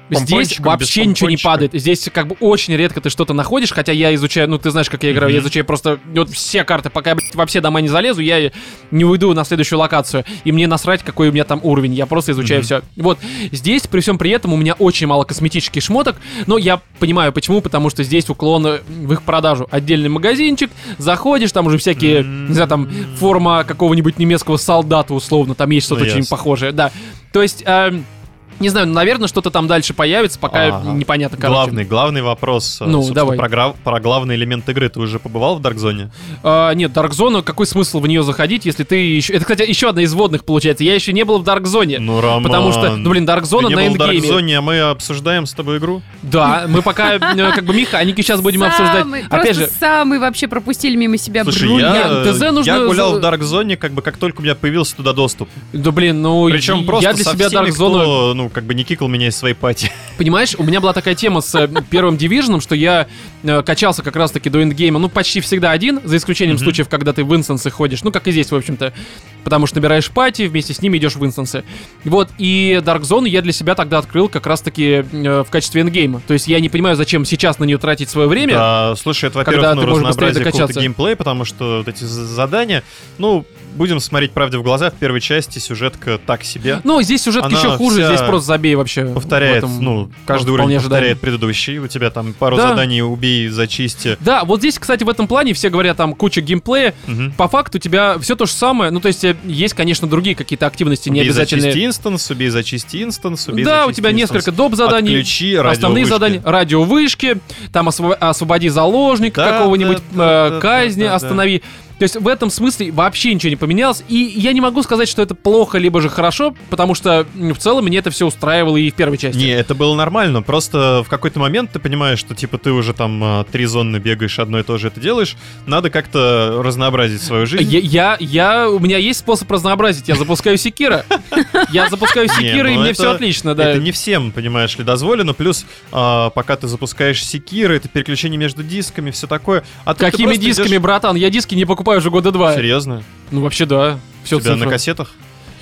Здесь помпончиков, вообще без ничего не помпончика. падает. Здесь как бы очень редко ты что-то находишь, хотя я изучаю, ну ты знаешь, как я играю, Мгм. я изучаю просто вот все карты, пока я, блядь, во все дома не залезу, я не уйду на следующую локацию, и мне насрать, какой у меня там уровень, я просто изучаю Мгм. все. Вот, здесь при всем при этом у меня очень мало косметических шмоток, но я понимаю почему, потому что здесь уклон в их продажу. Отдельный магазинчик, заходишь, там уже всякие, не знаю, там форма какого-нибудь немецкого солдата условно, там есть что-то Ну, очень ясно. похожее, да. То есть... эм, не знаю, наверное, что-то там дальше появится, пока Ага. непонятно, короче. Главный, главный вопрос, э, Ну, собственно, давай. Про, гра- про главный элемент игры. Ты уже побывал в Dark Zone? А, нет, Dark Zone, какой смысл в нее заходить, если ты еще... Это, кстати, еще одна из водных, получается. Я еще не был в Dark Zone. Ну, Роман. Потому что, ну, блин, Dark Zone Ты не на был в Dark эндгейме. Zone, а мы обсуждаем с тобой игру? Да, мы пока, э, как бы, механики сейчас будем обсуждать. Самый- Опять просто же, самый вообще пропустили мимо себя Слушай, Бруни. я, Нет, ТЗ э, нужно я гулял за- в Dark Zone, как бы как только у меня появился туда доступ. да, блин, ну, Причем я просто для со себя всеми, Dark Zone... кто, ну, как бы не кикал меня из своей пати. Понимаешь, у меня была такая тема с э, первым Division, что я э, качался как раз-таки до эндгейма, ну, почти всегда один, за исключением Мгм. случаев, когда ты в инстансы ходишь, ну, как и здесь, в общем-то, потому что набираешь пати, вместе с ними идешь в инстансы. Вот, и Dark Zone я для себя тогда открыл как раз-таки э, в качестве эндгейма. То есть я не понимаю, зачем сейчас на нее тратить свое время. Да, слушай, это, когда во-первых, ты ну, можешь быстрее разнообразие какого-то докачаться. геймплея, потому что вот эти з- задания, ну, будем смотреть правде в глаза, в первой части сюжетка так себе. Ну, здесь сюжетка Она еще хуже, вся здесь просто забей вообще. Повторяет, в этом, ну, каждый вполне уровень ожидаемо. повторяет предыдущий. У тебя там пару Да. заданий убей, зачисти. Да, вот здесь, кстати, в этом плане все говорят, там куча геймплея. Мгм. По факту у тебя все то же самое. Ну, то есть, э, есть, конечно, другие какие-то активности, не Убей, обязательные. зачисти инстанс, убей, зачисти инстанс, убей, Да, у зачисти тебя инстанс. несколько доп. Заданий. Отключи Основные радиовышки. задания, радиовышки, там осво- освободи заложника Да, какого-нибудь, да, да, э, да, казни, да, да, останови. То есть в этом смысле вообще ничего не поменялось. И я не могу сказать, что это плохо, либо же хорошо, потому что м, в целом мне это все устраивало и в первой части. Не, это было нормально, просто в какой-то момент ты понимаешь, что типа ты уже там а, три зоны бегаешь, одно и то же это делаешь, надо как-то разнообразить свою жизнь. Я, я, я- у меня есть способ разнообразить. Я запускаю секира. Я запускаю Не, секира, и ну мне это- все отлично, да. Это не всем, понимаешь ли, дозволено. Плюс, а, пока ты запускаешь секиры, это переключение между дисками, все такое. А тут ты Какими просто дисками, идёшь- братан? Я диски не покупаю уже года два. Серьезно? Ну, вообще, да. Все У тебя на кассетах?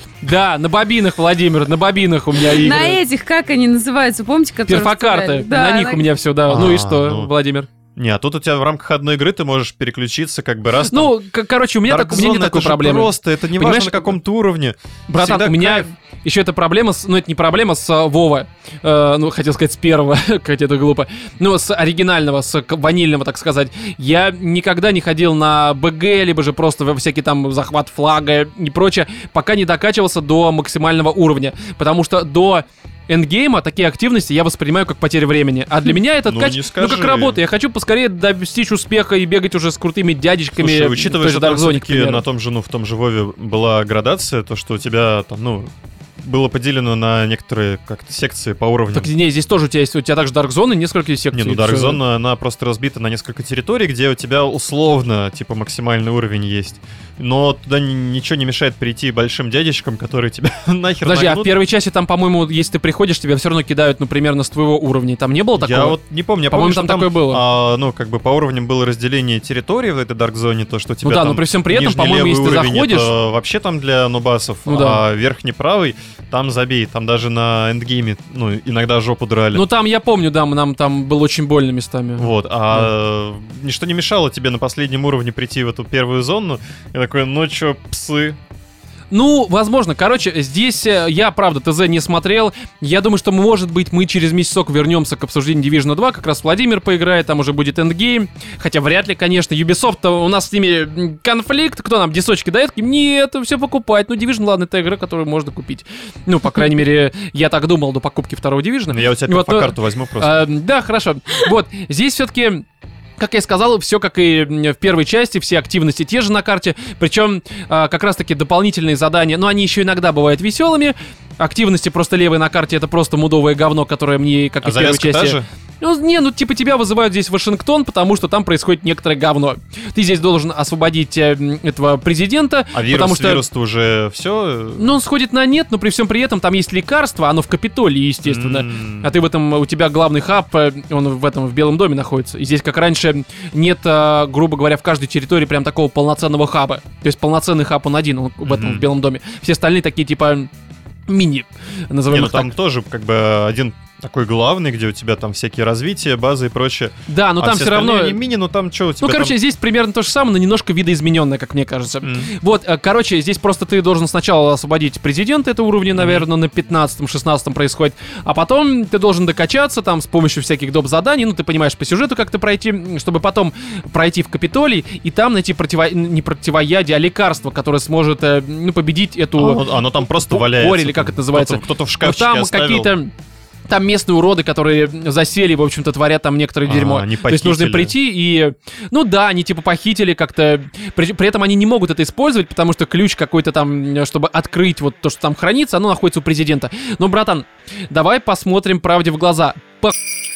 Да, на бобинах, Владимир, на бобинах у меня игры. На этих, как они называются, помните, которые Перфокарты. вставляли? Да, на них у меня все, да. Ну и А, что, ну. Владимир? Не, а тут у тебя в рамках одной игры ты можешь переключиться как бы раз там. Ну, к- короче, у меня, Dark так, у меня не Zone такой это же проблемы. просто, это не Понимаешь, важно на каком-то уровне. Братан, Всегда у меня кайф. еще эта проблема с... Ну, это не проблема с а, Вова. Э, ну, хотел сказать с первого, хотя это глупо. Ну, с оригинального, с к- ванильного, так сказать. Я никогда не ходил на БГ, либо же просто во всякий там захват флага и прочее, пока не докачивался до максимального уровня. Потому что до эндгейма такие активности я воспринимаю как потерю времени. А для меня этот Ну, кач... не Ну, как скажи. работа. Я хочу поскорее достичь успеха и бегать уже с крутыми дядечками. Слушай, в учитывая, той что же Dark там Zone, к все-таки примеру. на том же, ну, в том же Вове была градация, то, что у тебя там, ну, было поделено на некоторые как-то секции по уровням. Так не, здесь тоже у тебя есть, у тебя также Dark Zone и несколько секций. Не, ну Dark Всё. Zone, она просто разбита на несколько территорий, где у тебя условно, типа, максимальный уровень есть. Но туда ни- ничего не мешает прийти большим дядечкам, которые тебя нахер Подожди, а в нагнут. первой части там, по-моему, если ты приходишь, тебя все равно кидают, ну, примерно с твоего уровня. Там не было такого? Я вот не помню, я По-моему, помню, там что такое было. а, ну, как бы по уровням было разделение территории в этой Dark Zone, то, что у тебя Ну да, там но при всем при этом, нижний по-моему, левый если ты уровень заходишь- это вообще там для нубасов, Ну да. а верхний правый там забей, там даже на эндгейме, ну, иногда жопу драли. Ну там, я помню, да, нам там было очень больно местами. Вот, а ничто не мешало тебе на последнем уровне прийти в эту первую зону и такой, ну чё, псы. Ну, возможно. Короче, здесь э, я, правда, ТЗ не смотрел. Я думаю, что, может быть, мы через месяцок вернемся к обсуждению Division два. Как раз Владимир поиграет, там уже будет эндгейм. Хотя вряд ли, конечно. Ubisoft, у нас с ними м, конфликт. Кто нам дисочки дает? Нет, все покупать. Ну, Division, ладно, это игра, которую можно купить. Ну, по крайней мере, я так думал до покупки второго Division. Ну, я у тебя Вот, по ну, карту возьму просто. А, да, хорошо. Вот, здесь все-таки... Как я сказал, все как и в первой части, все активности те же на карте, причем а, как раз-таки дополнительные задания, но они еще иногда бывают веселыми. Активности просто левые на карте — это просто мудовое говно, которое мне, как А и в первой завязка та части... же? Ну, не, ну, типа, тебя вызывают здесь в Вашингтон, потому что там происходит некоторое говно. Ты здесь должен освободить э, м, этого президента, А вирус, потому что... вирус-то уже все. Ну, он сходит на нет, но при всем при этом там есть лекарство, оно в Капитолии, естественно. А ты в этом, у тебя главный хаб, э, он в этом, в Белом доме находится. И здесь, как раньше, нет, э, грубо говоря, в каждой территории прям такого полноценного хаба. То есть полноценный хаб он один, он в этом, Мгм. в Белом доме. Все остальные такие, типа, мини, Не, назовем ну их так. там тоже как бы один Такой главный, где у тебя там всякие развития, базы и прочее. Да, но а там все все равно... остальные не мини, но там что у тебя Ну, короче, там... здесь примерно то же самое, но немножко видоизмененное, как мне кажется. Mm. Вот, э, короче, здесь просто ты должен сначала освободить президента этого уровня, наверное, mm. на пятнадцатом-шестнадцатом происходит, а потом ты должен докачаться там с помощью всяких доп. Заданий, ну, ты понимаешь, по сюжету как-то пройти, чтобы потом пройти в Капитолий и там найти противо... не противоядие, а лекарство, которое сможет, э, ну, победить эту... А, оно, оно там просто валяется. Или как это называется. Кто-то, кто-то в Ну, шкафчике там оставил. какие-то... Там местные уроды, которые засели, в общем-то, творят там некоторое А, дерьмо. они То есть нужно похитили. прийти и... Ну да, они типа похитили как-то... При, при этом они не могут это использовать, потому что ключ какой-то там, чтобы открыть вот то, что там хранится, оно находится у президента. Но, братан, давай посмотрим правде в глаза. По...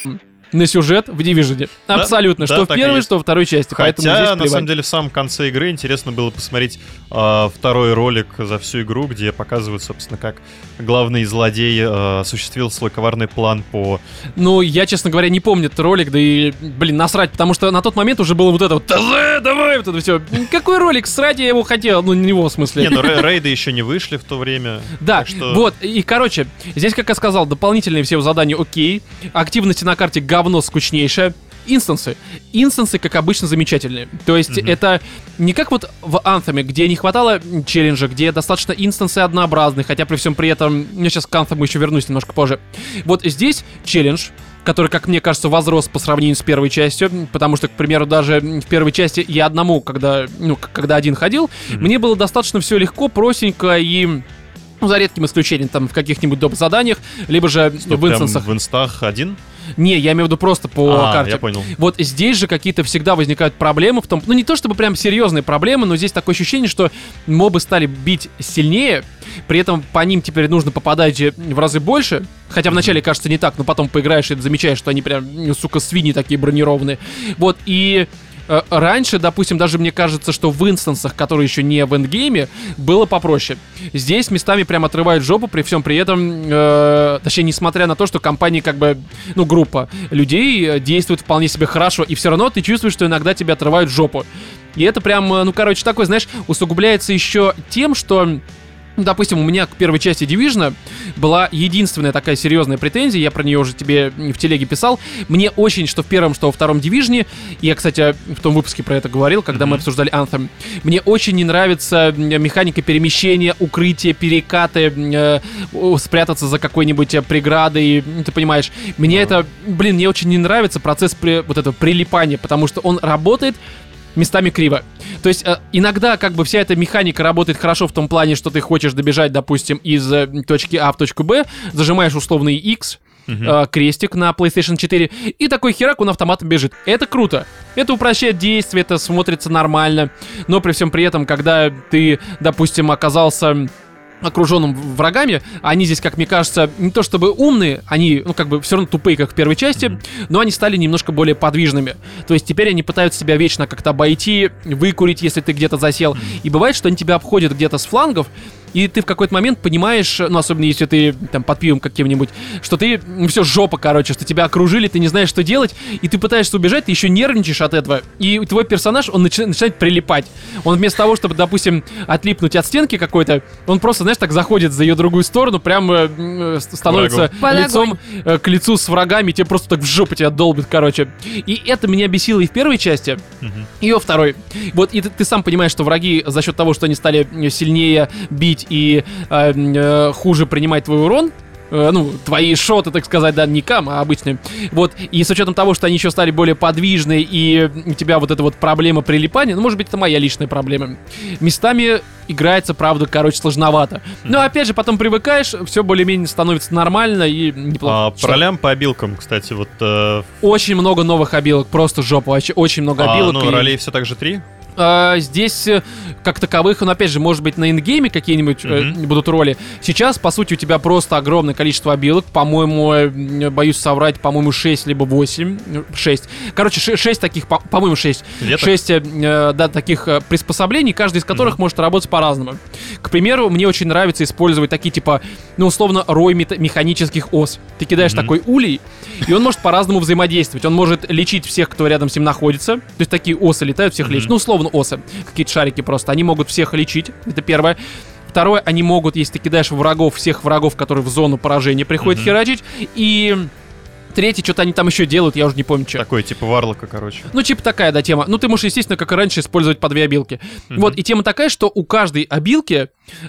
на сюжет в Division. Да, Абсолютно. да, что в так и первой, есть. что во второй части. Поэтому здесь Хотя, на плевать. самом деле, в самом конце игры интересно было посмотреть э, второй ролик за всю игру, где показывают, собственно, как главный злодей э, осуществил свой коварный план по... Ну, я, честно говоря, не помню этот ролик, да и, блин, насрать, потому что на тот момент уже было вот это вот ТЗ, давай, вот это все. Какой ролик? Срать я его хотел, ну, не его в смысле. Не, ну рей- рейды еще не вышли в то время. Да, так что- вот, и, короче, здесь, как я сказал, дополнительные все задания окей, активности на карте говно скучнейшее. Инстансы. Инстансы, как обычно, замечательные. То есть Мгм. это не как вот в Anthem, где не хватало челленджа, где достаточно инстансы однообразные, хотя при всем при этом... Я сейчас к Anthem еще вернусь немножко позже. Вот здесь челлендж, который, как мне кажется, возрос по сравнению с первой частью, потому что, к примеру, даже в первой части я одному, когда, ну, к- когда один ходил, Мгм. мне было достаточно все легко, простенько и... Ну, за редким исключением, там, в каких-нибудь доп. Заданиях, либо же Что, в прям инстансах. в инстах один? Не, я имею в виду просто по А, карте. я понял. Вот здесь же какие-то всегда возникают проблемы в том... Ну, не то чтобы прям серьезные проблемы, но здесь такое ощущение, что мобы стали бить сильнее, при этом по ним теперь нужно попадать же в разы больше, хотя вначале кажется не так, но потом поиграешь и замечаешь, что они прям, ну, сука, свиньи такие бронированные. Вот, и... э, Раньше, допустим, даже мне кажется, что в инстансах, которые еще не в эндгейме, было попроще. Здесь местами прям отрывают жопу, при всем при этом, э, точнее, несмотря на то, что компания, как бы, ну, группа людей э, действует вполне себе хорошо, и все равно ты чувствуешь, что иногда тебя отрывают жопу. И это прям, э, ну, короче, такой, знаешь, усугубляется еще тем, что... Ну, допустим, у меня к первой части Division была единственная такая серьезная претензия, я про нее уже тебе в телеге писал. Мне очень, что в первом, что во втором Division, я, кстати, в том выпуске про это говорил, когда mm-hmm. мы обсуждали Anthem, мне очень не нравится механика перемещения, укрытия, перекаты, э, спрятаться за какой-нибудь преградой, ну, ты понимаешь. Мне Yeah. это, блин, мне очень не нравится процесс при, вот этого прилипания, потому что он работает местами криво. То есть э, иногда как бы вся эта механика работает хорошо в том плане, что ты хочешь добежать, допустим, из э, точки А в точку Б, зажимаешь условный X, Мгм. э, крестик на PlayStation четыре, и такой херак он автоматом бежит. Это круто. Это упрощает действие, это смотрится нормально. Но при всем при этом, когда ты, допустим, оказался окруженным врагами, они здесь, как мне кажется, не то чтобы умные, они, ну, как бы, все равно тупые, как в первой части, Мгм. но они стали немножко более подвижными. То есть теперь они пытаются себя вечно как-то обойти, выкурить, если ты где-то засел. И бывает, что они тебя обходят где-то с флангов, и ты в какой-то момент понимаешь, ну, особенно если ты там под пивом каким-нибудь, что ты, ну, все, жопа, короче, что тебя окружили, ты не знаешь, что делать, и ты пытаешься убежать, ты еще нервничаешь от этого, и твой персонаж, он начи- начинает прилипать. Он вместо того, чтобы, допустим, отлипнуть от стенки какой-то, он просто, знаешь, так заходит за ее другую сторону, прям э, э, становится Под лицом э, к лицу с врагами, тебе просто так в жопу тебя долбит, короче. И это меня бесило и в первой части, Мгм. и во второй. Вот, и ты, ты сам понимаешь, что враги за счет того, что они стали э, сильнее бить и э, э, хуже принимать твой урон, э, ну, твои шоты, так сказать, да, не кам, а обычные. Вот, и с учетом того, что они еще стали более подвижны, и у тебя вот эта вот проблема прилипания, ну, может быть, это моя личная проблема. Местами играется, правда, короче, сложновато. Но, опять же, потом привыкаешь, все более-менее становится нормально и неплохо. А, по ролям, по обилкам, кстати, вот... э, Очень много новых обилок, просто жопа, вообще очень много а, обилок. ну, и- ролей все так же три? А, здесь, э, как таковых, ну, опять же, может быть, на индгейме какие-нибудь э, Мгм. будут роли. Сейчас, по сути, у тебя просто огромное количество обилок. По-моему, э, боюсь соврать, по-моему, шесть либо восемь. шесть. Короче, шесть таких, по- по-моему, шесть. Где-то? шесть, э, да, таких э, приспособлений, каждый из которых Мгм. может работать по-разному. К примеру, мне очень нравится использовать такие, типа, ну, условно, рой мета- механических ос. Ты кидаешь Мгм. такой улей, и он может по-разному взаимодействовать. Он может лечить всех, кто рядом с ним находится. То есть такие осы летают, всех Мгм. лечат. Ну, условно, осы. Какие-то шарики просто. Они могут всех лечить. Это первое. Второе, они могут, если ты кидаешь в врагов, всех врагов, которые в зону поражения приходят Мгм. херачить. И третье, что-то они там еще делают, я уже не помню, что. Такой, типа варлока, короче. Ну, типа такая, да, тема. Ну, ты можешь, естественно, как и раньше, использовать по две обилки. Мгм. Вот, и тема такая, что у каждой обилки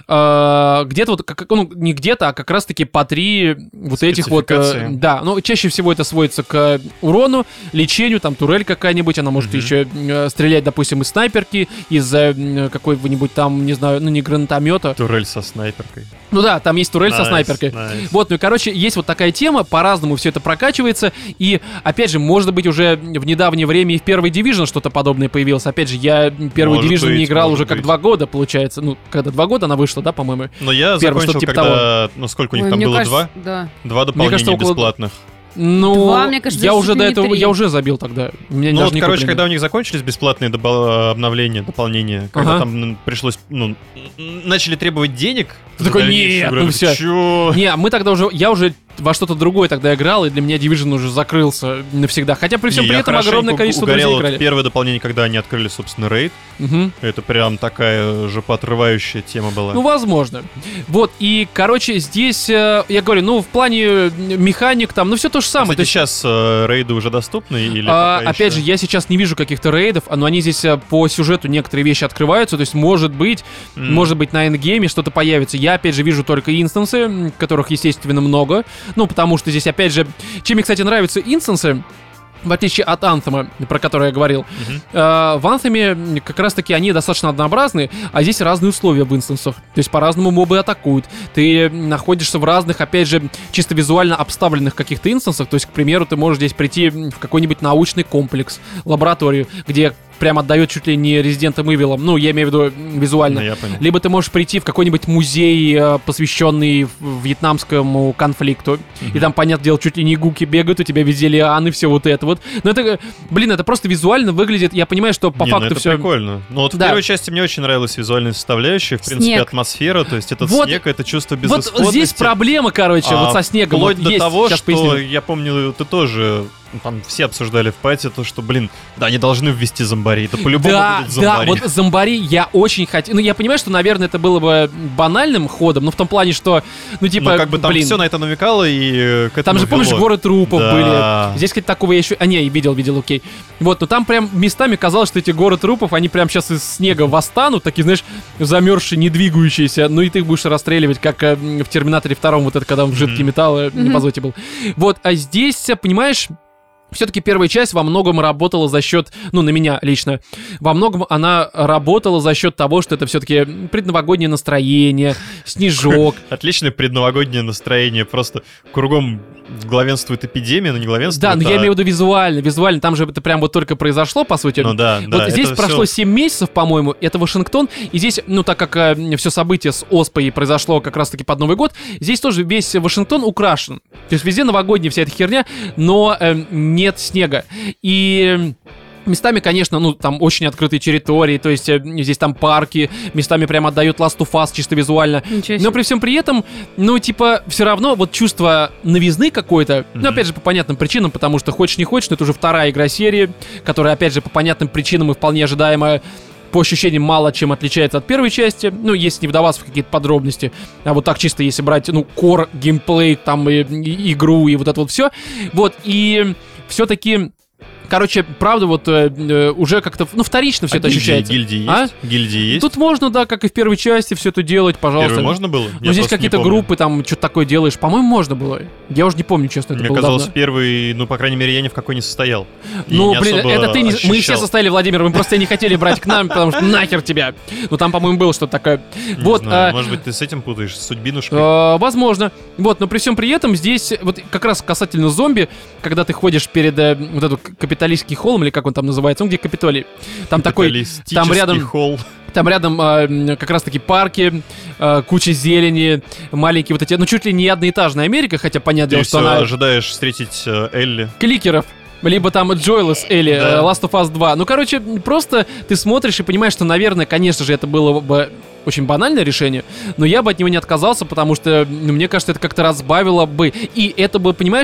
э, где-то вот, как, ну, не где-то, а как раз-таки по три вот этих вот... э, Спецификации. да, ну, чаще всего это сводится к урону, лечению, там, турель какая-нибудь, она может Мгм. еще э, стрелять, допустим, из снайперки, из э, какой-нибудь там, не знаю, ну, не гранатомета. Турель со снайперкой. Ну да, там есть турель со Найс, снайперкой. найс. Вот, ну и, короче, есть вот такая тема, по-разному все это прокачивается, и, опять же, может быть, уже в недавнее время и в первый Division что-то подобное появилось. Опять же, я первый Может Division не быть, играл может уже как быть. два года, получается. Ну, когда два года она вышла, да, по-моему? Но я Первое, закончил, что-то типа когда... Ну, сколько у них Ой, там мне было? кажется, Два? Да. Два дополнения кажется, около- бесплатных. Ну, Два, мне кажется, я даже уже чуть до ли не этого, три. я уже забил тогда. У меня Ну, даже вот, не короче, куплено. когда у них закончились бесплатные добо- обновления, дополнения, когда Ага. там м, пришлось, ну, м, начали требовать денег. Ты такой, за дальнейшую «Нет, игру», ну я такой, всё». «Чё?» Не, мы тогда уже, я уже во что-то другое тогда играл, и для меня Division уже закрылся навсегда. Хотя при всем Не, при я этом хорошенько огромное количество угорел друзей вот играли. первое дополнение, когда они открыли, собственно, рейд. Мгм. Это прям такая жопоотрывающая тема была. Ну, возможно. Вот, и, короче, здесь, э, я говорю, ну, в плане э, механик там, ну, все то же самое. Кстати, То есть, сейчас э, рейды уже доступны или а, пока опять еще? же, я сейчас не вижу каких-то рейдов, но они здесь э, по сюжету некоторые вещи открываются, то есть, может быть, М. может быть, на эндгейме что-то появится. Я, опять же, вижу только инстансы, м, которых, естественно, много. Ну, потому что здесь, опять же, чем мне, кстати, нравятся инстансы, в отличие от Anthem, про который я говорил, Мгм. э, в Anthem как раз-таки они достаточно однообразны, а здесь разные условия в инстансах. То есть по-разному мобы атакуют. Ты находишься в разных, опять же, чисто визуально обставленных каких-то инстансах. То есть, к примеру, ты можешь здесь прийти в какой-нибудь научный комплекс, лабораторию, где прям отдает чуть ли не Резидентом Evil. Ну, я имею в виду м, визуально. Ну, я понял. Либо ты можешь прийти в какой-нибудь музей, э, посвященный в- вьетнамскому конфликту, и там, понятное дело, чуть ли не гуки бегают, у тебя везде лианы, все вот это вот. Но это, э, блин, это просто визуально выглядит, я понимаю, что по Не, ну факту это все... прикольно. Ну вот Да. в первой части мне очень нравилась визуальная составляющая, в принципе, Снег. атмосфера, то есть этот Вот- снег, это чувство Вот безысходности. здесь проблема, короче, А, вот со снегом. Вплоть Вот до есть, того, сейчас что, поясню. я помню, ты тоже, ну, там все обсуждали в пати то, что, блин, да, они должны ввести зомбари, это по-любому Да, будет да, зомбари. вот зомбари я очень хотел. Ну, я понимаю, что, наверное, это было бы банальным ходом, но в том плане, что, ну, типа, Ну, как бы там блин, все на это намекало и э, к этому там же, помнишь, вело. горы трупов Да. были. Здесь, кстати, такого я еще... А, не, видел, видел, окей. Вот, но там прям местами казалось, что эти горы трупов, они прям сейчас из снега восстанут, такие, знаешь, замерзшие, не двигающиеся, ну и ты их будешь расстреливать, как э, в Терминаторе втором, вот это, когда он в жидкий Мгм. металл э, на Мгм. позоте был. Вот, а здесь, э, понимаешь... Все-таки первая часть во многом работала за счет, ну, на меня лично, во многом она работала за счет того, что это все-таки предновогоднее настроение, снежок. Отличное предновогоднее настроение, просто кругом главенствует эпидемия, но не главенствует, Да, но я а- имею в виду визуально. Визуально там же это прям вот только произошло, по сути. Ну да, да. Вот здесь это прошло всё- семь месяцев, по-моему, это Вашингтон, и здесь, ну, так как все событие с Оспой произошло как раз-таки под Новый год, здесь тоже весь Вашингтон украшен. То есть везде новогодняя вся эта херня, но э, нет снега. И... Местами, конечно, ну, там очень открытые территории, то есть э, здесь там парки, местами прям отдают Last of Us чисто визуально. Ничего себе. Но при всем при этом, ну, типа, все равно вот чувство новизны какой-то, ну, Мгм. опять же, по понятным причинам, потому что хочешь не хочешь, но это уже вторая игра серии, которая, опять же, по понятным причинам и вполне ожидаемо, по ощущениям, мало чем отличается от первой части, ну, если не вдаваться в какие-то подробности, а вот так чисто, если брать, ну, кор, геймплей, там, и, и- игру и вот это вот все, вот, и все-таки... Короче, правда, вот э, э, уже как-то, ну, вторично все А это гильдии- ощущается. Гильдии А? есть? Гильдии есть? Тут можно, да, как и в первой части, все это делать, пожалуйста. Первый можно было? Ну, здесь какие-то группы, там, что-то такое делаешь. По-моему, можно было. Я уже не помню, честно, это Мне было казалось, давно. первый, ну, по крайней мере, я ни в какой не состоял. И Ну, не блин, особо это ты не... Мы все ощущал. состояли, Владимир, мы просто не хотели брать к нам, потому что нахер тебя. Ну, там, по-моему, было что-то такое. Не Вот, знаю, а, может быть, ты с этим путаешь, с судьбинушкой? э, возможно. Вот, но при всем при этом здесь, вот как раз касательно зомби, когда ты ходишь перед э, вот этот капиталистский холм, или как он там называется, ну, где Капитолий, там такой... Капиталистический там рядом- холл. Там рядом э, м, как раз-таки парки, э, куча зелени, маленькие вот эти, ну чуть ли не одноэтажная Америка, хотя понятное Ты дело, что все она ожидаешь встретить э, Элли. кликеров, либо там Джоэла с Элли, Да. э, Last of Us два. Ну, короче, просто ты смотришь и понимаешь, что, наверное, конечно же, это было бы очень банальное решение, но я бы от него не отказался, потому что, ну, мне кажется, это как-то разбавило бы. И это бы, понимаешь,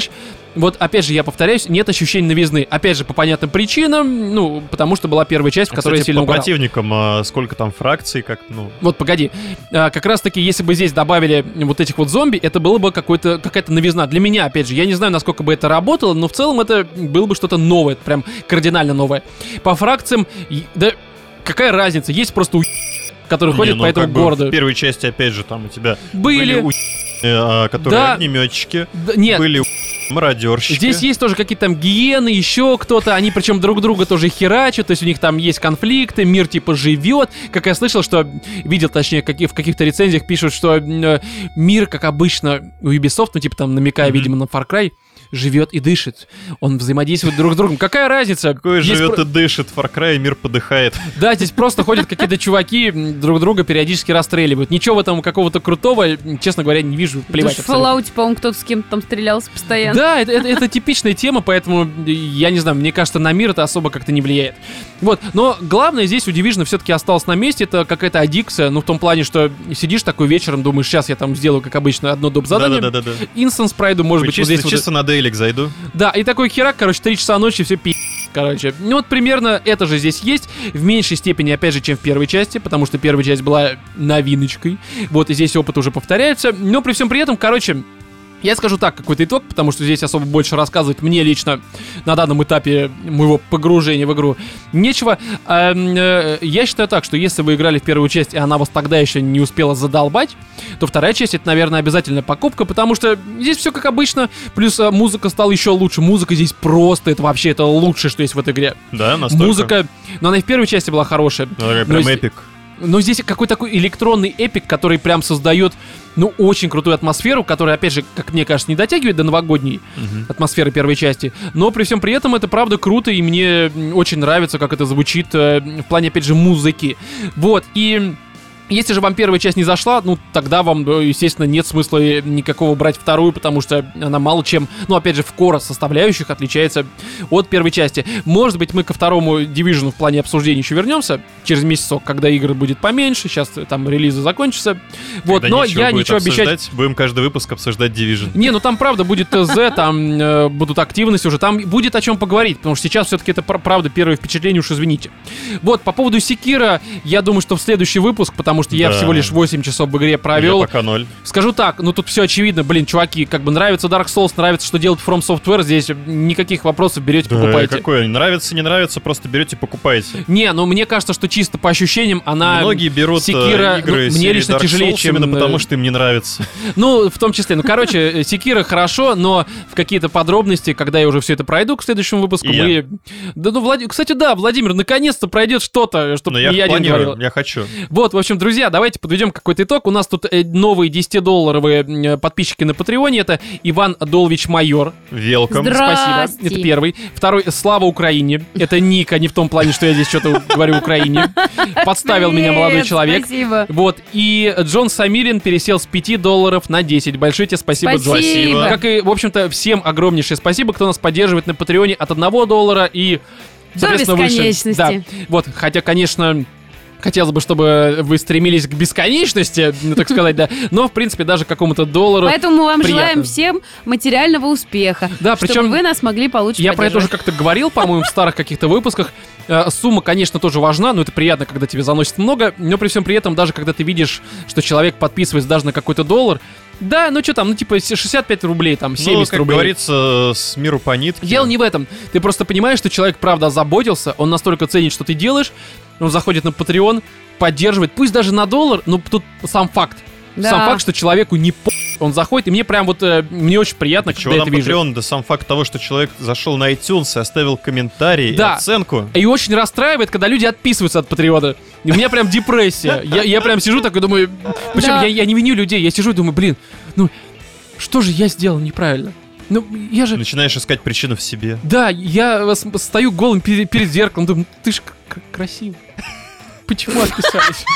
вот опять же, я повторяюсь, нет ощущения новизны. Опять же, по понятным причинам, ну, потому что была первая часть, в которой Кстати, я сильно по угорал. противникам, а сколько там фракций, как, ну... Вот, погоди. А, как раз-таки, если бы здесь добавили вот этих вот зомби, это было бы какой-то, какая-то новизна. Для меня, опять же, я не знаю, насколько бы это работало, но в целом это было бы что-то новое, прям кардинально новое. По фракциям, и- да какая разница? Есть просто у... которые Не, ходят ну, по этому как бы городу. в первой части, опять же, там у тебя Были. у... э, которые Да. огнеметчики, Да, нет, были у... мародерщики. здесь есть тоже какие-то там гиены, еще кто-то, они причем друг друга тоже херачат, то есть у них там есть конфликты, мир типа живет. Как я слышал, что, видел точнее, какие, в каких-то рецензиях пишут, что э, мир, как обычно у Ubisoft, ну типа там намекая, Мгм. видимо, на Far Cry, живет и дышит. Он взаимодействует друг с другом. Какая разница? Какой Есть живет про- и дышит, Far Cry, мир подыхает. Да, здесь просто ходят какие-то чуваки, м, друг друга периодически расстреливают. Ничего в этом какого-то крутого, м, честно говоря, не вижу. Плевать В абсолютно. Fallout, по-моему, кто-то с кем-то там стрелялся постоянно. Да, это, это- это типичная тема, поэтому я не знаю, мне кажется, на мир это особо как-то не влияет. Вот, но главное здесь у Division все-таки осталось на месте, это какая-то аддикция, ну в том плане, что сидишь такой вечером, думаешь, сейчас я там сделаю, как обычно, одно доп. Задание, Да-да-да. инстанс пройду, может быть, вот Чисто, здесь вот- чисто на дейлик зайду. Да, и такой херак, короче, три часа ночи, все пи***. Короче, ну вот примерно это же здесь есть, в меньшей степени, опять же, чем в первой части, потому что первая часть была новиночкой, вот, и здесь опыт уже повторяется, но при всем при этом, короче, я скажу так, какой-то итог, потому что здесь особо больше рассказывать мне лично на данном этапе моего погружения в игру нечего. Эм, э, Я считаю так, что если вы играли в первую часть, и она вас тогда еще не успела задолбать, то вторая часть — это, наверное, обязательная покупка, потому что здесь все как обычно, плюс э, музыка стала еще лучше. Музыка здесь просто, это вообще, это лучшее, что есть в этой игре. Да, настолько. Музыка, но она и в первой части была хорошая. Ну, такая Но прям здесь- эпик. Но здесь какой-то такой электронный эпик, который прям создает, ну, очень крутую атмосферу, которая, опять же, как мне кажется, не дотягивает до новогодней Мгм. атмосферы первой части. Но при всем при этом это правда круто, и мне м, очень нравится, как это звучит э, в плане, опять же, музыки. Вот, и... Если же вам первая часть не зашла, ну, тогда вам, э, естественно, нет смысла э, никакого брать вторую, потому что она мало чем, ну, опять же, в коро составляющих отличается от первой части. Может быть, мы ко второму Division в плане обсуждения еще вернемся через месяцок, когда игр будет поменьше, сейчас э, там релизы закончатся. Вот, Когда но нечего я будет ничего обещать... обсуждать, будем каждый выпуск обсуждать Division. Не, ну там правда будет ТЗ, там э, будут активности уже, там будет о чем поговорить, потому что сейчас все-таки это пр- правда первое впечатление, уж извините. Вот, по поводу Секира, я думаю, что в следующий выпуск, потому что я Да. всего лишь восемь часов в игре провел. Я пока ноль. Скажу так, ну тут все очевидно, блин, чуваки, как бы нравится Dark Souls, нравится, что делает From Software, здесь никаких вопросов, берете, Да, покупайте. какое? Нравится, не нравится, просто берете, покупайте. Не, ну мне кажется, что чисто по ощущениям она... Многие берут э, Sekiro, игры ну, мне серии лично Dark тяжелее, Souls чем, именно потому, э, что им не нравится. Ну, в том числе. Ну, короче, Секира хорошо, но в какие-то подробности, когда я уже все это пройду к следующему выпуску, И мы... Да, ну, Влад... Кстати, да, Владимир, наконец-то пройдет что-то, Но чтобы я не я один планирую, говорил. я хочу. Вот, в общем, друзья, давайте подведем какой-то итог. У нас тут э, новые десятидолларовые э, подписчики на Патреоне. Это Иван Адолович Майор. Велком. Здра- Спасибо. Здрасте. Это первый. Второй, Слава Украине. Это ник, а не в том плане, что я здесь что-то говорю Украине. Подставил меня молодой Привет, человек. Спасибо. Вот, и Джон Самирин пересел с пяти долларов на десять. Большое тебе спасибо, Джон. Спасибо. Как и, в общем-то, всем огромнейшее спасибо, кто нас поддерживает на Патреоне от одного доллара и, До соответственно, выше. бесконечности. Да. Вот, хотя, конечно... Хотелось бы, чтобы вы стремились к бесконечности, ну, так сказать, да. Но, в принципе, даже к какому-то доллару. Поэтому мы вам приятно. желаем всем материального успеха. Да, чтобы причем вы нас могли получше я про это уже поддерживать. как-то говорил, по-моему, в старых каких-то выпусках. Э, Сумма, конечно, тоже важна, но это приятно, когда тебе заносит много. Но при всем при этом, даже когда ты видишь, что человек подписывается даже на какой-то доллар, да, ну что там, ну типа шестьдесят пять рублей, там, Ну, семьдесят как рублей. говорится, с миру по нитке. Дело не в этом. Ты просто понимаешь, что человек правда озаботился, он настолько ценит, что ты делаешь, он заходит на Patreon, поддерживает, пусть даже на доллар, но тут сам факт. Да. Сам факт, что человеку не по... Он заходит, и мне прям вот, э, мне очень приятно, Чего когда нам это вижу. Patreon, да сам факт того, что человек зашел на iTunes и оставил комментарий Да. и оценку. И очень расстраивает, когда люди отписываются от Патреона. И у меня прям депрессия. Я, я прям сижу такой, думаю... Причем Да. я, я не виню людей, я сижу и думаю, блин, ну, что же я сделал неправильно? Ну, я же... Начинаешь искать причину в себе. Да, я э, с- стою голым перед, перед зеркалом, думаю, ты ж к- к- красивый. Почему отписались?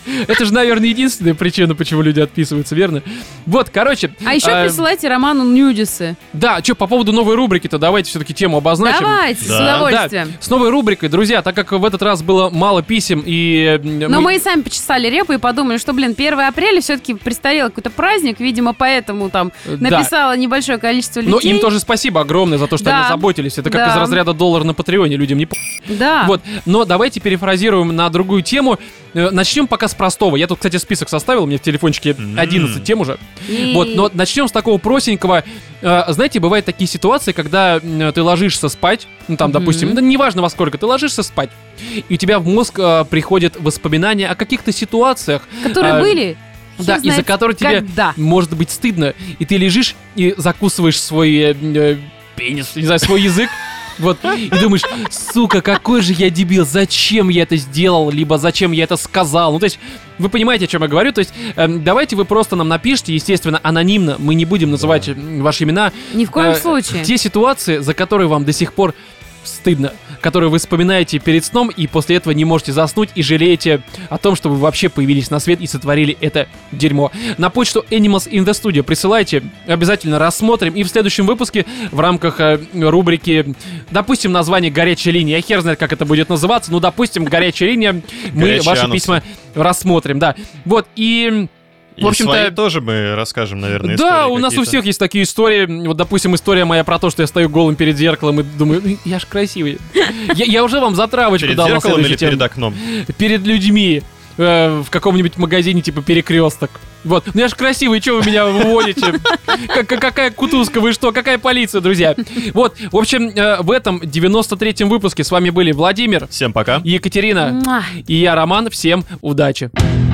Это же, наверное, единственная причина, почему люди отписываются, верно? Вот, короче... А еще э, присылайте Роману нюдисы. Да, что, по поводу новой рубрики-то давайте все-таки тему обозначим. Давайте, Да. с удовольствием. Да, с новой рубрикой, друзья, так как в этот раз было мало писем и... э, Но мы и сами почесали репу и подумали, что, блин, первое апреля все-таки престарелый какой-то праздник, видимо, поэтому там Да. написало небольшое количество людей. Ну, им тоже спасибо огромное за то, что Да. они заботились. Это как Да. из разряда доллар на Патреоне, людям не по... Да. Вот, но давайте перефразируем на другую тему. Э, Начнем пока с простого. Я тут, кстати, список составил, у меня в телефончике М. одиннадцать тем уже. И- Вот, но начнем с такого простенького. Э, Знаете, бывают такие ситуации, когда м, ты ложишься спать, ну там, Мгм. допустим, да неважно во сколько, ты ложишься спать, и у тебя в мозг э, приходят воспоминания о каких-то ситуациях, Которые а, были. да, хер из-за знает которых тебе когда. может быть стыдно, и ты лежишь и закусываешь свой э, э, пенис, не знаю, свой язык. Вот, и думаешь, сука, какой же я дебил, зачем я это сделал, либо зачем я это сказал. Ну, то есть, вы понимаете, о чем я говорю. То есть, эм, давайте вы просто нам напишите, естественно, анонимно, мы не будем называть э, ваши имена. Ни в коем Э, случае. Те ситуации, за которые вам до сих пор стыдно, которые вы вспоминаете перед сном, и после этого не можете заснуть, и жалеете о том, что вы вообще появились на свет и сотворили это дерьмо. На почту Animals in the Studio присылайте, обязательно рассмотрим, и в следующем выпуске в рамках э, рубрики, допустим, название «Горячая линия», я хер знает, как это будет называться, ну, допустим, «Горячая линия», мы Горячие ваши анусы. письма рассмотрим, да. Вот, и... И В общем-то- свои тоже мы расскажем, наверное, Да, истории у нас у какие-то. всех есть такие истории. Вот, допустим, история моя про то, что я стою голым перед зеркалом и думаю, «Ну, я ж красивый. Я, я уже вам затравочку Перед дал на зеркалом или следующую тему. перед окном? Перед людьми э, в каком-нибудь магазине типа Перекресток. Вот, ну я ж красивый, что вы меня выводите? Как- Какая кутузка, вы что? Какая полиция, друзья? Вот, в общем, э, в этом девяносто третьем выпуске с вами были Владимир, Всем пока. Екатерина Муа. и я, Роман. Всем удачи!